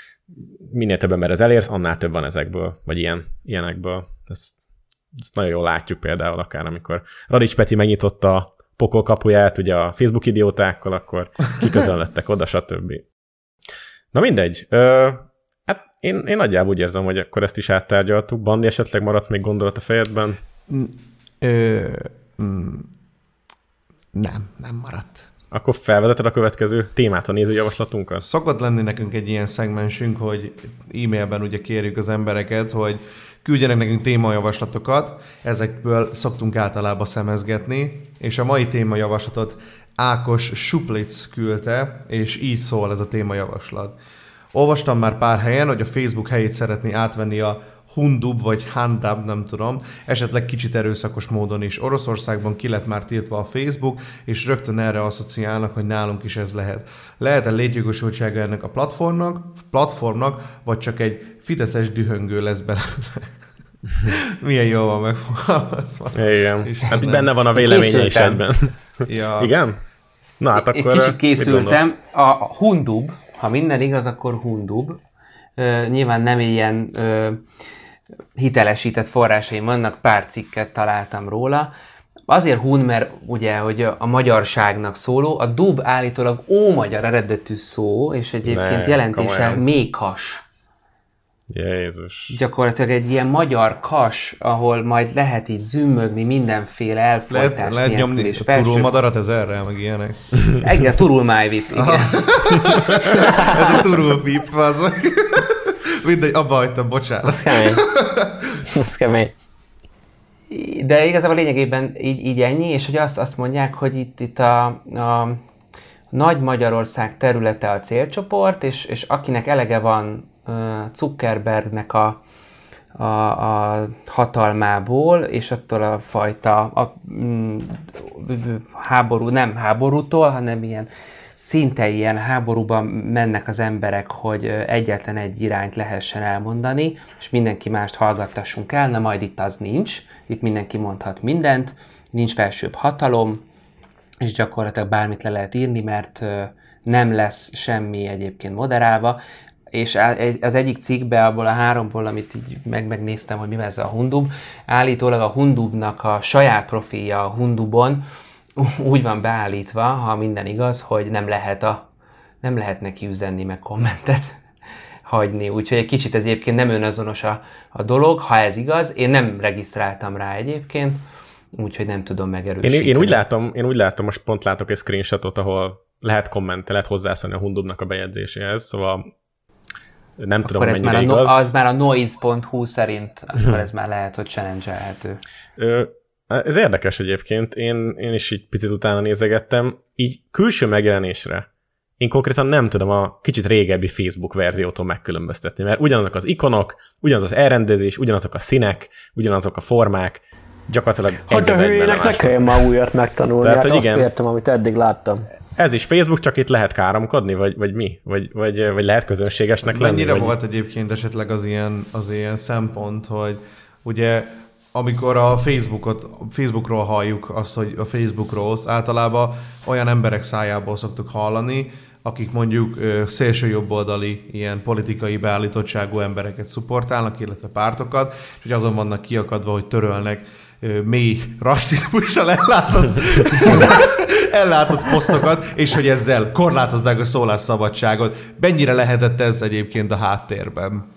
minél több emberhez elérsz, annál több van ezekből, vagy ilyen, ilyenekből. Ezt, ezt nagyon jól látjuk például akár, amikor Radics Peti megnyitotta a pokol kapuját, ugye a Facebook idiótákkal, akkor kiközönlettek oda, stb. Na mindegy. Ö, hát én, én nagyjából úgy érzem, hogy akkor ezt is áttárgyaltuk. Bandi, esetleg maradt még gondolat a fejedben? Ö, mm, nem, nem maradt. Akkor felvezeted a következő témát, a nézőjavaslatunkat? Szokott lenni nekünk egy ilyen szegmensünk, hogy e-mailben ugye kérjük az embereket, hogy küldjenek nekünk témajavaslatokat, ezekből szoktunk általában szemezgetni, és a mai témajavaslatot Ákos Suplic küldte, és így szól ez a témajavaslat. Olvastam már pár helyen, hogy a Facebook helyét szeretné átvenni a Hundub vagy Handub, nem tudom, esetleg kicsit erőszakos módon is. Oroszországban ki lett már tiltva a Facebook, és rögtön erre asszociálnak, hogy nálunk is ez lehet. Lehet-e létjogosultsága ennek a platformnak, platformnak, vagy csak egy fideszes dühöngő lesz belőle? Milyen jól van megfogalmazva. Igen, hát itt benne van a véleménye is ebben. Ja. Igen? Na hát akkor... Egy kicsit készültem. A Hundub, ha minden igaz, akkor Hundub. Uh, nyilván nem ilyen uh, hitelesített forrásaim vannak, pár cikket találtam róla. Azért hun, mert ugye, hogy a, a magyarságnak szóló, a dub állítólag ómagyar eredetű szó, és egyébként ne, jelentése komolyan. Mékas. Jézus. Gyakorlatilag egy ilyen magyar kas, ahol majd lehet így zümmögni mindenféle elfolytás lehet, lehet nyomni és a turulmadarat ezerrel, meg ilyenek. Igen, turulmájvip, igen. Ez a turulvip, az meg. Mindegy, abba hagytam, bocsánat. Ez kemény. Ez kemény. De igazából lényegében így, így ennyi, és hogy azt, azt mondják, hogy itt, itt a, a Nagy Magyarország területe a célcsoport, és, és akinek elege van Zuckerbergnek a, a, a hatalmából, és attól a fajta a, mm, háború, nem háborútól, hanem ilyen szinte ilyen háborúban mennek az emberek, hogy egyetlen egy irányt lehessen elmondani, és mindenki mást hallgattassunk el, na majd itt az nincs, itt mindenki mondhat mindent, nincs felsőbb hatalom, és gyakorlatilag bármit le lehet írni, mert nem lesz semmi egyébként moderálva, és az egyik cikkben, abból a háromból, amit így meg, megnéztem, hogy mi ez a Hundub, állítólag a Hundubnak a saját profilja a Hundubon úgy van beállítva, ha minden igaz, hogy nem lehet, a, nem lehet neki üzenni, meg kommentet hagyni. Úgyhogy egy kicsit ez egyébként nem önazonos a, a dolog, ha ez igaz. Én nem regisztráltam rá egyébként, úgyhogy nem tudom megerősíteni. Én, én, úgy látom, én úgy látom, most pont látok egy screenshotot, ahol lehet kommentelni, lehet hozzászólni a Hundubnak a bejegyzéséhez, szóval nem akkor tudom, mennyire igaz. No, az már a noise pont hu szerint, akkor ez már lehet, hogy challenge-elhető. Ez érdekes egyébként, én, én is így picit utána nézegettem, így külső megjelenésre én konkrétan nem tudom a kicsit régebbi Facebook verziótól megkülönböztetni, mert ugyanazok az ikonok, ugyanaz az elrendezés, ugyanazok a színek, ugyanazok a formák, gyakorlatilag egy az egyben nem ne kelljen már újat megtanulni, tehát, hát azt igen, értem, amit eddig láttam. Ez is Facebook, csak itt lehet káromkodni, vagy, vagy mi? Vagy, vagy, vagy lehet közönségesnek lenni? Mennyire vagy... volt egyébként esetleg az ilyen, az ilyen szempont, hogy ugye amikor a Facebookot, Facebookról halljuk azt, hogy a Facebookról általában olyan emberek szájából szoktuk hallani, akik mondjuk ö, szélső jobboldali ilyen politikai beállítottságú embereket szupportálnak, illetve pártokat, és hogy azon vannak kiakadva, hogy törölnek ö, mély rasszizmussal ellátott, ellátott posztokat, és hogy ezzel korlátozzák a szólásszabadságot. Mennyire lehetett ez egyébként a háttérben?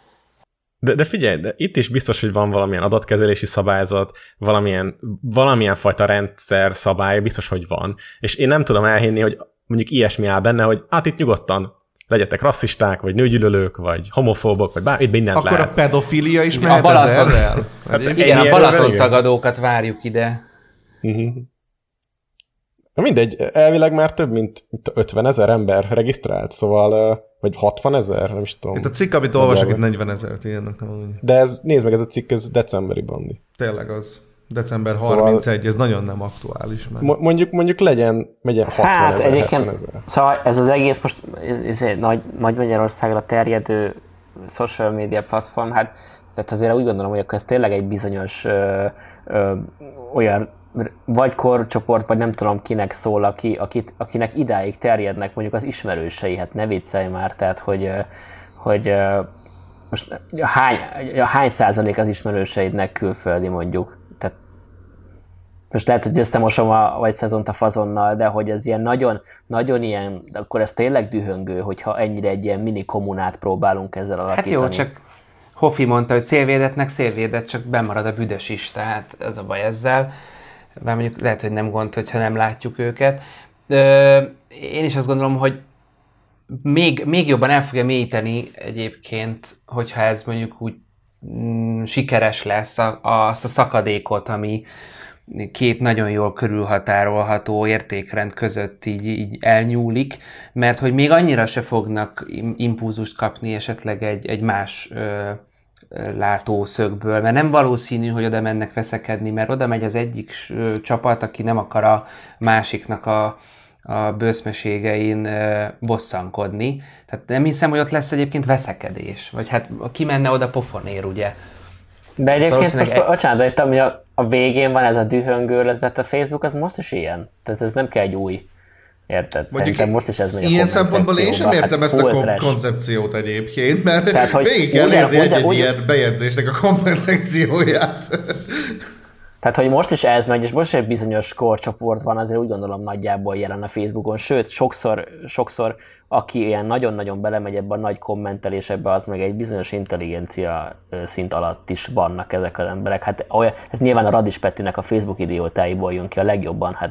De, de figyelj, de itt is biztos, hogy van valamilyen adatkezelési szabályzat, valamilyen, valamilyen fajta rendszer szabály, biztos, hogy van. És én nem tudom elhinni, hogy mondjuk ilyesmi áll benne, hogy hát itt nyugodtan legyetek rasszisták, vagy nőgyűlölők, vagy homofóbok, vagy bár, itt mindent akkor lehet. Akkor a pedofília is mehet ezzel? Hát igen, a Balaton tagadókat várjuk ide. Uh-huh. Mindegy, elvileg már több mint ötven ezer ember regisztrált, szóval, vagy hatvan ezer, nem is tudom. Itt a cikk, amit olvasok, itt negyven ezeret írnak. De ez, nézd meg, ez a cikk, ez decemberi, Bandi. Tényleg az. december harmincegy, szóval, ez nagyon nem aktuális. Mert... Mondjuk, mondjuk legyen, legyen hatvan ezer, hetven ezer. Szóval ez az egész most ez nagy, nagy Magyarországra terjedő social media platform, hát tehát azért úgy gondolom, hogy akkor ez tényleg egy bizonyos ö, ö, olyan vagy korcsoport, vagy nem tudom kinek szól, aki, akit, akinek idáig terjednek mondjuk az ismerősei, hát ne viccelj már, tehát hogy, hogy most hány, hány százalék az ismerőseidnek külföldi mondjuk, tehát most lehet, hogy összemosom a vagy szezont a fazonnal, de hogy ez ilyen nagyon, nagyon ilyen, akkor ez tényleg dühöngő, hogyha ennyire egy ilyen mini kommunát próbálunk ezzel alakítani. Hát jó, csak Hofi mondta, hogy szélvédetnek szélvédet, csak bemarad a büdös is, tehát ez a baj ezzel. Bár mondjuk lehet, hogy nem gond, hogyha nem látjuk őket. Ö, én is azt gondolom, hogy még, még jobban el fogja mélyíteni egyébként, hogyha ez mondjuk úgy mm, sikeres lesz, a, a, azt a szakadékot, ami két nagyon jól körülhatárolható értékrend között így, így elnyúlik, mert hogy még annyira se fognak impulzust kapni esetleg egy, egy más ö, látószögből, mert nem valószínű, hogy oda mennek veszekedni, mert oda megy az egyik csapat, aki nem akar a másiknak a, a bőszmeségein bosszankodni. Tehát nem hiszem, hogy ott lesz egyébként veszekedés. Vagy hát ki menne oda pofonér, ugye? De egyébként most, egy... bocsánat, de itt, ami a, a végén van ez a dühöngő, mert a Facebook az most is ilyen. Tehát ez nem kell egy új. Érted? Szerintem most is ez megy a ilyen szempontból én sem értem hát ezt a kom- koncepciót egyébként, mert tehát, hogy végig kell nézni egy-egy ugyan, ilyen bejegyzésnek a komment szekcióját. Tehát, hogy most is ez megy, és most is egy bizonyos korcsoport van, azért úgy gondolom nagyjából jelen a Facebookon, sőt, sokszor, sokszor aki ilyen nagyon-nagyon belemegy ebbe a nagy kommentelésebe, az meg egy bizonyos intelligencia szint alatt is vannak ezek az emberek. Hát olyan, ez nyilván a Radis Petinek a Facebook idiótáiból jön ki a legjobban, hát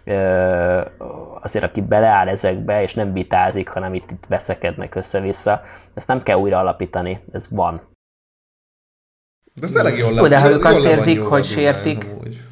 ö, azért aki beleáll ezekbe, és nem vitázik, hanem itt, itt veszekednek össze-vissza, ezt nem kell újra alapítani, ez van. De ez tényleg jól le, de ha ők azt érzik, hogy sértik.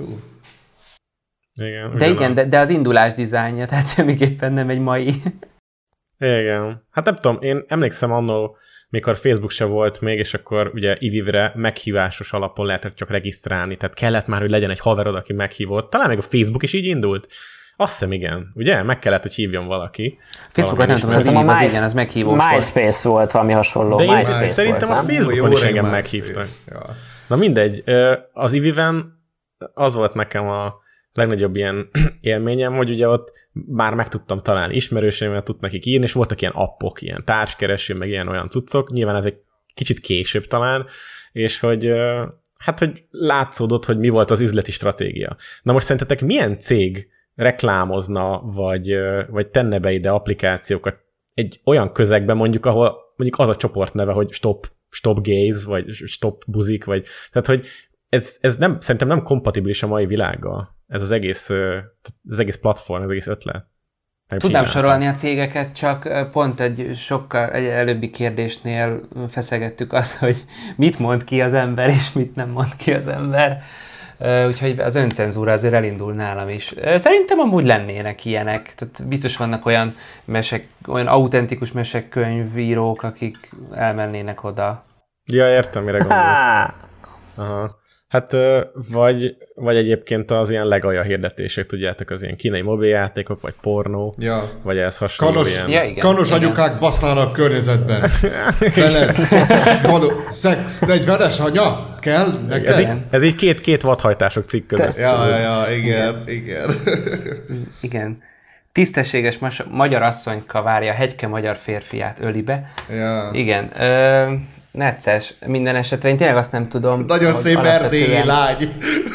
Igen, de igen, de, de az indulás dizájnja, tehát semmiképpen nem egy mai. Igen. Hát nem tudom, én emlékszem annól, mikor Facebook se volt még, és akkor ugye i vé-re meghívásos alapon lehetett csak regisztrálni, tehát kellett már, hogy legyen egy haverod, aki meghívott. Talán még a Facebook is így indult. Azt hiszem, igen. Ugye? Meg kellett, hogy hívjon valaki. Facebookot nem tudom, az ív, az igen, az meghívós volt. MySpace volt valami hasonló. De én MySpace szerintem volt, a Facebookon is engem meghívtak. Ja. Na mindegy, az Iviven az volt nekem a legnagyobb ilyen élményem, hogy ugye ott már meg tudtam találni ismerőseimet, tudtam nekik írni, és voltak ilyen appok, ilyen társkereső, meg ilyen olyan cuccok. Nyilván ez egy kicsit később talán, és hogy hát, hogy látszódott, hogy mi volt az üzleti stratégia. Na most szerintetek milyen cég reklámozna, vagy, vagy tenne be ide applikációkat egy olyan közegben mondjuk, ahol mondjuk az a csoport neve, hogy stop, stop gays, vagy stop buzik, vagy tehát, hogy ez, ez nem, szerintem nem kompatibilis a mai világgal. Ez az egész, az egész platform, az egész ötlet. Tudnám sorolni a cégeket, csak pont egy sokkal egy előbbi kérdésnél feszegettük azt, hogy mit mond ki az ember, és mit nem mond ki az ember. Úgyhogy az öncenzúra azért elindul nálam is. Szerintem amúgy lennének ilyenek. Tehát biztos vannak olyan mesek, olyan autentikus mesekönyvírók, akik elmennének oda. Ja, értem, mire gondolsz. Aha. Hát, vagy, vagy egyébként az ilyen legalja hirdetések, tudjátok, az ilyen kínai mobiljátékok, vagy pornó, ja. vagy ez hasonló Kanos, ilyen. Ja, igen, kanos igen. anyukák basznának környezetben. Veled. Szex negyvenes anya? Kell? Ez így, ez így két, két vadhajtások cikk között. Ja, ja, ja, igen, igen. Igen. Tisztességes magyar asszonyka várja hegyke magyar férfiát ölibe. Ja. Igen. Ö, necces. Minden esetre én tényleg azt nem tudom. Nagyon szép alapvetően... erdélyi lány.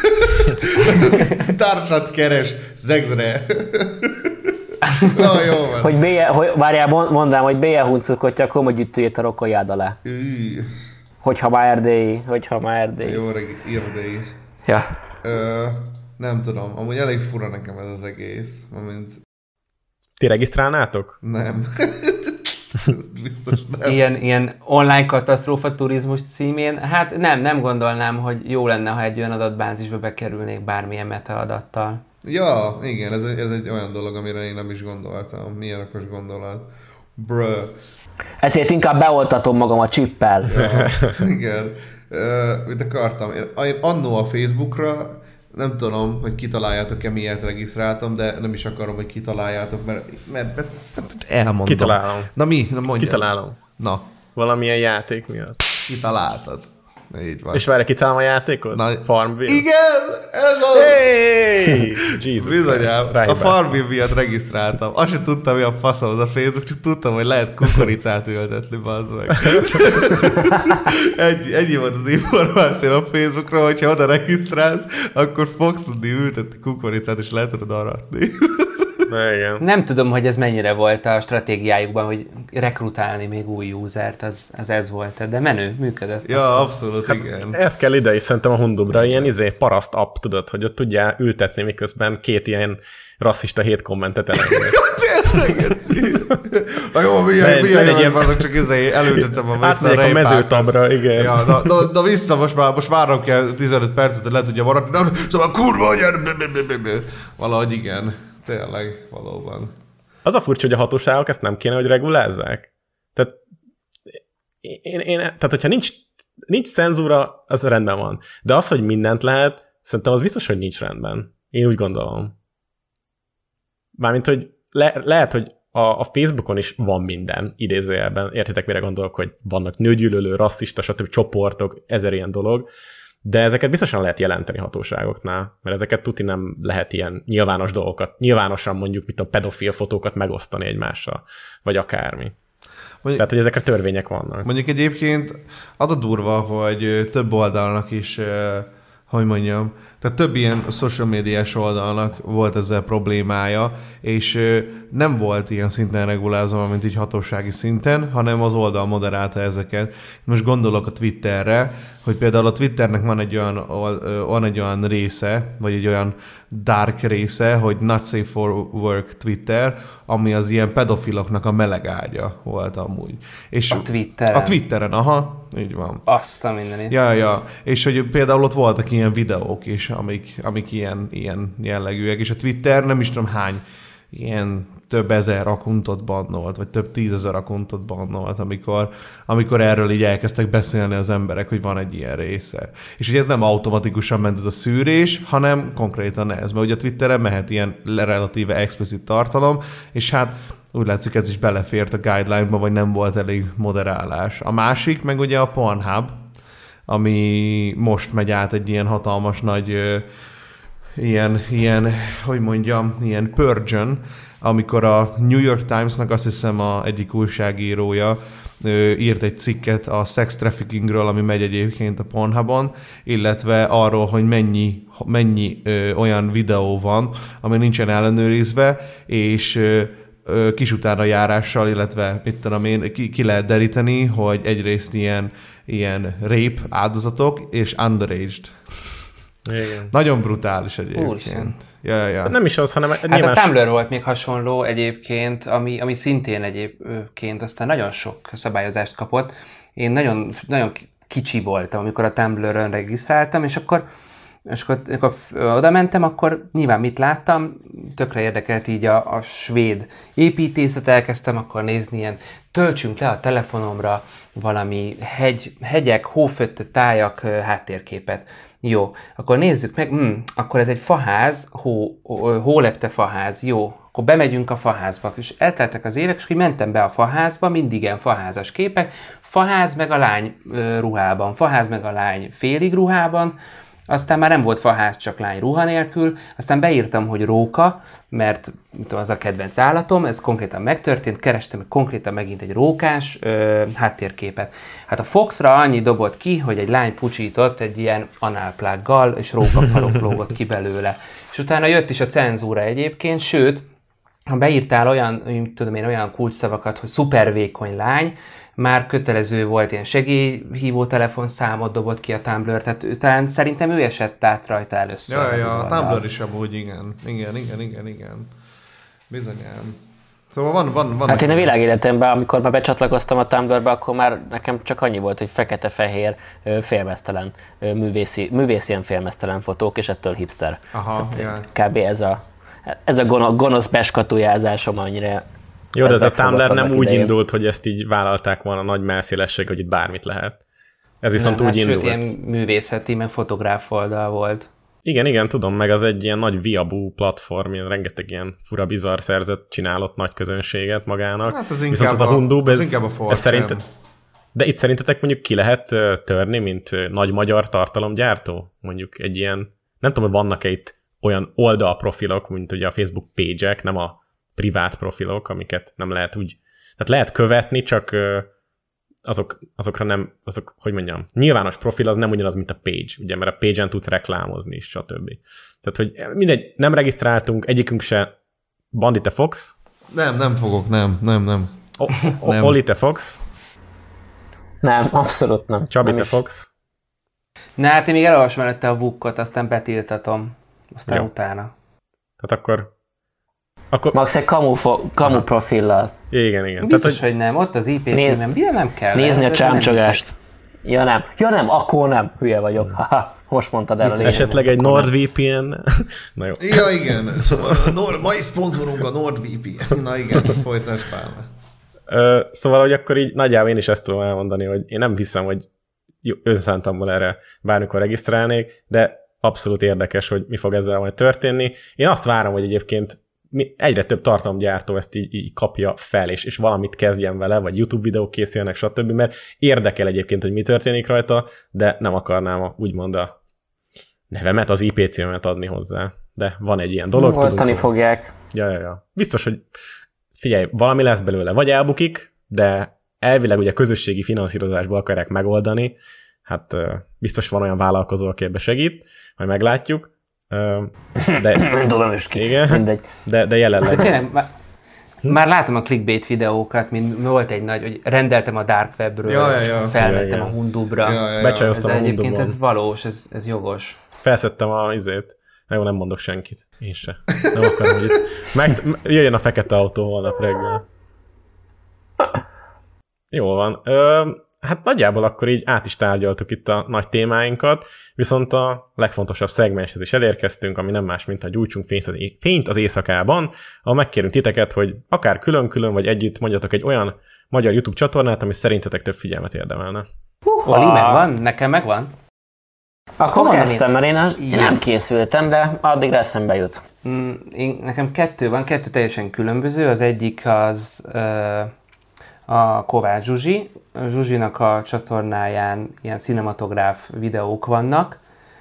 Társat keres zegzre. Oh, jó van. Hogy béje, hogy, várjál, mondám, hogy béje huncukotja, akkor hogy gyűjtőjét a rokolyád alá. Üh. Hogyha már erdélyi, hogyha már erdélyi. Jó regi, erdélyi. Ja. Ö, nem tudom, amúgy elég fura nekem ez az egész. Amint... Ti regisztrálnátok? Nem. Biztos nem. Ilyen, ilyen online katasztrófa turizmus címén, hát nem, nem gondolnám, hogy jó lenne, ha egy olyan adatbázisba bekerülnék bármilyen metaadattal. Ja, igen, ez egy, ez egy olyan dolog, amire én nem is gondoltam. Milyen okos gondolat. Bruh. Ezért inkább beoltatom magam a csippel. Ja, igen. Uh, mit akartam? Én, én annó a Facebookra, nem tudom, hogy kitaláljátok-e, miért regisztráltam, de nem is akarom, hogy kitaláljátok, mert, mert, mert, mert elmondom. Kitalálom. Na mi? Na mondjad. Kitalálom. Na. Valamilyen játék miatt. Kitaláltad. Így van. És várj, kitalálom a játékot? Na, Farmville? Igen! Ez az! Hey! Jesus Bizonyám, Christ, a Farmville miatt regisztráltam. Azt sem tudtam, mi a faszom az a Facebook, csak tudtam, hogy lehet kukoricát ültetni, bazd meg. Egy, ennyi volt az információ a Facebookról, hogyha oda regisztrálsz, akkor fogsz tudni ültetni kukoricát, és le tudod aratni. Igen. Nem tudom, hogy ez mennyire volt a stratégiájukban, hogy rekrutálni még új usert, az, az ez volt, de menő, működött. Ja, abszolút, Hát igen. ez kell ide is szerintem a Hundubra, ilyen izé paraszt app, tudod, hogy ott tudjál ültetni, miközben két ilyen rasszista hét kommentet elengedek. Tényleg, Geci. Na jó, milyen, milyen egy ilyen azok, csak izé elültettem a átmegyek a mezőtabra, igen. Ja, na, na, na vissza, most már, most várom kell tizenöt percet, hogy le tudja maradni. Na, szóval kurva, hogy valahogy igen. Tényleg, valóban. Az a furcsa, hogy a hatóságok ezt nem kéne, hogy regulázzák. Tehát, én, én, tehát hogyha nincs, nincs cenzúra, az rendben van. De az, hogy mindent lehet, szerintem az biztos, hogy nincs rendben. Én úgy gondolom. Mármint, hogy le, lehet, hogy a, a Facebookon is van minden, idézőjelben. Értitek, mire gondolok, hogy vannak nőgyűlölő, rasszista, stb. Csoportok, ezer ilyen dolog. De ezeket biztosan lehet jelenteni hatóságoknál, mert ezeket tuti nem lehet ilyen nyilvános dolgokat, nyilvánosan mondjuk, mint a pedofil fotókat megosztani egymással, vagy akármi. Mondjuk, Tehát, hogy ezekre törvények vannak. Mondjuk egyébként az a durva, hogy több oldalnak is, hogy mondjam, tehát több ilyen social médiás oldalnak volt ezzel problémája, és nem volt ilyen szinten regulázva, mint így hatósági szinten, hanem az oldal moderálta ezeket. Most gondolok a Twitterre, hogy például a Twitternek van egy olyan, van egy olyan része, vagy egy olyan dark része, hogy Not Safe for Work Twitter, ami az ilyen pedofiloknak a meleg ágya volt amúgy. És a Twitteren? A Twitteren, aha, így van. Azt a mindenit. Ja, ja, és hogy például ott voltak ilyen videók is, amik, amik ilyen, ilyen jellegűek, és a Twitter nem is tudom hány ilyen több ezer akuntot bannolt, vagy több tízezer akuntot bannolt, amikor, amikor erről így elkezdtek beszélni az emberek, hogy van egy ilyen része. És hogy ez nem automatikusan ment ez a szűrés, hanem konkrétan ez. Mert ugye a Twitteren mehet ilyen relatíve explicit tartalom, és hát úgy látszik, ez is belefért a guideline-ba, vagy nem volt elég moderálás. A másik, meg ugye a Pornhub, ami most megy át egy ilyen hatalmas nagy ö, ilyen, ilyen, hogy mondjam, ilyen purge-on, amikor a New York Times-nak azt hiszem a egyik újságírója ö, írt egy cikket a sex traffickingről, ami megy egyébként a Pornhubon, illetve arról, hogy mennyi, mennyi ö, olyan videó van, ami nincsen ellenőrizve, és ö, kis utána járással, illetve mit tudom én, ki, ki lehet deríteni, hogy egyrészt ilyen, ilyen rape áldozatok, és underaged. Igen. Nagyon brutális egyébként. Ja, ja. Nem is az, hanem hát nyilván... a Tumblr volt még hasonló egyébként, ami, ami szintén egyébként aztán nagyon sok szabályozást kapott. Én nagyon, nagyon kicsi voltam, amikor a Tumblr-ön regisztráltam, és akkor és akkor, amikor oda mentem, akkor nyilván mit láttam, tökre érdekelt így a, a svéd építészet, elkezdtem akkor nézni ilyen, töltsünk le a telefonomra valami hegy, hegyek, hófötte tájak háttérképet. Jó, akkor nézzük meg, hm, akkor ez egy faház, hó, hólepte faház, jó, akkor bemegyünk a faházba, és elteltek az évek, és hogy mentem be a faházba, mindig ilyen faházas képek, faház meg a lány ruhában, faház meg a lány félig ruhában, aztán már nem volt faház, csak lány ruha nélkül, aztán beírtam, hogy róka, mert tudom, az a kedvenc állatom, ez konkrétan megtörtént, kerestem konkrétan megint egy rókás ö, háttérképet. Hát a Foxra annyi dobott ki, hogy egy lány pucsított egy ilyen análplággal, és rókafalok lógott ki belőle. És utána jött is a cenzúra egyébként, sőt, ha beírtál olyan, tudom én, olyan kulcsszavakat, hogy szupervékony lány, már kötelező volt, ilyen segélyhívó telefonszámot dobott ki a Tumblr, tehát talán szerintem ő esett át rajta először. Ja, ja, a Tumblr is amúgy, igen. Igen, igen, igen, igen. Bizonyán. Szóval van, van, van. Hát én a világéletemben, amikor már becsatlakoztam a Tumblrbe, akkor már nekem csak annyi volt, hogy fekete-fehér, félmeztelen, művészi, művészien félmeztelen fotók, és ettől hipster. Aha, ja. Kb. ez a, ez a gonosz beskatujázásom annyira. Jó, de ez a Tumblr nem úgy idején. indult, hogy ezt így vállalták volna nagy messzélesség, hogy itt bármit lehet. Ez viszont nem, úgy hát indult. Sőt, ilyen művészeti, meg fotográf oldal volt. Igen, igen, tudom, meg az egy ilyen nagy viabú platform, ilyen rengeteg ilyen fura, bizarr szerzet csinálott nagy közönséget magának. Hát az inkább viszont az a, a Hundub, ez, ez, a ez szerint, de itt szerintetek mondjuk ki lehet törni, mint nagy magyar tartalomgyártó? Mondjuk egy ilyen, nem tudom, hogy vannak-e itt olyan oldalprofilok, mint ugye a Facebook page-ek, nem a privát profilok, amiket nem lehet úgy, tehát lehet követni, csak azok, azokra nem, azok, hogy mondjam, nyilvános profil az nem ugyanaz, mint a page, ugye, mert a page-en tudsz reklámozni is, stb. Tehát, hogy mindegy, nem regisztráltunk, egyikünk se. Bandi, te fogsz? Nem, nem fogok, nem, nem, nem. O- o- Oli, te fogsz? Nem, abszolút nem. Csabi, nem te is. fogsz? Na hát én még elolvasom előtte a vukkot, aztán betiltatom, aztán Jó. utána. Tehát akkor... akkor... Max egy kamu, fo- kamu profillal. Igen, igen. Biztos, Tehát, hogy nem, ott az I P Néz- címem, de nem kell. Nézni a de nem csámcsogást. hiszek. Ja nem, ja nem, akkor nem, hülye vagyok. Haha, most mondtad el a lényeget. esetleg egy NordVPN. Na jó. Ja, igen. Szóval a Nord, mai szponzorunk a NordVPN. Na igen, folytasd Pálma. Ö, szóval, hogy akkor így nagyjából én is ezt tudom elmondani, hogy én nem hiszem, hogy önszántamból erre bármikor regisztrálnék, de abszolút érdekes, hogy mi fog ezzel majd történni. Én azt várom, hogy egyébként egyre több tartalomgyártó ezt így, így kapja fel, és, és valamit kezdjen vele, vagy YouTube videók készülnek, stb., mert érdekel egyébként, hogy mi történik rajta, de nem akarnám a, úgymond a nevemet, az I P címemet adni hozzá. De van egy ilyen dolog. Voltani fogják. Ja, ja, ja. Biztos, hogy figyelj, valami lesz belőle. Vagy elbukik, de elvileg ugye közösségi finanszírozásból akarják megoldani. Hát biztos van olyan vállalkozó, aki ebbe segít, majd meglátjuk. De, Nem tudom is ki. Igen, Mindegy. de, de jelenleg. De tényleg, már, már látom a clickbait videókat, mint volt egy nagy, hogy rendeltem a Dark Webről, Ja, ja, ja. felvettem Ja, a ja. Hundubra. Ja, ja, ja. Becsajoztam Ez a egyébként Hundubon. ez valós, ez, ez jogos. Felszedtem a izét. Na jó, nem mondok senkit. Én se. Nem akarom, hogy itt meg, jöjjön a fekete autó holnap reggel. Jól van. Ö, hát nagyjából akkor így át is tárgyaltuk itt a nagy témáinkat, viszont a legfontosabb szegmenshez is elérkeztünk, ami nem más, mint a Gyújtsunk fényt az, é- fényt az éjszakában, ahol megkérünk titeket, hogy akár külön-külön vagy együtt mondjatok egy olyan magyar YouTube csatornát, ami szerintetek több figyelmet érdemelne. Oli, megvan? Nekem megvan? Akkor kezdtem, mert én, az, én nem készültem, de addigra eszembe jut. Mm, én, nekem kettő van, kettő teljesen különböző. Az egyik az ö, a Kovács Zsuzsi. Zsuzsinak a csatornáján ilyen cinematográf videók vannak.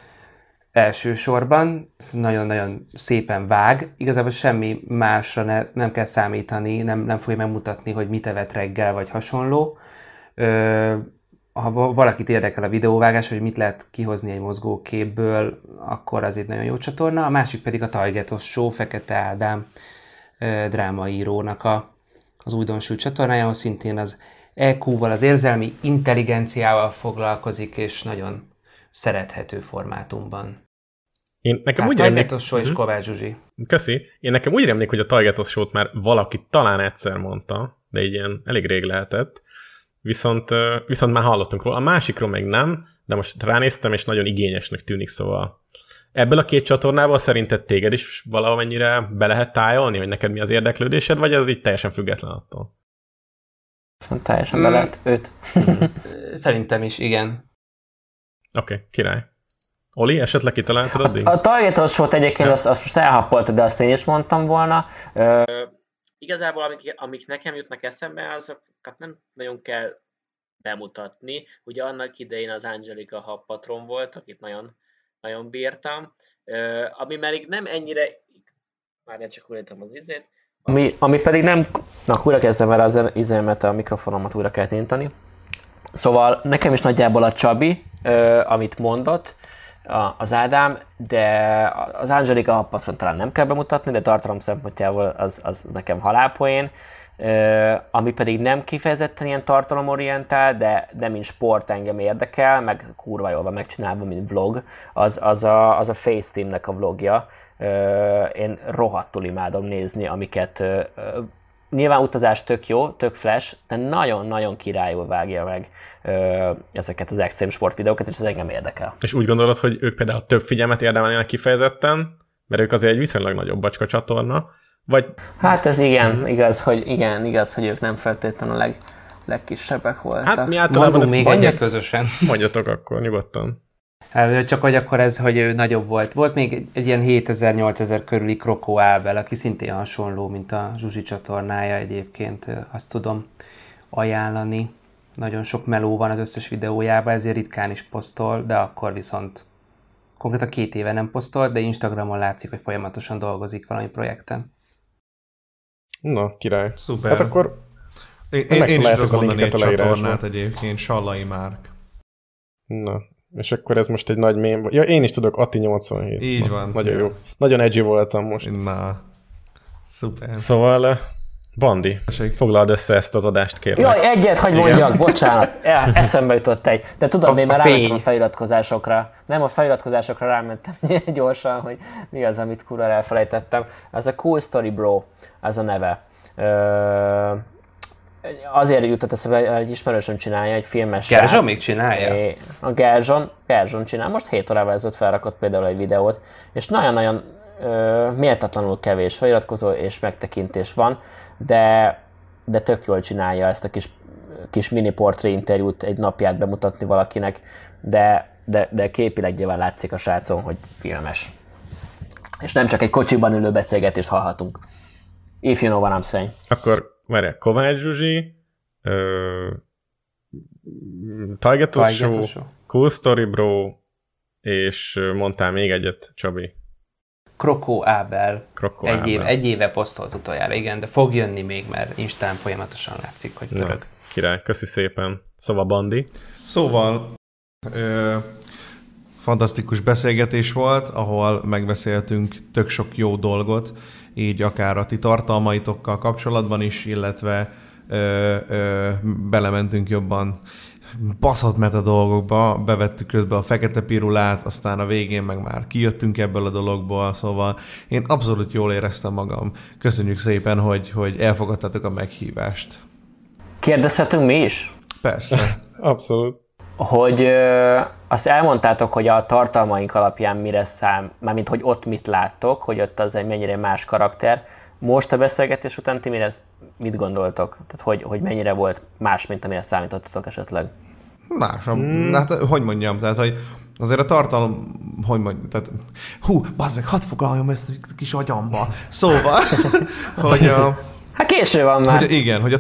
Elsősorban nagyon-nagyon szépen vág. Igazából semmi másra ne, nem kell számítani, nem, nem fogja megmutatni, hogy mit evett reggel, vagy hasonló. Ö, ha valakit érdekel a videóvágás, hogy mit lehet kihozni egy mozgóképből, akkor az egy nagyon jó csatorna. A másik pedig a Tajgetos Show, Fekete Ádám drámaírónak a, az újdonsült csatornája, ahol szintén az é kú-val, az érzelmi intelligenciával foglalkozik, és nagyon szerethető formátumban. Én nekem Tehát úgy rémlik... Tajgetos Show és Kovács Zsuzsi. Köszi. Én nekem úgy rémlik, hogy a Tajgetos Show-t már valaki talán egyszer mondta, de így ilyen elég rég lehetett. Viszont, viszont már hallottunk róla. A másikról még nem, de most ránéztem, és nagyon igényesnek tűnik, szóval ebből a két csatornából szerinted téged is valamennyire be lehet tájolni, hogy neked mi az érdeklődésed, vagy ez így teljesen független attól? Teljesen be lehet. Öt. Szerintem is, igen. Oké, okay, király. Oli, esetleg kitaláltad addig? A, a Tajgetos Show-t egyébként azt, azt most elhappoltad, de azt én is mondtam volna. Ö, Igazából amik, amik nekem jutnak eszembe, azokat nem nagyon kell bemutatni. Ugye annak idején az Angelika habpatron volt, akit nagyon, nagyon bírtam. Uh, ami pedig nem ennyire... Már nem csak újraítom az izét. Ami, ami pedig nem... Na, újra kezdem el az izémet, a mikrofonomat újra kell tintani. Szóval nekem is nagyjából a Csabi, uh, amit mondott, az Ádám, de az Angelika habpatron talán nem kell bemutatni, de tartalom szempontjából az, az nekem halálpoén. Uh, ami pedig nem kifejezetten ilyen tartalomorientál, de, de mint sport engem érdekel, meg kurva jól van megcsinálva, mint vlog, az, az, a, az a FaceTeamnek a vlogja. Uh, én rohadtul imádom nézni, amiket uh, uh, nyilván utazás tök jó, tök flash, de nagyon-nagyon királyul vágja meg uh, ezeket az extrém sport videókat, és ez engem érdekel. És úgy gondolod, hogy ők például több figyelmet érdemelnének kifejezetten, mert ők azért egy viszonylag nagyobb bacska csatorna, vagy... Hát ez igen, igaz, hogy igen, igaz, hogy ők nem feltétlenül a leg, legkisebbek voltak. Hát mi általában Mondunk még mondjat... egyet közösen. Mondjatok akkor, nyugodtan. Hát, csak hogy akkor ez, hogy ő nagyobb volt. Volt még egy, egy ilyen hétezer-nyolcezer körüli Krokó Ábel, aki szintén hasonló, mint a Zsuzsi csatornája egyébként, azt tudom ajánlani. Nagyon sok meló van az összes videójában, ezért ritkán is posztol, de akkor viszont konkrétan két éve nem posztol, de Instagramon látszik, hogy folyamatosan dolgozik valami projekten. Na, király. Szuper. Hát akkor én, én, én is tudok mondani egy csatornát egyébként, Sallai Márk. Na, és akkor ez most egy nagy mém. Ja, én is tudok, Atti nyolcvanhét. Így Na, van. Nagyon jó. jó. Nagyon edgy voltam most. Na, szuper. Szóval, Bandi, Esik. foglald össze ezt az adást, kérlek. Jaj, egyet, hogy mondjak, bocsánat, ja, eszembe jutott egy. De tudod, én már rámentem a feliratkozásokra. Nem, a feliratkozásokra rámentem gyorsan, hogy mi az, amit kurva elfelejtettem. Ez a Cool Story Bro, az a neve. Ö, azért jutott eszembe, egy ismerősöm csinálja, egy filmes Gerzson srác. még csinálja? A Gerzson, Gerzson csinál, most hét órával ezelőtt felrakott például egy videót, és nagyon-nagyon ö, méltatlanul kevés feliratkozó és megtekintés van, de, de tök jól csinálja ezt a kis, kis mini portré interjút egy napját bemutatni valakinek, de, de, de képileg nyilván látszik a srácon, hogy filmes. És nem csak egy kocsiban ülő beszélgetést hallhatunk. If you know what I'm saying. Akkor várjál, Kovács Zsuzsi, Tajgetos Show, Cool Story Bro, és mondtál még egyet, Csabi. Krokó Ábel. Krokó egy, Ábel. év, egy éve posztolt utoljára, igen, de fog jönni még, mert Instán folyamatosan látszik, hogy pörög. Na, király, köszi szépen. Szóval Bandi. Szóval ö, fantasztikus beszélgetés volt, ahol megbeszéltünk tök sok jó dolgot, így akár a ti tartalmaitokkal kapcsolatban is, illetve ö, ö, belementünk jobban baszott meta dolgokba, bevettük közben a fekete pirulát, aztán a végén meg már kijöttünk ebből a dologból, szóval én abszolút jól éreztem magam. Köszönjük szépen, hogy, hogy elfogadtátok a meghívást. Kérdezhetünk mi is? Persze. Abszolút. Hogy ö, azt elmondtátok, hogy a tartalmaink alapján mire szám, mármint hogy ott mit láttok, hogy ott az egy mennyire más karakter. Most a beszélgetés után ti mire, mit gondoltok? Tehát hogy, hogy mennyire volt más, mint amire számítottatok esetleg? Más, hmm. hát hogy mondjam, tehát hogy azért a tartalom, hogy mondjam, tehát hú, bazd meg, hadd foglaljam ezt a kis agyamba. Szóval, hogy a... Hát késő van már. Hogy, igen, hogy a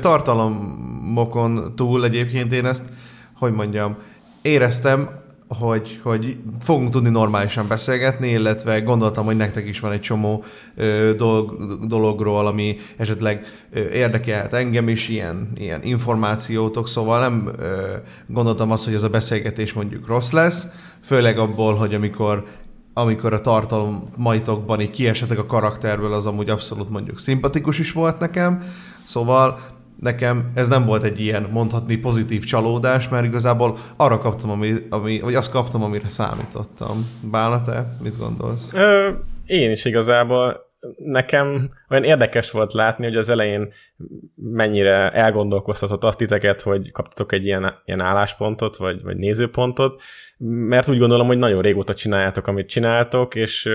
tartalomokon túl egyébként én ezt, hogy mondjam, éreztem, hogy, hogy fogunk tudni normálisan beszélgetni, illetve gondoltam, hogy nektek is van egy csomó ö, dolog, dologról, ami esetleg ö, érdekelhet engem is, ilyen, ilyen információtok, szóval nem ö, gondoltam azt, hogy ez a beszélgetés mondjuk rossz lesz, főleg abból, hogy amikor, amikor a tartalmaitokban így kiesetek a karakterből, az amúgy abszolút mondjuk szimpatikus is volt nekem, szóval nekem ez nem volt egy ilyen, mondhatni, pozitív csalódás, mert igazából arra kaptam, ami, ami, vagy azt kaptam, amire számítottam. Bálna, te mit gondolsz? Ö, én is igazából. Nekem olyan érdekes volt látni, hogy az elején mennyire elgondolkoztatott azt titeket, hogy kaptatok egy ilyen, ilyen álláspontot, vagy, vagy nézőpontot, mert úgy gondolom, hogy nagyon régóta csináljátok, amit csináltok, és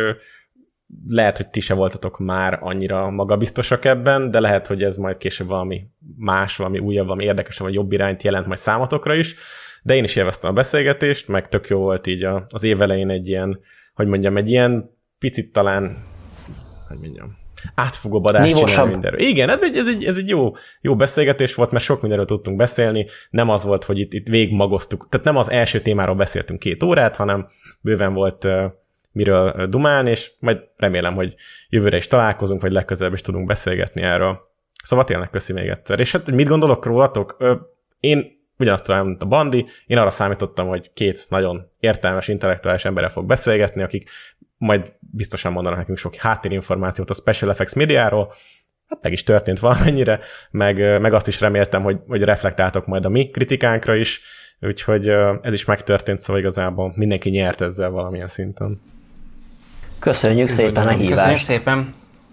lehet, hogy ti se voltatok már annyira magabiztosak ebben, de lehet, hogy ez majd később valami más, valami újabb, valami érdekesebb, vagy jobb irányt jelent majd számotokra is, de én is élveztem a beszélgetést, meg tök jó volt így a, az év elején egy ilyen, hogy mondjam, egy ilyen picit talán, hogy mondjam, átfogóbb adást csinálni mindenről. Igen, ez egy, ez egy, ez egy jó, jó beszélgetés volt, mert sok mindenről tudtunk beszélni, nem az volt, hogy itt, itt végigmagoztuk, tehát nem az első témáról beszéltünk két órát, hanem bőven volt miről dumálni, és majd remélem, hogy jövőre is találkozunk, vagy legközelebb is tudunk beszélgetni erről. Szóval tényleg köszi még egyszer. És hát mit gondolok rólatok? Én ugyanazt tudom, mint a Bandi, én arra számítottam, hogy két nagyon értelmes, intellektuális emberrel fog beszélgetni, akik majd biztosan mondanak nekünk sok háttérinformációt a Special Effects médiáról. Hát meg is történt valamennyire, meg, meg azt is reméltem, hogy, hogy reflektáltok majd a mi kritikánkra is, úgyhogy ez is megtörtént, szóval igazából mindenki nyert ezzel valamilyen szinten. Köszönjük Köszönjük szépen a hívást. Köszönjük szépen.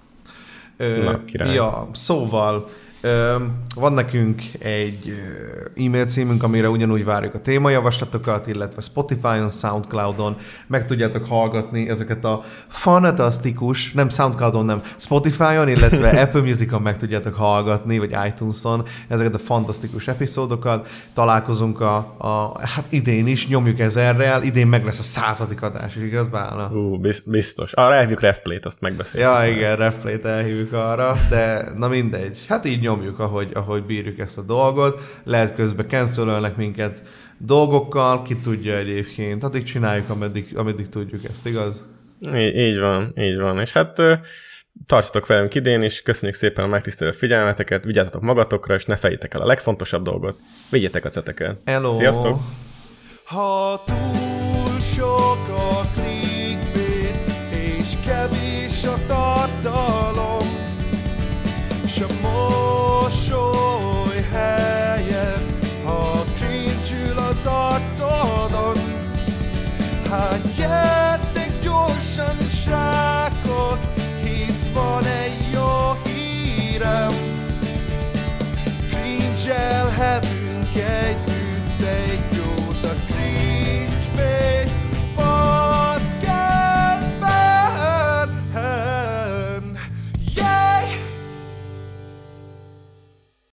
Ö, Na, ja, szóval ö, van nekünk egy e-mail címünk, amire ugyanúgy várjuk a témajavaslatokat, illetve Spotify-on, Soundcloud-on meg tudjátok hallgatni ezeket a fantasztikus, nem Soundcloud-on, nem, Spotify-on, illetve Apple Music-on meg tudjátok hallgatni, vagy iTunes-on ezeket a fantasztikus epizódokat. Találkozunk a, a hát idén is, nyomjuk ezerrel, idén meg lesz a századik adás is, igaz, Bálna? Ú, biztos. Arra elhívjuk Refplay-t, azt megbeszéljük. Ja, igen, Refplay-t elhívjuk arra, de na mindegy. Hát így nyomjuk, ahogy, ahogy bírjuk ezt a dolgot. Lehet közben cancelölnek minket dolgokkal, ki tudja egyébként. Addig csináljuk, ameddig, ameddig tudjuk ezt, igaz? Így, így van, így van. És hát tartsatok velünk idén is, köszönjük szépen a megtisztelő figyelmeteket, vigyázzatok magatokra, és ne fejétek el a legfontosabb dolgot, vigyétek a ceteket. Hello! Sziasztok! Ha túl sok a